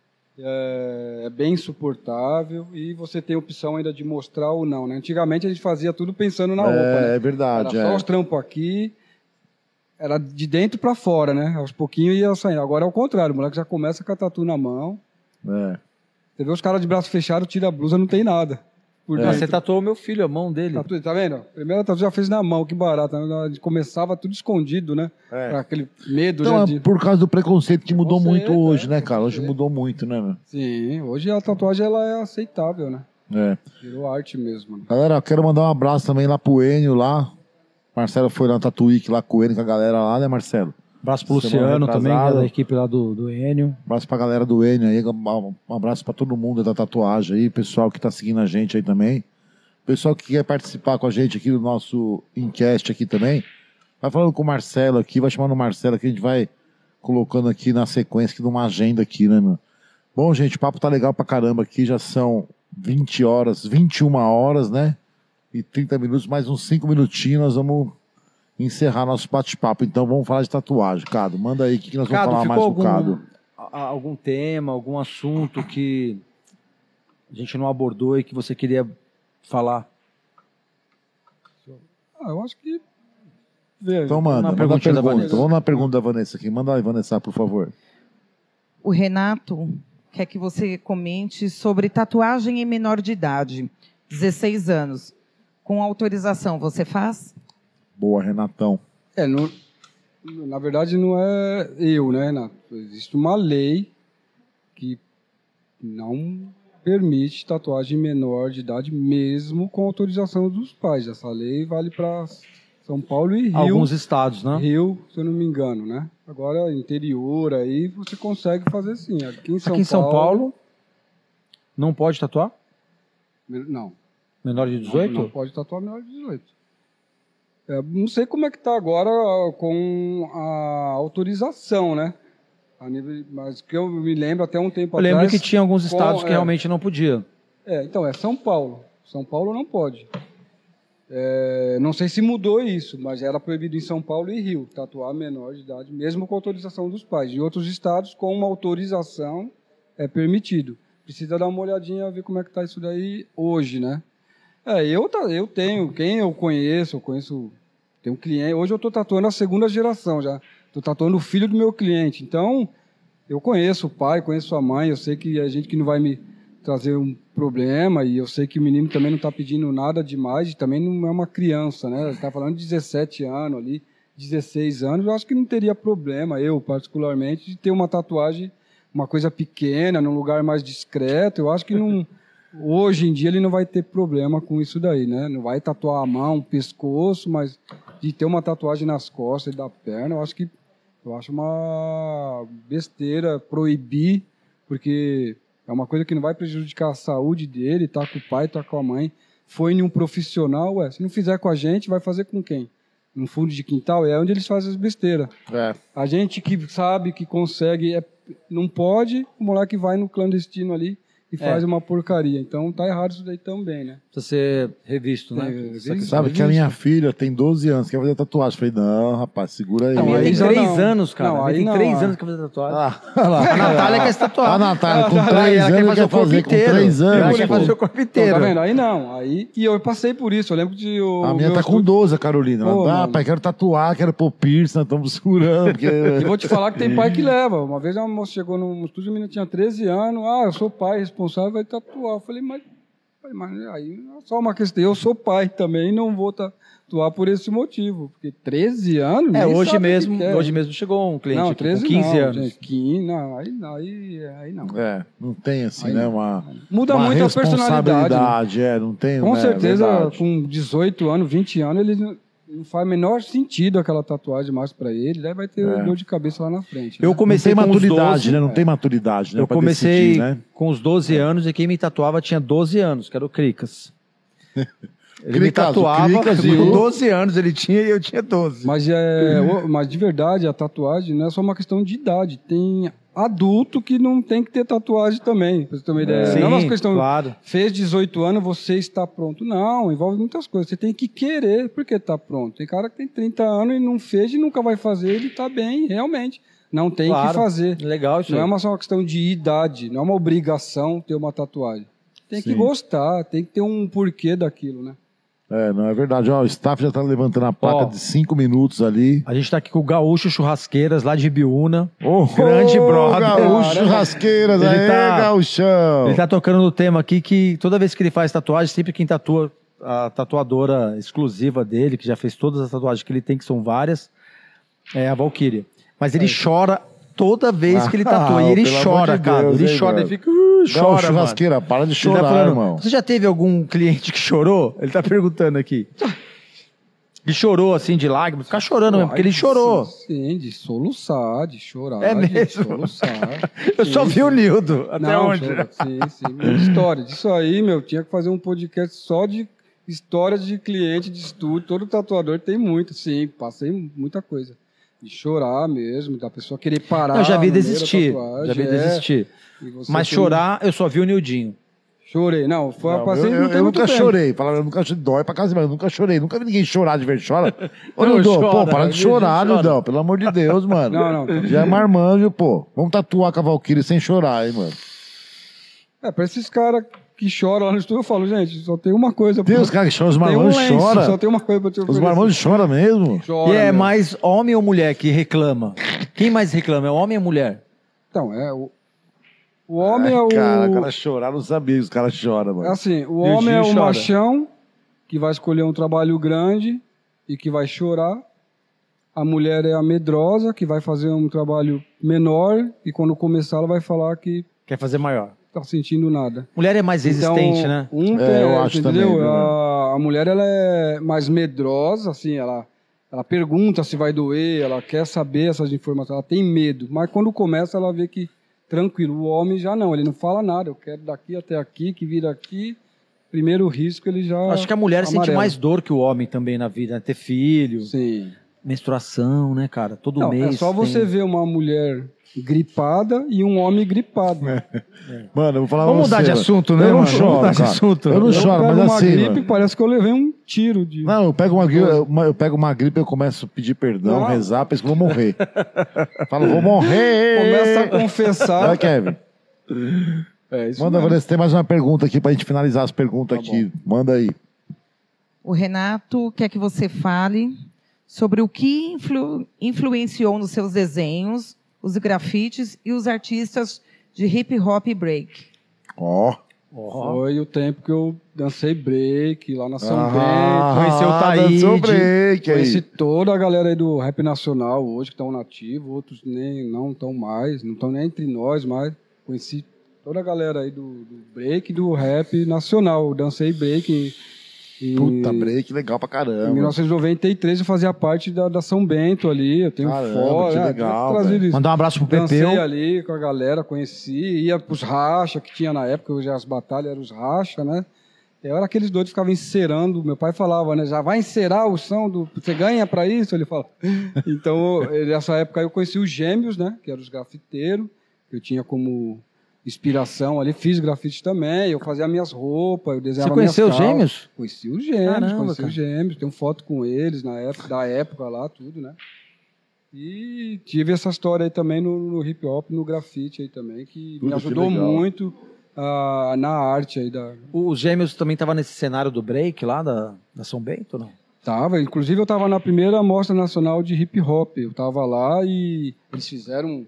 Speaker 2: É bem suportável e você tem a opção ainda de mostrar ou não, né? Antigamente a gente fazia tudo pensando na roupa, né?
Speaker 1: É verdade,
Speaker 2: Era só os trampos aqui, era de dentro para fora, né? Aos pouquinhos ia saindo. Agora é o contrário, o moleque já começa com a tatu na mão. Você vê os caras de braço fechado, tira a blusa, não tem nada.
Speaker 3: Você tatuou o meu filho, a mão dele.
Speaker 2: Tá vendo? Primeira tatu já fez na mão, que barato. A gente começava tudo escondido, né? Aquele medo.
Speaker 1: Então,
Speaker 2: né,
Speaker 1: por causa do preconceito que mudou muito hoje, né, cara? Hoje mudou muito, né, meu?
Speaker 2: Sim, hoje a tatuagem ela é aceitável, né? Virou arte mesmo. Né?
Speaker 1: Galera, eu quero mandar um abraço também lá pro Enio lá. Marcelo foi na Tatuíque lá com o Enio, com a galera lá, né, Marcelo?
Speaker 3: Abraço pro Luciano também, da equipe lá do Enio.
Speaker 1: Abraço pra galera do Enio aí, um abraço pra todo mundo da tatuagem aí, pessoal que tá seguindo a gente aí também. Pessoal que quer participar com a gente aqui do nosso Incast aqui também, vai falando com o Marcelo aqui, vai chamando o Marcelo aqui, a gente vai colocando aqui na sequência, aqui numa agenda aqui, né, meu? Bom, gente, o papo tá legal pra caramba aqui, já são 21 horas, né? E 30 minutos, mais uns 5 minutinhos, nós vamos encerrar nosso bate-papo. Então vamos falar de tatuagem. Cado, manda aí o que nós vamos falar mais com o Cado.
Speaker 3: Algum tema, algum assunto que a gente não abordou e que você queria falar?
Speaker 2: Eu acho que...
Speaker 1: Então manda a pergunta. Vamos na pergunta da Vanessa aqui. Manda aí, Vanessa, por favor.
Speaker 4: O Renato quer que você comente sobre tatuagem em menor de idade, 16 anos. Com autorização, você faz?
Speaker 1: Boa, Renatão.
Speaker 2: Na verdade, não é eu, né, Renato? Existe uma lei que não permite tatuagem menor de idade, mesmo com autorização dos pais. Essa lei vale para São Paulo e Rio.
Speaker 3: Alguns estados, né?
Speaker 2: Rio, se eu não me engano, né? Agora, interior, aí você consegue fazer sim. Aqui em
Speaker 3: São Paulo não pode tatuar?
Speaker 2: Não.
Speaker 3: Menor de 18?
Speaker 2: Não pode tatuar menor de 18. Não sei como é que está agora com a autorização, né? Mas que eu me lembro até um tempo atrás...
Speaker 3: Eu lembro que tinha alguns estados que realmente não podia.
Speaker 2: Então, é São Paulo. São Paulo não pode. Não sei se mudou isso, mas era proibido em São Paulo e Rio tatuar menor de idade, mesmo com autorização dos pais. Em outros estados, com uma autorização, é permitido. Precisa dar uma olhadinha, ver como é que está isso daí hoje, né? Eu tenho, quem eu conheço Tem um cliente, hoje eu estou tatuando a segunda geração já. Estou tatuando o filho do meu cliente. Então, eu conheço o pai, conheço a mãe, eu sei que a gente que não vai me trazer um problema, e eu sei que o menino também não está pedindo nada demais, e também não é uma criança, né? Ele está falando de 17 anos ali, 16 anos, eu acho que não teria problema, eu particularmente, de ter uma tatuagem, uma coisa pequena, num lugar mais discreto. Eu acho que não, hoje em dia ele não vai ter problema com isso daí, né? Não vai tatuar a mão, o pescoço, mas de ter uma tatuagem nas costas e da perna, eu acho uma besteira proibir, porque é uma coisa que não vai prejudicar a saúde dele, tá com o pai, tá com a mãe. Foi em um profissional, se não fizer com a gente, vai fazer com quem? No fundo de quintal, é onde eles fazem as besteiras. A gente que sabe, que consegue, não pode, o moleque vai no clandestino ali e faz uma porcaria. Então tá errado isso daí também, né?
Speaker 3: Precisa ser revisto, né?
Speaker 1: Sabe que a minha filha tem 12 anos, quer fazer tatuagem. Eu falei, não, rapaz, segura aí.
Speaker 3: A minha tem 3 anos, cara.
Speaker 2: Não,
Speaker 3: tem 3 anos que quer fazer tatuagem.
Speaker 1: A
Speaker 3: Natália quer se tatuar.
Speaker 1: A Natália com 3 anos quer fazer com 3 anos.
Speaker 3: Ela quer fazer o corpo inteiro.
Speaker 2: Então, tá vendo? Aí não. E eu passei por isso. Eu lembro de...
Speaker 1: A minha tá com 12, a Carolina. Pai, quero tatuar, quero pôr piercing, nós estamos segurando. Porque...
Speaker 2: E vou te falar que tem pai que leva. Uma vez a moça chegou no estúdio, a menina tinha 13 anos. Eu sou pai responsável, vai tatuar. Eu falei, mas aí é só uma questão. Eu sou pai também, não vou tatuar por esse motivo. Porque 13 anos.
Speaker 3: Hoje mesmo chegou um cliente
Speaker 2: não,
Speaker 3: aqui, com 15 anos.
Speaker 2: Gente, 15, não, aí não.
Speaker 1: Não tem assim,
Speaker 2: aí
Speaker 1: né?
Speaker 2: Muda
Speaker 1: uma
Speaker 2: muito a personalidade.
Speaker 1: Não tem.
Speaker 2: Com certeza,
Speaker 1: verdade.
Speaker 2: com 18 anos, 20 anos, ele não faz o menor sentido aquela tatuagem mais pra ele, daí vai ter dor de cabeça lá na frente. Né?
Speaker 3: Eu comecei
Speaker 1: não tem
Speaker 3: com
Speaker 1: maturidade,
Speaker 3: 12,
Speaker 1: né? Não tem maturidade, né?
Speaker 3: Eu comecei decidir, né? Com os 12 anos e quem me tatuava tinha 12 anos, que era o Cricas. Ele me tatuava, com 12 anos ele tinha e eu tinha 12.
Speaker 2: Mas de verdade, a tatuagem não é só uma questão de idade. Tem adulto que não tem que ter tatuagem também, pra você ter uma ideia.
Speaker 3: Sim,
Speaker 2: não é uma questão,
Speaker 3: claro.
Speaker 2: Fez 18 anos, você está pronto. Não, envolve muitas coisas. Você tem que querer porque está pronto. Tem cara que tem 30 anos e não fez e nunca vai fazer, ele está bem, realmente. Não tem que fazer.
Speaker 3: Legal isso.
Speaker 2: Não é só uma questão de idade, não é uma obrigação ter uma tatuagem. Tem que gostar, tem que ter um porquê daquilo, né?
Speaker 1: Não é verdade. O staff já tá levantando a placa de 5 minutos ali.
Speaker 3: A gente tá aqui com o Gaúcho Churrasqueiras, lá de Biúna. Grande brother.
Speaker 1: Gaúcho Churrasqueiras, Gaúchão.
Speaker 3: Ele tá tocando no tema aqui que toda vez que ele faz tatuagem, sempre quem tatua, a tatuadora exclusiva dele, que já fez todas as tatuagens que ele tem, que são várias, é a Valkyria. Mas ele chora toda vez que ele tatua. E ele chora, cara. Ele chora, ele fica... chora,
Speaker 1: churrasqueira,
Speaker 3: mano.
Speaker 1: para de chorar, irmão.
Speaker 3: Você já teve algum cliente que chorou? Ele tá perguntando aqui. Ele chorou, assim, de lágrimas? Ficar chorando mesmo, porque ele chorou.
Speaker 2: Sim, de soluçar, de chorar.
Speaker 3: É mesmo?
Speaker 2: De soluçar.
Speaker 3: Eu só vi o Nildo. Até onde?
Speaker 2: Sim. História disso aí, tinha que fazer um podcast só de histórias de cliente de estúdio. Todo tatuador tem muito, sim. Passei muita coisa. De chorar mesmo, da pessoa querer parar.
Speaker 3: Eu já vi desistir. Mas chorar, eu só vi o Nildinho.
Speaker 2: Chorei. Não,
Speaker 1: eu nunca chorei. Eu nunca chorei. Dói pra casa, mas eu nunca chorei. Nunca vi ninguém chorar de verdade. Chora. Ô, Nildão, pô, para de chorar, Nildão. Pelo amor de Deus, mano.
Speaker 2: Não.
Speaker 1: Já é marmanjo, pô. Vamos tatuar com a Valkyrie sem chorar, hein, mano.
Speaker 2: Pra esses caras que choram lá no estúdio, eu falo, gente, só tem uma coisa.
Speaker 1: Tem os caras que choram, os marmanjos choram.
Speaker 2: Só tem uma coisa pra te oferecer.
Speaker 1: Os marmanjos choram mesmo?
Speaker 3: Chora, e é mais homem ou mulher que reclama? Quem mais reclama? É homem ou mulher?
Speaker 2: Então, o homem é o...
Speaker 1: Cara, o cara chorar, não sabia que os caras choram, mano.
Speaker 2: Assim, o homem é o machão que vai escolher um trabalho grande e que vai chorar. A mulher é a medrosa que vai fazer um trabalho menor e quando começar ela vai falar que...
Speaker 3: Quer fazer maior.
Speaker 2: Tá sentindo nada.
Speaker 3: Mulher é mais resistente, né?
Speaker 1: Eu acho
Speaker 2: entendeu?
Speaker 1: também.
Speaker 2: A mulher, ela é mais medrosa, assim, ela pergunta se vai doer, ela quer saber essas informações, ela tem medo. Mas quando começa, ela vê que tranquilo. O homem já não, ele não fala nada. Eu quero daqui até aqui, que vira aqui. Primeiro risco, ele já...
Speaker 3: Acho que a mulher sente mais dor que o homem também na vida, né? Ter filho,
Speaker 2: sim,
Speaker 3: menstruação, né, cara? Todo mês.
Speaker 2: É só você ver uma mulher gripada e um homem gripado.
Speaker 1: Mano, eu vou falar
Speaker 3: Vamos mudar de assunto, né?
Speaker 1: Eu não choro, cara. Eu não choro, mas assim...
Speaker 2: uma gripe, parece que eu levei um tiro de...
Speaker 1: Não, eu pego uma gripe, eu começo a pedir perdão, rezar, penso que eu vou morrer. Falo, vou morrer!
Speaker 2: Começa a confessar.
Speaker 1: Vai, Kevin.
Speaker 2: Isso
Speaker 1: manda, Vanessa, tem mais uma pergunta aqui pra gente finalizar as perguntas aqui. Bom. Manda aí.
Speaker 4: O Renato quer que você fale sobre o que influenciou nos seus desenhos, os grafites e os artistas de hip hop e break.
Speaker 1: Ó.
Speaker 2: Foi o tempo que eu dancei break lá na São Bento.
Speaker 3: Conheceu o Taíde.
Speaker 1: Dançou break aí.
Speaker 2: Conheci toda a galera aí do rap nacional hoje que estão nativos, outros nem não estão mais, não estão nem entre nós mais. Conheci toda a galera aí do break e do rap nacional. Eu dancei break
Speaker 1: Puta, break, legal pra caramba.
Speaker 2: em 1993 eu fazia parte da São Bento ali. Eu tenho
Speaker 1: Caramba,
Speaker 2: foto.
Speaker 1: que legal, velho.
Speaker 3: Mandar um abraço pro
Speaker 2: Dancei
Speaker 3: Pepeu.
Speaker 2: ali com a galera, conheci, ia pros racha que tinha na época, hoje as batalhas eram os racha, né? Eu era aqueles doidos que ficavam encerando, meu pai falava, né? Já vai encerar o som do... Você ganha pra isso? Ele fala. Então, nessa época eu conheci os Gêmeos, né? Que eram os grafiteiros, que eu tinha como inspiração ali, fiz grafite também, eu fazia minhas roupas, eu
Speaker 3: Você
Speaker 2: desenhava
Speaker 3: conheceu os
Speaker 2: minhas calças.
Speaker 3: Gêmeos?
Speaker 2: Conheci os Gêmeos,
Speaker 3: Caramba,
Speaker 2: conheci
Speaker 3: cara.
Speaker 2: os Gêmeos, tenho foto com eles da época lá, tudo, né? E tive essa história aí também no hip hop, no grafite aí também, que
Speaker 1: Tudo
Speaker 2: me
Speaker 1: que
Speaker 2: ajudou
Speaker 1: legal.
Speaker 2: muito na arte aí da...
Speaker 3: Os Gêmeos também estavam nesse cenário do break lá da São Bento, não?
Speaker 2: Tava, inclusive eu tava na primeira Mostra Nacional de Hip Hop, eu tava lá e eles fizeram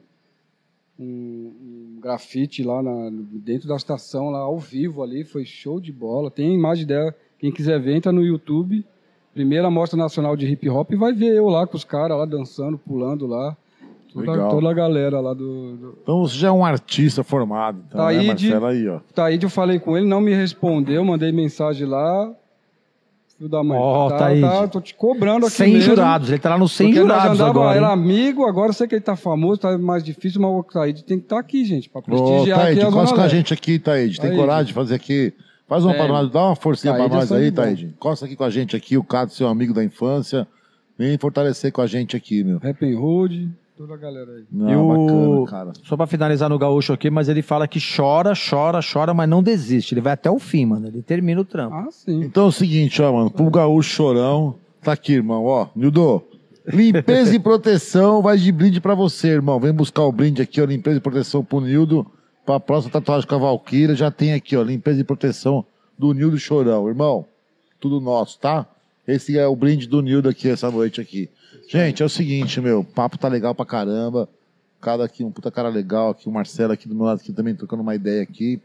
Speaker 2: um grafite lá dentro da estação, lá ao vivo ali, foi show de bola, tem imagem dela, quem quiser ver, entra no YouTube, primeira Mostra Nacional de Hip Hop, e vai ver eu lá com os caras lá dançando, pulando lá,
Speaker 1: Legal.
Speaker 2: toda a galera lá do...
Speaker 1: Então você já é um artista formado, então, né,
Speaker 2: Taíde.
Speaker 1: Marcelo? Aí, ó.
Speaker 2: Taíde, eu falei com ele, não me respondeu, mandei mensagem lá, filho da mãe,
Speaker 3: Ó, Taíde.
Speaker 2: tô te cobrando aqui
Speaker 3: 100
Speaker 2: mesmo.
Speaker 3: jurados, ele tá lá nos 100
Speaker 2: Porque nós
Speaker 3: jurados
Speaker 2: andava,
Speaker 3: agora.
Speaker 2: era
Speaker 3: hein?
Speaker 2: amigo, agora eu sei que ele tá famoso, tá mais difícil, mas o Taíde tem que estar aqui, gente, pra
Speaker 1: Ô,
Speaker 2: prestigiar aqui
Speaker 1: Taíde,
Speaker 2: a
Speaker 1: encosta
Speaker 2: Zona
Speaker 1: com a
Speaker 2: Leste.
Speaker 1: gente aqui, Taíde. Tem
Speaker 2: Taíde.
Speaker 1: coragem de fazer aqui? Faz uma pra nós, dá uma forcinha pra
Speaker 2: Taíde é
Speaker 1: nós
Speaker 2: sangue
Speaker 1: aí,
Speaker 2: bom.
Speaker 1: Taíde. Encosta aqui com a gente aqui, o Cado, seu amigo da infância. Vem fortalecer com a gente aqui, meu.
Speaker 2: Rap and Hood, toda a galera aí.
Speaker 1: Não,
Speaker 3: E o-
Speaker 1: bacana, cara.
Speaker 3: Só pra finalizar no gaúcho aqui, mas ele fala que chora, mas não desiste. Ele vai até o fim, mano. Ele termina o trampo.
Speaker 2: Ah, sim.
Speaker 1: Então é o seguinte, ó, mano. Pro gaúcho chorão, tá aqui, irmão, ó. Nildo, limpeza e proteção vai de brinde pra você, irmão. Vem buscar o brinde aqui, ó. Limpeza e proteção pro Nildo. Pra próxima tatuagem com a Valquíria, já tem aqui, ó. Limpeza e proteção do Nildo Chorão. Irmão, tudo nosso, tá? Esse é o brinde do Nildo aqui, essa noite aqui. Gente, é o seguinte, meu. O papo tá legal pra caramba. Cada aqui, um puta cara legal aqui. O Marcelo aqui do meu lado aqui também trocando uma ideia aqui.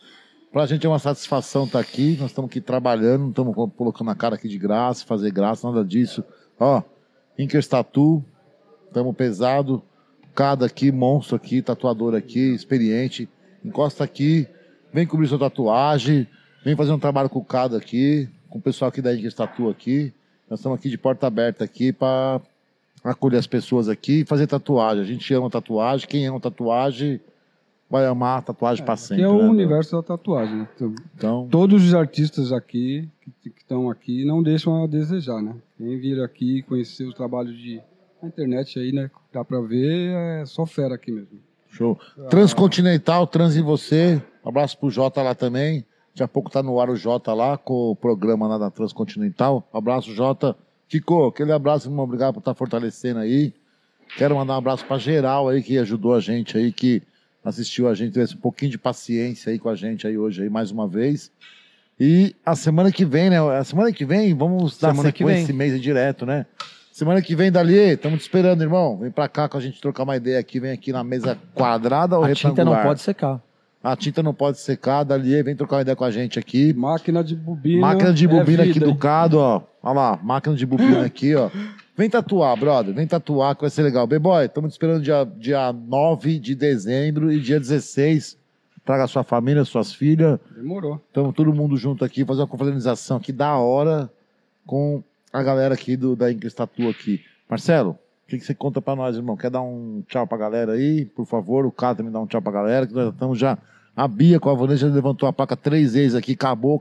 Speaker 1: Pra gente é uma satisfação estar aqui. Nós estamos aqui trabalhando, não estamos colocando a cara aqui de graça, fazer graça, nada disso. Ó, Inkers Tattoo, estamos pesado. Cada aqui, monstro aqui, tatuador aqui, experiente. Encosta aqui, vem cobrir sua tatuagem, vem fazer um trabalho com o Cada aqui, com o pessoal aqui da Inkers Tattoo aqui. Nós estamos aqui de porta aberta aqui para acolher as pessoas aqui e fazer tatuagem. A gente ama tatuagem, quem ama tatuagem vai amar a tatuagem para
Speaker 2: Aqui
Speaker 1: sempre.
Speaker 2: é o
Speaker 1: né,
Speaker 2: universo da tatuagem, né?
Speaker 1: Então,
Speaker 2: Todos os artistas aqui, que estão aqui, não deixam a desejar, né? Quem vir aqui conhecer os trabalhos na internet aí, né? Dá pra ver, é só fera aqui mesmo.
Speaker 1: show. Transcontinental, Trans em Você. Um abraço pro Jota lá também. Daqui a pouco tá no ar o Jota lá, com o programa lá da Transcontinental. Um abraço, Jota. Kiko, aquele abraço, irmão. Obrigado por estar fortalecendo aí. Quero mandar um abraço pra geral aí, que ajudou a gente aí, que assistiu a gente, teve um pouquinho de paciência aí com a gente aí hoje aí, mais uma vez. E a semana que vem, né? A semana que vem, vamos dar
Speaker 3: Semana que
Speaker 1: sequência
Speaker 3: vem.
Speaker 1: esse mês aí direto, né? Semana que vem, Dali, estamos te esperando, irmão. Vem pra cá com a gente trocar uma ideia aqui. Vem aqui na mesa quadrada ou
Speaker 3: A
Speaker 1: retangular?
Speaker 3: tinta não pode secar.
Speaker 1: A tinta não pode secar, Dali, vem trocar uma ideia com a gente aqui.
Speaker 2: Máquina de bobina.
Speaker 1: Máquina de
Speaker 2: é
Speaker 1: bobina aqui
Speaker 2: vida,
Speaker 1: do
Speaker 2: hein?
Speaker 1: Cado, ó. Olha lá, máquina de bobina aqui, ó. Vem tatuar, brother. Vem tatuar que vai ser legal. B-Boy, estamos te esperando dia 9 de dezembro e dia 16. Traga sua família, suas filhas.
Speaker 2: Demorou.
Speaker 1: Estamos todo mundo junto aqui, fazer uma confraternização aqui da hora com a galera aqui da Inkers Tattoo aqui. Marcelo, o que você conta pra nós, irmão? Quer dar um tchau pra galera aí? Por favor, o Cado também dá um tchau pra galera, que nós estamos já... A Bia com a Vanessa já levantou a placa 3 vezes aqui, acabou.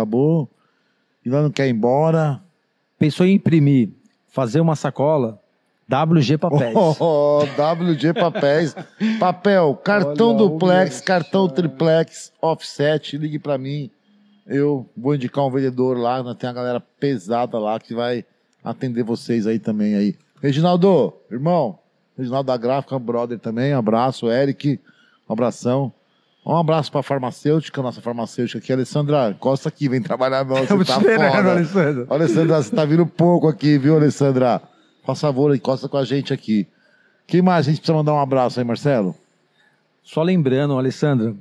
Speaker 1: E nós não quer ir embora.
Speaker 3: Pensou em imprimir, fazer uma sacola, WG Papéis.
Speaker 1: Oh, WG Papéis. Papel, cartão
Speaker 2: Olha,
Speaker 1: duplex,
Speaker 2: o
Speaker 1: cartão
Speaker 2: merchan.
Speaker 1: triplex, offset, ligue pra mim. Eu vou indicar um vendedor lá, tem a galera pesada lá que vai atender vocês aí também aí. Reginaldo, irmão, Reginaldo da Gráfica, brother também, um abraço, Eric, um abração. Um abraço pra farmacêutica, nossa farmacêutica aqui, Alessandra, encosta aqui, vem trabalhar, não, você tá foda.
Speaker 3: Alessandro.
Speaker 1: Alessandra, você tá vindo pouco aqui, viu, Alessandra? Faz favor, encosta com a gente aqui. Quem mais a gente precisa mandar um abraço aí, Marcelo?
Speaker 3: Só lembrando, Alessandra,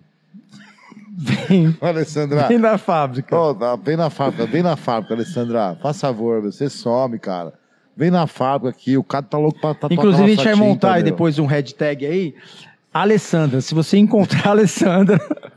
Speaker 3: vem
Speaker 1: Alessandra.
Speaker 3: na fábrica.
Speaker 1: Vem na fábrica, Alessandra. Faz favor, meu, você some, cara. Vem na fábrica aqui, o cara tá louco pra tatuar.
Speaker 3: Inclusive, a gente vai
Speaker 1: tinta,
Speaker 3: montar
Speaker 1: meu.
Speaker 3: depois um hashtag aí. Alessandra, se você encontrar a Alessandra,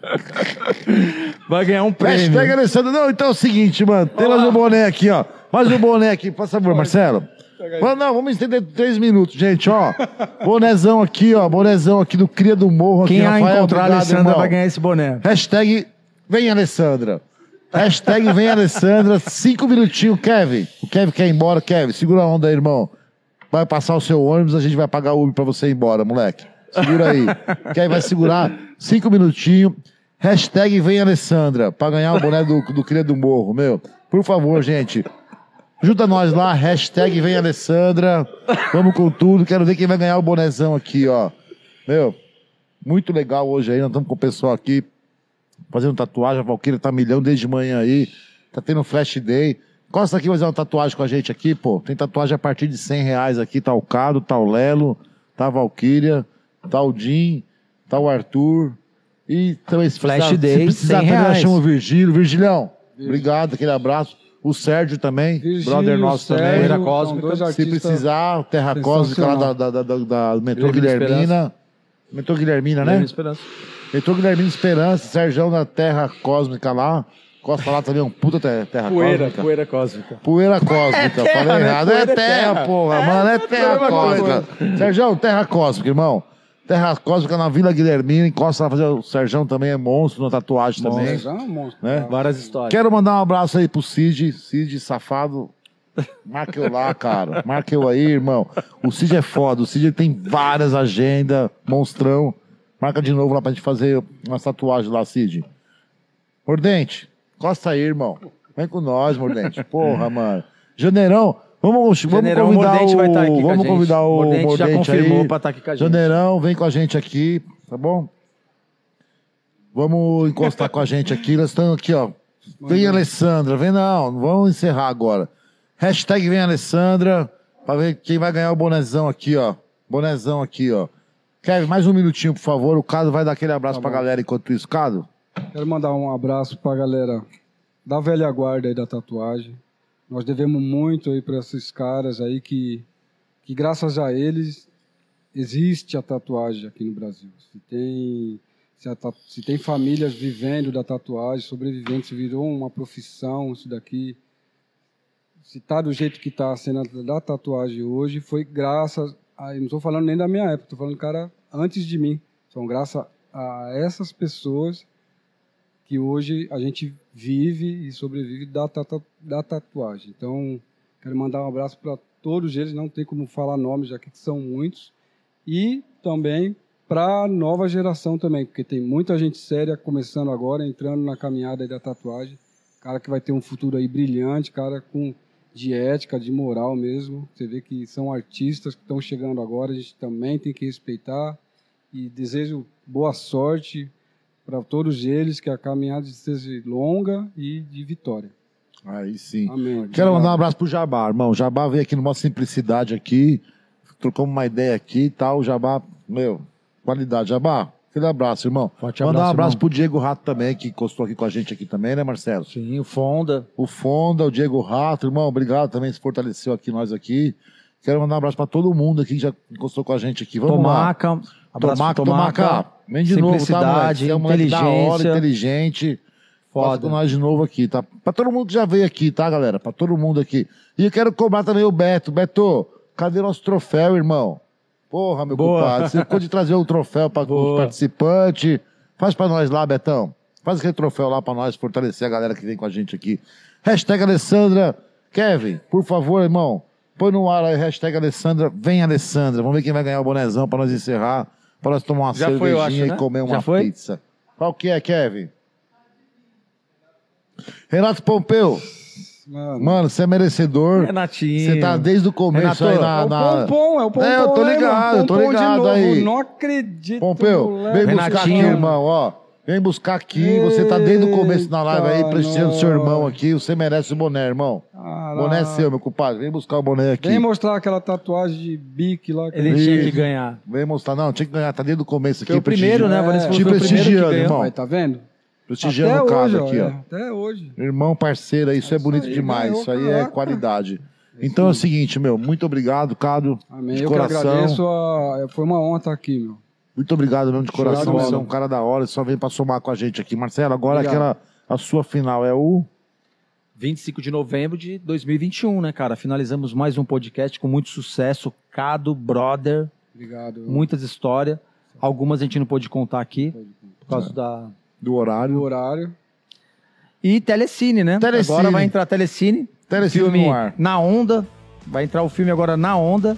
Speaker 3: vai ganhar um prêmio.
Speaker 1: Hashtag Alessandra. Não, então é o seguinte, mano. Tem mais um boné aqui, ó. Mais um boné aqui, por favor, Marcelo. Não, vamos estender 3 minutos, gente, ó. Bonézão aqui, ó. Bonézão aqui do Cria do Morro.
Speaker 3: Quem
Speaker 1: aqui,
Speaker 3: a encontrar a Alessandra
Speaker 1: irmão.
Speaker 3: vai ganhar esse boné.
Speaker 1: Hashtag Vem Alessandra. Hashtag Vem Alessandra. 5 minutinhos, Kevin. O Kevin quer ir embora, Kevin. Segura a onda aí, irmão. Vai passar o seu ônibus, a gente vai pagar o Uber pra você ir embora, moleque. Segura aí. Kevin vai segurar 5 minutinhos. Hashtag Vem Alessandra. Pra ganhar o boné do Cria do Morro, meu. Por favor, gente. Ajuda nós lá, hashtag Vem Alessandra. Vamos com tudo. Quero ver quem vai ganhar o bonézão aqui, ó. Meu, muito legal hoje aí. Nós estamos com o pessoal aqui fazendo tatuagem. A Valquíria tá milhão desde manhã aí. Tá tendo flash day. Costa aqui fazer uma tatuagem com a gente aqui, pô. Tem tatuagem a partir de R$100 aqui. Tá o Cado, tá o Lelo, tá a Valquíria, tá o Jim, tá o Arthur. E também se
Speaker 3: Flash
Speaker 1: precisar,
Speaker 3: day,
Speaker 1: se precisar também,
Speaker 3: R$100.
Speaker 1: nós chamamos o Virgílio. Virgilhão, obrigado, aquele abraço. O Sérgio também,
Speaker 2: Virgílio,
Speaker 1: brother nosso
Speaker 2: Sérgio,
Speaker 1: também.
Speaker 3: Poeira
Speaker 2: são
Speaker 3: Cósmica.
Speaker 2: dois
Speaker 1: Se
Speaker 2: artistas
Speaker 1: precisar, Terra Cósmica lá da metrô
Speaker 3: Guilhermina
Speaker 1: Guilhermina. Metrô Guilhermina, né? Metrô Guilhermina Esperança, Sérgio da Terra Cósmica lá. Costa lá também, um puta terra cósmica.
Speaker 3: Poeira cósmica.
Speaker 1: Poeira cósmica,
Speaker 3: terra,
Speaker 1: falei
Speaker 3: né?
Speaker 1: errado.
Speaker 3: Poeira
Speaker 1: É
Speaker 3: é
Speaker 1: terra,
Speaker 3: terra.
Speaker 1: porra, mano, é terra
Speaker 3: mesma
Speaker 1: cósmica. Sérgio, terra cósmica, irmão. Terra cósmica na Vila Guilhermina, encosta lá fazer. O Sérgio também é monstro na tatuagem também.
Speaker 2: Já é um monstro.
Speaker 1: Né?
Speaker 3: Várias histórias.
Speaker 1: Quero mandar um abraço aí pro Cid safado. Marca eu lá, cara. Marca eu aí, irmão. O Cid é foda. O Cid tem várias agendas, monstrão. Marca de novo lá pra gente fazer uma tatuagem lá, Cid. Mordente, costa aí, irmão. Vem com nós, Mordente. Porra, mano. Janeirão, vamos
Speaker 3: Janeirão,
Speaker 1: convidar
Speaker 3: o Mordente vai estar aqui com a
Speaker 1: vamos
Speaker 3: gente.
Speaker 1: convidar o
Speaker 3: Mordente já
Speaker 1: Mordente
Speaker 3: confirmou
Speaker 1: aí.
Speaker 3: pra estar aqui com a gente.
Speaker 1: Janeirão, vem com a gente aqui, tá bom? Vamos encostar com a gente aqui. Nós estamos aqui, ó. Vem, Alessandra. Vem, não vamos encerrar agora. Hashtag Vem, Alessandra. Pra ver quem vai ganhar o bonézão aqui, ó. Bonézão aqui, ó. Kevin, mais um minutinho, por favor. O Cado vai dar aquele abraço pra galera enquanto isso. Cado?
Speaker 2: Quero mandar um abraço pra galera da velha guarda aí da tatuagem. Nós devemos muito aí para esses caras aí que graças a eles existe a tatuagem aqui no Brasil. Se tem famílias vivendo da tatuagem, sobrevivendo, se virou uma profissão isso daqui. Se tá do jeito que tá a cena da tatuagem hoje, foi graças a... Não estou falando nem da minha época, estou falando cara antes de mim. São graças a essas pessoas que hoje a gente vive e sobrevive da tatuagem. Então, quero mandar um abraço para todos eles, não tem como falar nomes, já que são muitos, e também para a nova geração também, porque tem muita gente séria começando agora, entrando na caminhada aí da tatuagem, cara que vai ter um futuro aí brilhante, cara de ética, de moral mesmo. Você vê que são artistas que estão chegando agora, a gente também tem que respeitar, e desejo boa sorte para todos eles, que a caminhada seja longa e de vitória.
Speaker 1: Aí sim.
Speaker 2: Amém.
Speaker 1: Quero mandar um abraço pro Jabá, irmão. O Jabá veio aqui numa simplicidade aqui, trocamos uma ideia aqui e tal. O Jabá, meu, qualidade. Jabá, aquele abraço, irmão.
Speaker 3: Forte
Speaker 1: Mandar um abraço
Speaker 3: irmão.
Speaker 1: pro Diego Rato também, que encostou aqui com a gente aqui também, né, Marcelo?
Speaker 3: Sim, o Fonda.
Speaker 1: O Fonda, o Diego Rato, irmão, obrigado também, se fortaleceu aqui, nós aqui. Quero mandar um abraço pra todo mundo aqui que já encostou com a gente aqui. Vamos
Speaker 3: Tomaca.
Speaker 1: lá.
Speaker 3: Abraço pro
Speaker 1: Tomaca. Vem de novo, tá, moleque?
Speaker 3: Simplicidade,
Speaker 1: Você é um moleque da hora,
Speaker 3: inteligência.
Speaker 1: inteligente. Foda
Speaker 3: Foda.
Speaker 1: com nós de novo aqui, tá? Pra todo mundo que já veio aqui, tá, galera? Pra todo mundo aqui. E eu quero cobrar também o Beto. Beto, cadê nosso troféu, irmão? Porra, meu
Speaker 3: Boa.
Speaker 1: compadre. Você pode trazer o troféu para os
Speaker 3: Boa.
Speaker 1: participantes. Faz pra nós lá, Betão. Faz aquele troféu lá pra nós, fortalecer a galera que vem com a gente aqui. Hashtag Alessandra. Kevin, por favor, irmão. Põe no ar aí, hashtag Alessandra. Vem, Alessandra. Vamos ver quem vai ganhar o bonézão pra nós encerrar. Pra nós tomar uma
Speaker 3: Já foi,
Speaker 1: cervejinha
Speaker 3: eu acho,
Speaker 1: e
Speaker 3: né?
Speaker 1: comer uma
Speaker 3: Já foi?
Speaker 1: pizza. Qual que é, Kevin? Renato Pompeu. Mano, você é merecedor.
Speaker 3: Renatinho.
Speaker 1: Você tá desde o começo
Speaker 3: Renato,
Speaker 1: aí
Speaker 2: É o Pompom, é o Pompom.
Speaker 1: É, eu tô
Speaker 2: né,
Speaker 1: ligado,
Speaker 2: mano?
Speaker 1: eu tô
Speaker 2: Pompom de
Speaker 1: ligado
Speaker 2: novo,
Speaker 1: aí.
Speaker 2: Não acredito,
Speaker 1: Pompeu,
Speaker 2: moleque.
Speaker 1: vem buscar aqui,
Speaker 3: Renatinho.
Speaker 1: irmão, ó. Vem buscar aqui, você tá desde o começo na live aí,
Speaker 2: Eita,
Speaker 1: prestigiando seu irmão
Speaker 2: nós.
Speaker 1: aqui. Você merece o boné, irmão.
Speaker 2: Ah,
Speaker 1: O boné é
Speaker 2: lá.
Speaker 1: seu, meu compadre. Vem buscar o boné aqui.
Speaker 2: Vem mostrar aquela tatuagem de bique lá.
Speaker 3: Ele tinha que ganhar.
Speaker 1: Vem mostrar. Não, tinha que ganhar. Tá desde o começo aqui.
Speaker 3: Foi o primeiro, né? Vanessa falou
Speaker 1: Te
Speaker 3: que foi o primeiro que
Speaker 1: prestigiando,
Speaker 3: ganhou.
Speaker 1: irmão.
Speaker 2: Aí, tá vendo?
Speaker 1: Prestigiando
Speaker 2: Até
Speaker 1: o Cado
Speaker 2: hoje,
Speaker 1: aqui, ó.
Speaker 2: Até hoje.
Speaker 1: Irmão, parceiro, isso é bonito
Speaker 2: aí,
Speaker 1: demais.
Speaker 2: ganhou,
Speaker 1: Isso aí é
Speaker 2: caraca.
Speaker 1: qualidade. Então é o seguinte, meu. Muito obrigado, Cado.
Speaker 2: Amém.
Speaker 1: De
Speaker 2: Eu que
Speaker 1: coração.
Speaker 2: agradeço. Foi uma honra estar aqui, meu.
Speaker 1: Muito obrigado mesmo de coração.
Speaker 2: Obrigado,
Speaker 1: Você é um
Speaker 2: mano.
Speaker 1: cara da hora. Só vem pra somar com a gente aqui. Marcelo, agora
Speaker 2: Obrigado.
Speaker 1: a sua final é o...
Speaker 3: 25 de novembro de 2021, né, cara? Finalizamos mais um podcast com muito sucesso. Cado, brother,
Speaker 2: Obrigado.
Speaker 3: muitas histórias. Algumas a gente não pôde contar aqui, por causa
Speaker 1: do
Speaker 2: Do
Speaker 1: horário.
Speaker 2: horário.
Speaker 3: E Telecine, né?
Speaker 1: Telecine.
Speaker 3: Agora vai entrar Telecine.
Speaker 1: Telecine
Speaker 3: Filme
Speaker 1: no ar.
Speaker 3: Na Onda. Vai entrar o filme agora Na Onda.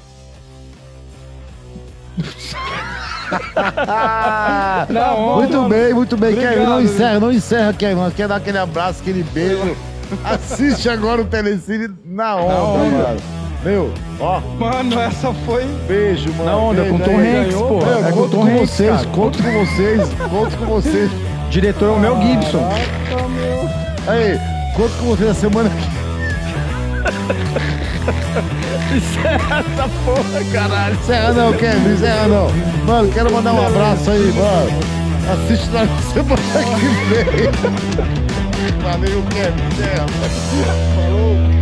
Speaker 1: Muito bem, muito bem.
Speaker 2: Obrigado,
Speaker 1: Kevin, não
Speaker 2: viu?
Speaker 1: encerra, não encerra, Kevin. Nós quer dar aquele abraço, aquele beijo. Assiste agora o Telecine na onda, mano. Meu, ó,
Speaker 2: Mano, essa foi.
Speaker 1: beijo, mano.
Speaker 3: Na Onda,
Speaker 1: Beijo
Speaker 3: com Tom
Speaker 1: aí.
Speaker 3: Hanks,
Speaker 2: ganhou,
Speaker 3: pô.
Speaker 1: Meu,
Speaker 3: É com
Speaker 1: conto
Speaker 3: Tom
Speaker 1: com
Speaker 3: Hanks,
Speaker 1: vocês,
Speaker 3: cara.
Speaker 1: conto com vocês, conto com vocês.
Speaker 3: Diretor é o Mel Gibson.
Speaker 2: Caraca, meu.
Speaker 1: Aí, conto com vocês a semana que
Speaker 3: Essa porra, caralho.
Speaker 1: encerra não, Kevin, encerra não. Mano, quero mandar um abraço aí, mano. Assiste na semana que vem. Valeu, Kevin, encerra. Falou.